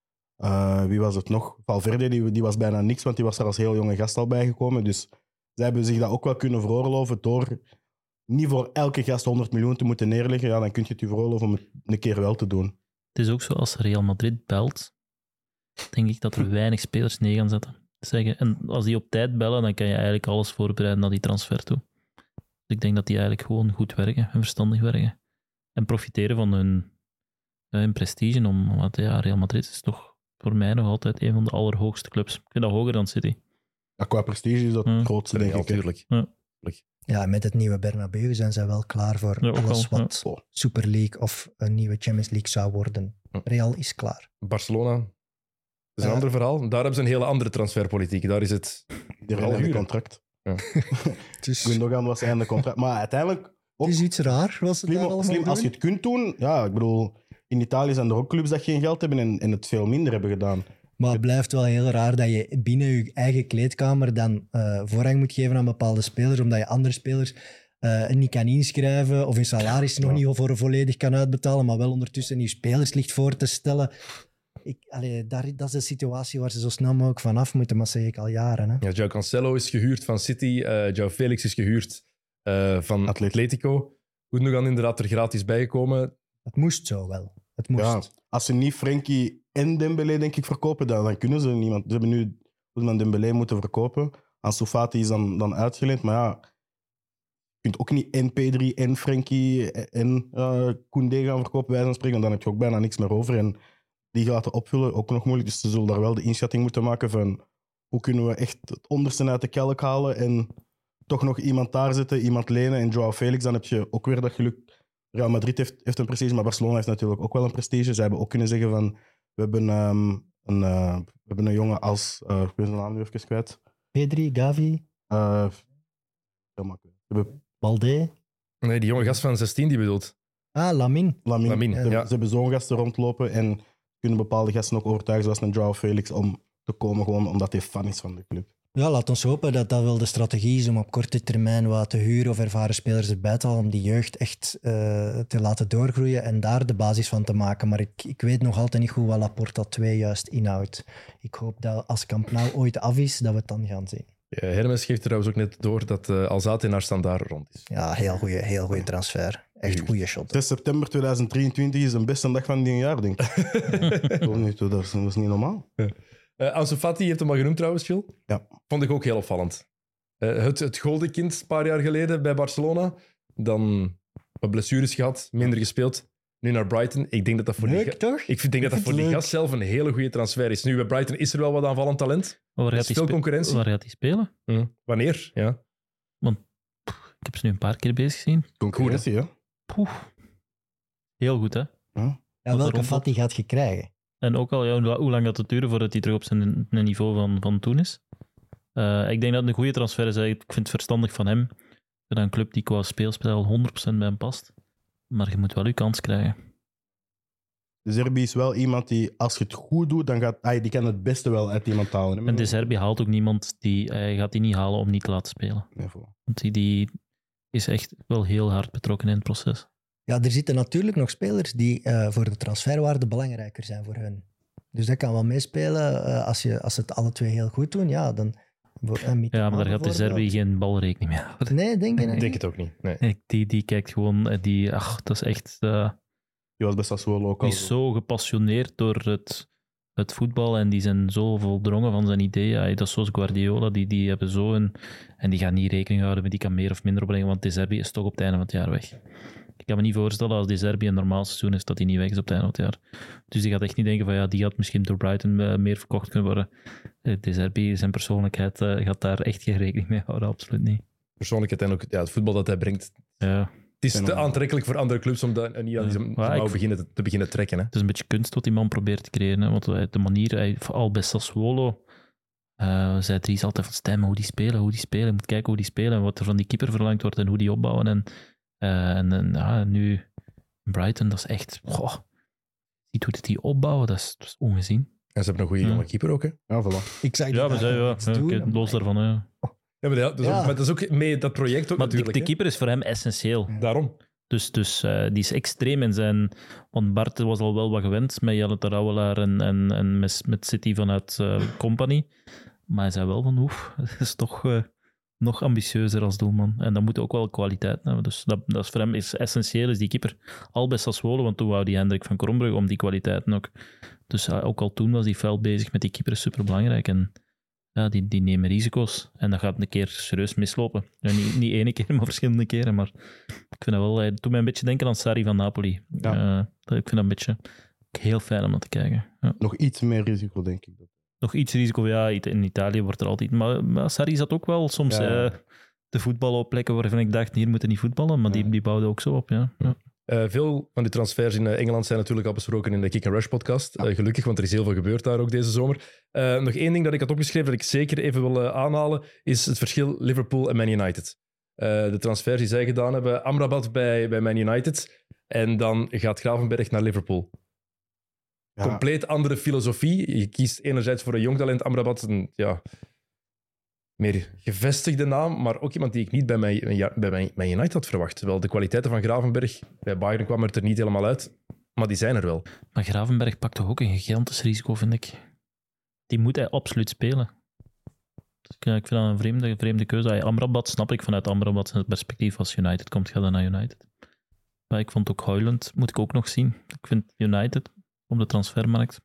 eh, wie was het nog? Valverde, die, die was bijna niks, want die was er als heel jonge gast al bijgekomen. Dus zij hebben zich dat ook wel kunnen veroorloven door niet voor elke gast honderd miljoen te moeten neerleggen. Ja, dan kun je het je veroorloven om het een keer wel te doen. Het is ook zo, als Real Madrid belt, denk ik dat er weinig spelers nee gaan zetten. Zeggen. En als die op tijd bellen, dan kan je eigenlijk alles voorbereiden naar die transfer toe. Dus ik denk dat die eigenlijk gewoon goed werken en verstandig werken. En profiteren van hun, hun prestige. Om, want ja, Real Madrid is toch voor mij nog altijd een van de allerhoogste clubs. Ik vind dat hoger dan City. Ja, qua prestige is dat Hmm. het grootste, denk ja, ik. hè. natuurlijk. ja, met het nieuwe Bernabeu zijn zij wel klaar voor Ja, ook alles al, wat ja. Super League of een nieuwe Champions League zou worden. Ja. Real is klaar. Barcelona, dat is een Ja. ander verhaal. Daar hebben ze een hele andere transferpolitiek. Daar is het... Die Alle einde huren. contract. Het is, Gundogan was einde contract. Maar uiteindelijk... Ook het is iets raar, was het daar slim, allemaal slim, als je doen? het kunt doen... Ja, ik bedoel... In Italië zijn er ook clubs dat geen geld hebben en, en het veel minder hebben gedaan. Maar het blijft wel heel raar dat je binnen je eigen kleedkamer dan eh, voorrang moet geven aan bepaalde spelers, omdat je andere spelers eh, niet kan inschrijven of hun salaris nog Ja. niet voor volledig kan uitbetalen, maar wel ondertussen je spelers ligt voor te stellen. Ik, allee, daar, dat is de situatie waar ze zo snel mogelijk vanaf moeten, maar dat zeg ik al jaren. Hè. Ja, João Cancelo is gehuurd van City. eh João Felix is gehuurd eh, van Atletico. Atletico. Gundogan inderdaad er gratis bijgekomen. Het moest zo wel. Het moest. Ja, als ze niet Frenkie en Dembélé, denk ik, verkopen, dan, dan kunnen ze niemand. Ze hebben nu Ousmane Dembélé moeten verkopen. Ansu Fati is dan, dan uitgeleend. Maar ja, je kunt ook niet en Pedri en Frenkie en uh, Koundé gaan verkopen, wij van spreken. Want dan heb je ook bijna niks meer over. En die laten opvullen, ook nog moeilijk. Dus ze zullen daar wel de inschatting moeten maken van hoe kunnen we echt het onderste uit de kelk halen en toch nog iemand daar zetten, iemand lenen. En Joao Felix, dan heb je ook weer dat geluk. Real Madrid heeft, heeft een prestige, maar Barcelona heeft natuurlijk ook wel een prestige. Zij hebben ook kunnen zeggen van, we hebben, um, een, uh, we hebben een jongen als, uh, ik ben zijn naam nu even kwijt. Pedri, Gavi, Uh, heel makkelijk. We hebben Balde. Nee, die jonge gast van zestien die bedoelt. Ah, Lamin. Lamine. Lamine, Ze, hebben- ja. ze hebben zo'n gasten rondlopen en kunnen bepaalde gasten ook overtuigen, zoals een Joao Felix, om te komen gewoon omdat hij fan is van de club. Ja, laat ons hopen dat dat wel de strategie is om op korte termijn wat te huren of ervaren spelers erbij te halen om die jeugd echt eh, te laten doorgroeien en daar de basis van te maken. Maar ik, ik weet nog altijd niet goed wat Laporta twee juist inhoudt. Ik hoop dat als Camp Nou ooit af is, dat we het dan gaan zien. Ja, Hermes geeft trouwens ook net door dat uh, Alzate naar Standaard rond is. Ja, heel goede heel goeie transfer. Echt goede shot. zes september tweeduizend drieëntwintig is de beste dag van dit jaar, denk ik. Tot nu toe, dat, is, dat is niet normaal. Uh, Ansu Fati heeft hem al genoemd trouwens, Gilles. Ja. Vond ik ook heel opvallend. Uh, het, het Goldenkind een paar jaar geleden bij Barcelona. Dan wat blessures gehad, minder gespeeld. Nu naar Brighton. Ik denk dat dat voor, Leuk, die, ga- toch? ik vind, denk dat dat vind voor het die leuk. gast zelf een hele goede transfer is. Nu bij Brighton is er wel wat aanvallend talent. Maar waar Er gaat is hij veel spe- concurrentie. Waar gaat hij spelen? Hm. Wanneer? Ja. Ik heb ze nu een paar keer bezig gezien. Concurrentie, hè? Poeh. Heel goed, hè? Ja, Wat welke er Fati gaat je krijgen? En ook al, ja, hoe la- hoe lang gaat het duren voordat hij terug op zijn zijn niveau van, van toen is? Uh, ik denk dat het een goede transfer is. Ik vind het verstandig van hem. Dat een club die qua speelspel honderd procent bij hem past. Maar je moet wel je kans krijgen. De Zerbi is wel iemand die, als je het goed doet, dan gaat ah, die kan het beste wel uit iemand halen. hè? En De Zerbi haalt ook niemand die... Hij gaat die niet halen om niet te laten spelen. Nee, voilà. Want die, die is echt wel heel hard betrokken in het proces. Ja, er zitten natuurlijk nog spelers die uh, voor de transferwaarde belangrijker zijn voor hun. Dus dat kan wel meespelen. Uh, als, je, als ze het alle twee heel goed doen, ja, dan... Uh, ja, maar daar gaat De Zerbi geen balrekening mee houden. Nee, denk je Ik niet? denk het ook niet. Nee. Nee, die, die kijkt gewoon... Die, ach, dat is echt... Uh, Die was best Sassuolo ook al. die is zo gepassioneerd door het, het voetbal en die zijn zo voldrongen van zijn ideeën. Ja, dat is zoals Guardiola, die, die hebben zo een... En die gaan niet rekening houden met die kan meer of minder opbrengen, want De Zerbi is toch op het einde van het jaar weg. Ik kan me niet voorstellen als De Zerbi een normaal seizoen is, dat hij niet weg is op het einde van het jaar. Dus die gaat echt niet denken van ja, die had misschien door Brighton uh, meer verkocht kunnen worden. Uh, De Zerbi, zijn persoonlijkheid, uh, gaat daar echt geen rekening mee houden, absoluut niet. Persoonlijkheid en ook ja, het voetbal dat hij brengt. Ja. Het is te aantrekkelijk voor andere clubs om dat, niet aan die ja. mouw ik... beginnen te, te beginnen trekken. Hè. Het is een beetje kunst wat die man probeert te creëren. Hè? Want de manier, hij, al bij Sassuolo, uh, zei Dries altijd van stemmen hoe die spelen, hoe die spelen. Je moet kijken hoe die spelen en wat er van die keeper verlangd wordt en hoe die opbouwen. En, uh, en, en ja, nu Brighton, dat is echt... Goh, ziet hoe die opbouwen, dat is, dat is ongezien. En ze hebben een goede jonge ja. keeper ook, hè? Ja, voilà. Ik zag ja, we zijn ja, ja, okay, los daarvan, ja. Ja, maar, ja, dat is ja. Ook, maar dat is ook mee dat project ook maar natuurlijk. De, de keeper is voor hem essentieel. Ja. Daarom. Dus, dus uh, die is extreem in zijn... Want Bart was al wel wat gewend met Jelle Terouwelaar en, en, en met, met City vanuit uh, Company. Maar hij zei wel van, oef, dat is toch uh, nog ambitieuzer als doelman. En dan moet hij ook wel kwaliteit hebben. Dus dat, dat is voor hem is essentieel, is die keeper. Al bij Sassuolo, want toen wou die Hendrik van Krombrugge om die kwaliteiten ook. Dus uh, ook al toen was hij fel bezig met die keeper, is superbelangrijk. En ja, die, die nemen risico's. En dat gaat een keer serieus mislopen. Ja, niet, niet ene keer, maar verschillende keren. Maar ik vind dat wel... Het doet mij een beetje denken aan Sarri van Napoli. Ja. Uh, ik vind dat een beetje heel fijn om naar te kijken. Ja. Nog iets meer risico, denk ik. Nog iets risico, ja. In Italië wordt er altijd... Maar, maar Sarri zat ook wel soms ja. uh, de voetballen op plekken waarvan ik dacht, hier moeten niet voetballen. Maar ja. die, die bouwden ook zo op, ja. ja. Uh, veel van die transfers in Engeland zijn natuurlijk al besproken in de Kick and Rush podcast. Uh, gelukkig, want er is heel veel gebeurd daar ook deze zomer. Uh, nog één ding dat ik had opgeschreven dat ik zeker even wil uh, aanhalen, is het verschil Liverpool en Man United. Uh, de transfers die zij gedaan hebben, Amrabat bij, bij Man United en dan gaat Gravenberch naar Liverpool. Ja. Compleet andere filosofie. Je kiest enerzijds voor een jong talent, Amrabat, een ja, meer gevestigde naam, maar ook iemand die ik niet bij mij, bij mij, bij United had verwacht. Terwijl de kwaliteiten van Gravenberch, bij Bayern kwam het er niet helemaal uit, maar die zijn er wel. Maar Gravenberch pakt toch ook een gigantisch risico, vind ik. Die moet hij absoluut spelen. Dus ik, ik vind dat een vreemde, vreemde keuze. Amrabat snap ik vanuit Amrabat zijn perspectief. Als United komt, gaat hij naar United. Maar ik vond ook Højlund, moet ik ook nog zien. Ik vind United op de transfermarkt.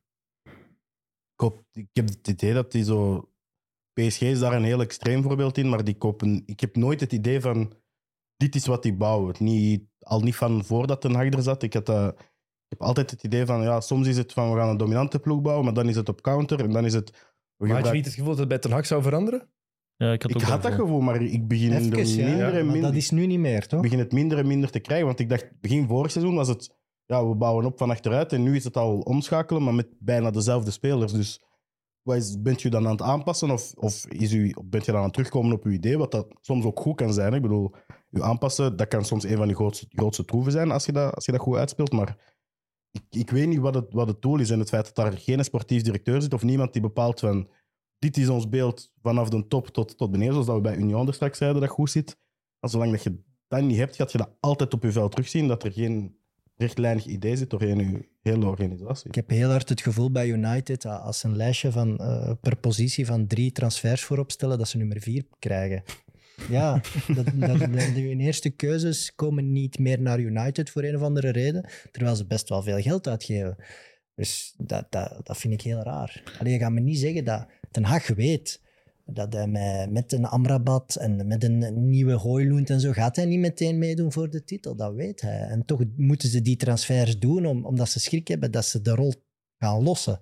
Ik, hoop, ik heb het idee dat die zo... P S G is daar een heel extreem voorbeeld in, maar die kopen... Ik heb nooit het idee van... Dit is wat die bouwen. Niet, al niet van voordat Ten Hag er zat. Ik, had, uh, ik heb altijd het idee van... Ja, soms is het van, we gaan een dominante ploeg bouwen, maar dan is het op counter en dan is het... Maar gebruik... had je niet het gevoel dat het bij Ten Hag zou veranderen? Ja, ik had, ook ik had dat gevoel, maar ik begin Even, er minder ja, en minder... Dat is nu niet meer, toch? Ik begin het minder en minder te krijgen, want ik dacht, begin vorig seizoen was het... Ja, we bouwen op van achteruit en nu is het al omschakelen, maar met bijna dezelfde spelers. Dus wat is, bent u dan aan het aanpassen of, of is u, bent je dan aan het terugkomen op uw idee? Wat dat soms ook goed kan zijn. Ik bedoel, u aanpassen, dat kan soms een van de grootste, grootste troeven zijn als je dat, als je dat goed uitspeelt. Maar ik, ik weet niet wat het, wat het doel is. En het feit dat daar geen sportief directeur zit of niemand die bepaalt van dit is ons beeld vanaf de top tot, tot beneden, zoals dat we bij Union er straks zeiden dat goed zit. En zolang dat je dat niet hebt, gaat je dat altijd op je veld terugzien, dat er geen rechtlijnig idee zit doorheen je hele organisatie. Ik heb heel hard het gevoel bij United, als ze een lijstje van, uh, per positie van drie transfers voorop stellen, dat ze nummer vier krijgen. Ja, dat, dat, dat, hun eerste keuzes komen niet meer naar United voor een of andere reden, terwijl ze best wel veel geld uitgeven. Dus dat, dat, dat vind ik heel raar. Allee, je gaat me niet zeggen dat Ten Hag weet dat hij met, met een Amrabat en met een nieuwe Højlund en zo gaat hij niet meteen meedoen voor de titel. Dat weet hij. En toch moeten ze die transfers doen om, omdat ze schrik hebben dat ze de rol gaan lossen.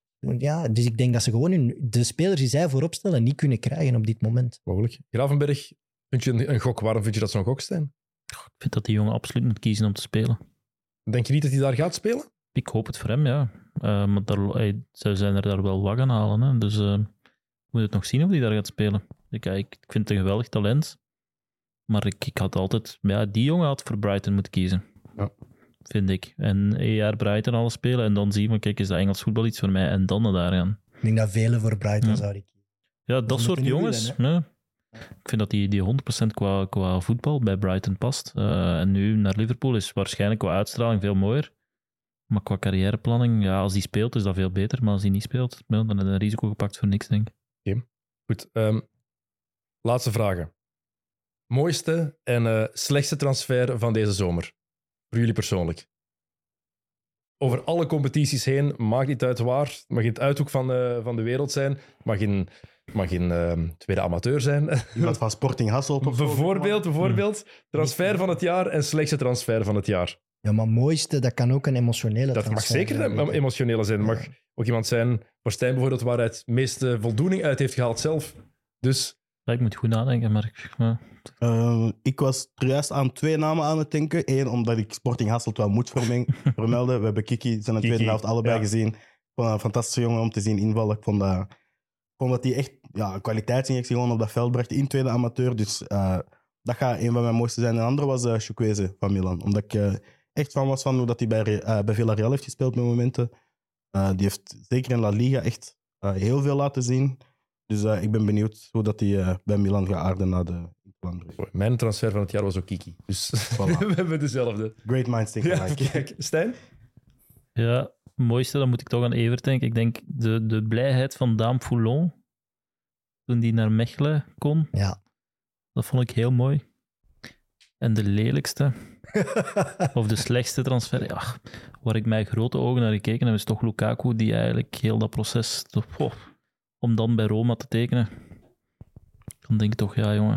Ja, dus ik denk dat ze gewoon hun, de spelers die zij voorop stellen niet kunnen krijgen op dit moment. Mogelijk. Gravenberch, vind je een, een gok? Waarom vind je dat zo'n gok, Stijn? Ik vind dat die jongen absoluut moet kiezen om te spelen. Denk je niet dat hij daar gaat spelen? Ik hoop het voor hem, ja. Uh, maar daar, hey, ze zijn er daar wel wat gaan halen. Hè. Dus uh, we moeten het nog zien of hij daar gaat spelen. Ik, ik, ik vind het een geweldig talent. Maar ik, ik had altijd... Ja, die jongen had voor Brighton moeten kiezen. Ja. Vind ik. En een jaar Brighton alles spelen en dan zien we, kijk, is dat Engels voetbal iets voor mij? En dan naar daar gaan. Ik denk dat velen voor Brighton ja. zouden kiezen. Ja, dat, dat soort jongens. Willen, ja. Ik vind dat die, die honderd procent qua, qua voetbal bij Brighton past. Uh, en nu naar Liverpool is waarschijnlijk qua uitstraling veel mooier. Maar qua carrièreplanning, ja, als die speelt is dat veel beter. Maar als hij niet speelt, dan heb je een risico gepakt voor niks, denk ik. Okay. Goed. Um, laatste vragen. Mooiste en uh, slechtste transfer van deze zomer? Voor jullie persoonlijk. Over alle competities heen, maakt niet uit waar. Het mag in het uithoek van de, van de wereld zijn. Het mag in mag in uh, tweede amateur zijn. Iemand van Sporting Hasselt of zo. Bijvoorbeeld, bijvoorbeeld. Transfer van het jaar en slechtste transfer van het jaar. Ja, maar mooiste, dat kan ook een emotionele Dat mag transfer zeker zijn. een emotionele zijn. Het mag ook iemand zijn, voor Stijn bijvoorbeeld, waar hij het meeste voldoening uit heeft gehaald zelf. Dus... Ja, ik moet goed nadenken, maar... Ik, ja. Uh, ik was er juist aan twee namen aan het denken. Eén, omdat ik Sporting Hasselt wel moet vermelden. We hebben Kiki zijn de tweede helft allebei ja. gezien. Ik vond dat een fantastische jongen om te zien invallen. Ik vond dat, ik vond dat hij echt ja, een kwaliteitsinjectie gewoon op dat veld bracht in tweede amateur. Dus uh, dat gaat een van mijn mooiste zijn. En de andere was uh, Chukwueze van Milan. Omdat ik uh, echt fan was van hoe dat hij bij, uh, bij Villarreal heeft gespeeld met momenten. Uh, die heeft zeker in La Liga echt uh, heel veel laten zien. Dus uh, ik ben benieuwd hoe dat hij uh, bij Milan gaat aarden na de Interlanders. Mijn transfer van het jaar was ook Kiki. Dus voilà. We hebben dezelfde. Great minds think alike. Ja, kijk, Stijn? Ja, het mooiste, dan moet ik toch aan Evert denken. Ik denk de, de blijheid van Dame Foulon toen die naar Mechelen kon. Ja. Dat vond ik heel mooi. En de lelijkste, of de slechtste transfer, ja, waar ik met grote ogen naar gekeken heb, is toch Lukaku, die eigenlijk heel dat proces... Oh, om dan bij Roma te tekenen, dan denk ik toch, ja jongen,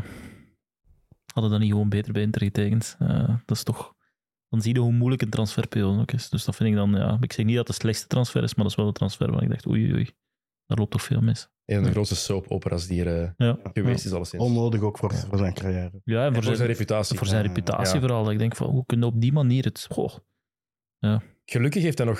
hadden dan niet gewoon beter bij Inter getekend. Uh, dat is toch... Dan zie je hoe moeilijk een transferperiode ook is. Dus dat vind ik dan, ja... Ik zeg niet dat het de slechtste transfer is, maar dat is wel de transfer waar ik dacht, oei oei, daar loopt toch veel mis. Een van de grootste soap-operas die er uh, ja. geweest ja. is, alleszins. Onnodig ook voor, voor zijn carrière. Ja, en voor, en voor zijn, zijn reputatie. Voor zijn ja. reputatie ja. vooral. Ik denk van, hoe kun je op die manier het... Goh. Ja. Gelukkig heeft hij nog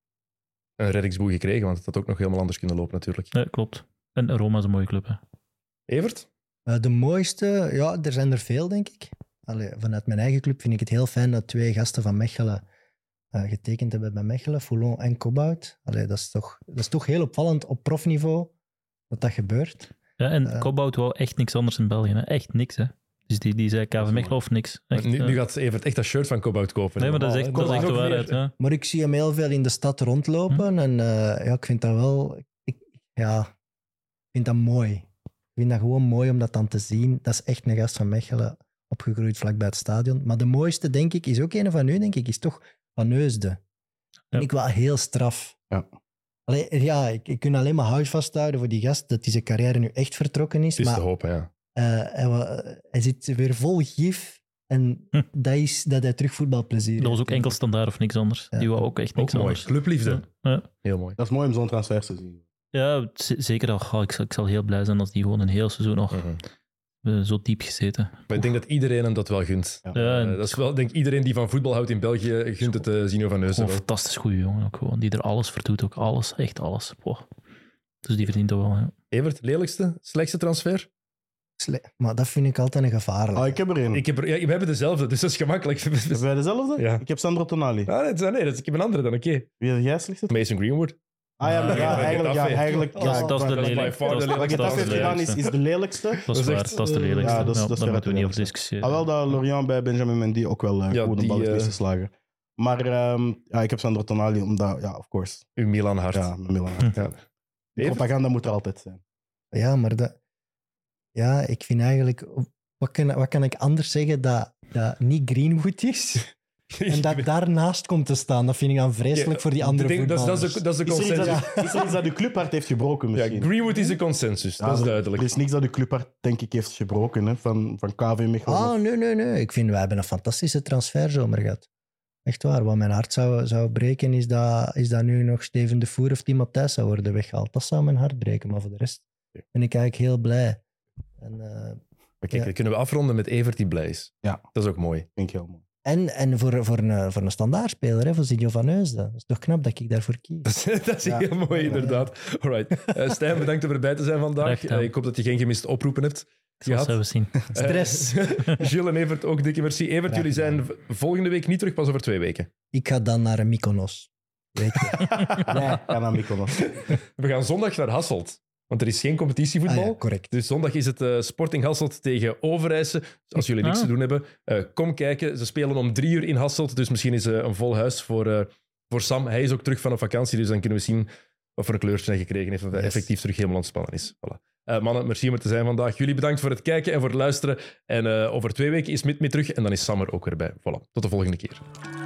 een reddingsboei gekregen, want het had ook nog helemaal anders kunnen lopen natuurlijk. Ja, klopt. En Roma is een mooie club, hè. Evert? Uh, de mooiste, ja, er zijn er veel, denk ik. Allee, vanuit mijn eigen club vind ik het heel fijn dat twee gasten van Mechelen uh, getekend hebben bij Mechelen, Foulon en Kobout. Allee, dat is toch, dat is toch heel opvallend op profniveau dat dat gebeurt. Ja, en uh, Kobout wou echt niks anders in België, hè. Echt niks, hè. Dus die, die zei K V Mechelen of niks. Echt, nu, uh... nu gaat Evert echt dat shirt van Kobout kopen. Nee, maar dat is echt, dat is echt de waarheid. Ja. Maar ik zie hem heel veel in de stad rondlopen hm. en uh, ja, ik vind dat wel... Ik, ja, ik vind dat mooi. Ik vind dat gewoon mooi om dat dan te zien. Dat is echt een gast van Mechelen, opgegroeid vlakbij het stadion. Maar de mooiste, denk ik, is ook een van u, denk ik, is toch Van Heusden. Ja. Vind ik wel heel straf. Ja. Allee, ja, ik, ik kan alleen maar hout vasthouden voor die gast, dat die zijn carrière nu echt vertrokken is. Het is maar, te hopen, ja. Uh, hij, hij zit weer vol gif en hm. dat is dat hij terug voetbalplezier Dat was ook enkel standaard of niks anders. Ja. Die wou ook echt niks ook anders. Mooi. Clubliefde. Ja. Ja. Heel mooi. Dat is mooi om zo'n transfer te zien. Ja, z- zeker. Al, ik, zal, ik zal heel blij zijn als die gewoon een heel seizoen nog uh-huh. zo diep gezeten. Maar ik denk dat iedereen hem dat wel gunt. Ja. Ja, uh, dat is wel, denk iedereen die van voetbal houdt in België gunt het uh, Zino van Heusden. Een fantastisch goede jongen ook gewoon. Die er alles voor doet. Ook alles. Echt alles. Wow. Dus die verdient dat wel. Ja. Evert, lelijkste, slechtste transfer? Sle- maar dat vind ik altijd een gevaarlijk. Oh, ik heb er één. Ik heb er, ja, we hebben dezelfde, dus dat is gemakkelijk. Hebben wij dezelfde? Ja. Ik heb Sandro Tonali. Ah, nee, nee dat is, ik heb een andere dan, oké. Okay. Wie heb jij slecht? Mason Greenwood. Ah ja, maar ja, ja, eigenlijk... Ja, eigenlijk dat, ja, dat is de lelijkste. Wat Getafe heeft gedaan is, is de lelijkste. Dat is waar, dat is de lelijkste. Ja, dat is, ja, dat is daar moeten we niet over discussiëren. Ah, wel dat Lorient bij Benjamin Mendy ook wel uh, ja, goed een bal heeft misgeslagen. Maar um, ja, ik heb Sandro Tonali omdat, ja, of course. Uw Milan hart. Ja, mijn Milan hart. Ja. Propaganda moet er altijd zijn. Ja, maar dat... Ja, ik vind eigenlijk... Wat kan, wat kan ik anders zeggen dat, dat niet Greenwood is? En dat daarnaast komt te staan, dat vind ik dan vreselijk ja, voor die andere denk, voetballers. Dat is, dat is, de, dat is de consensus. Is er iets dat, is er iets dat de clubhart heeft gebroken misschien? Ja, Greenwood is de consensus, ja, dat is duidelijk. Er is niks dat de clubhart, denk ik, heeft gebroken hè, van, van K V Mechelen. Ah, nee, nee, nee. Ik vind, wij hebben een fantastische transferzomer gehad. Echt waar. Wat mijn hart zou, zou breken, is dat, is dat nu nog Steven de Voer of Timo Thijs zou worden weggehaald. Dat zou mijn hart breken, maar voor de rest ben ik eigenlijk heel blij. En, uh, maar kijk, ja. kunnen we afronden met Evert die blij is. Ja. Dat is ook mooi. Vind ik heel mooi. En, en voor, voor, een, voor een standaardspeler, hè, voor Zino van Heusden. Dat is toch knap dat ik daarvoor kies. Dat is ja. heel mooi, inderdaad. Alright. Uh, Stijn, bedankt om erbij te zijn vandaag. Uh, ik hoop dat je geen gemiste oproepen hebt gehad. Dat zullen we zien. Stress. Uh, Gilles en Evert, ook dikke merci. Evert, jullie zijn volgende week niet terug, pas over twee weken. Ik ga dan naar een Mykonos. Weet je? Nee, ik ga naar Mykonos. We gaan zondag naar Hasselt. Want er is geen competitievoetbal. Ah, ja, correct. Dus zondag is het uh, Sporting Hasselt tegen Overijse. Dus als jullie niks ah. te doen hebben, uh, kom kijken. Ze spelen om drie uur in Hasselt. Dus misschien is uh, een vol huis voor, uh, voor Sam. Hij is ook terug van een vakantie. Dus dan kunnen we zien wat voor een kleurtje hij gekregen heeft. Of hij yes. effectief terug helemaal ontspannen is. Voilà. Uh, mannen, merci om er te zijn vandaag. Jullie bedankt voor het kijken en voor het luisteren. En uh, over twee weken is Mit mee terug. En dan is Sam er ook weer bij. Voilà. Tot de volgende keer.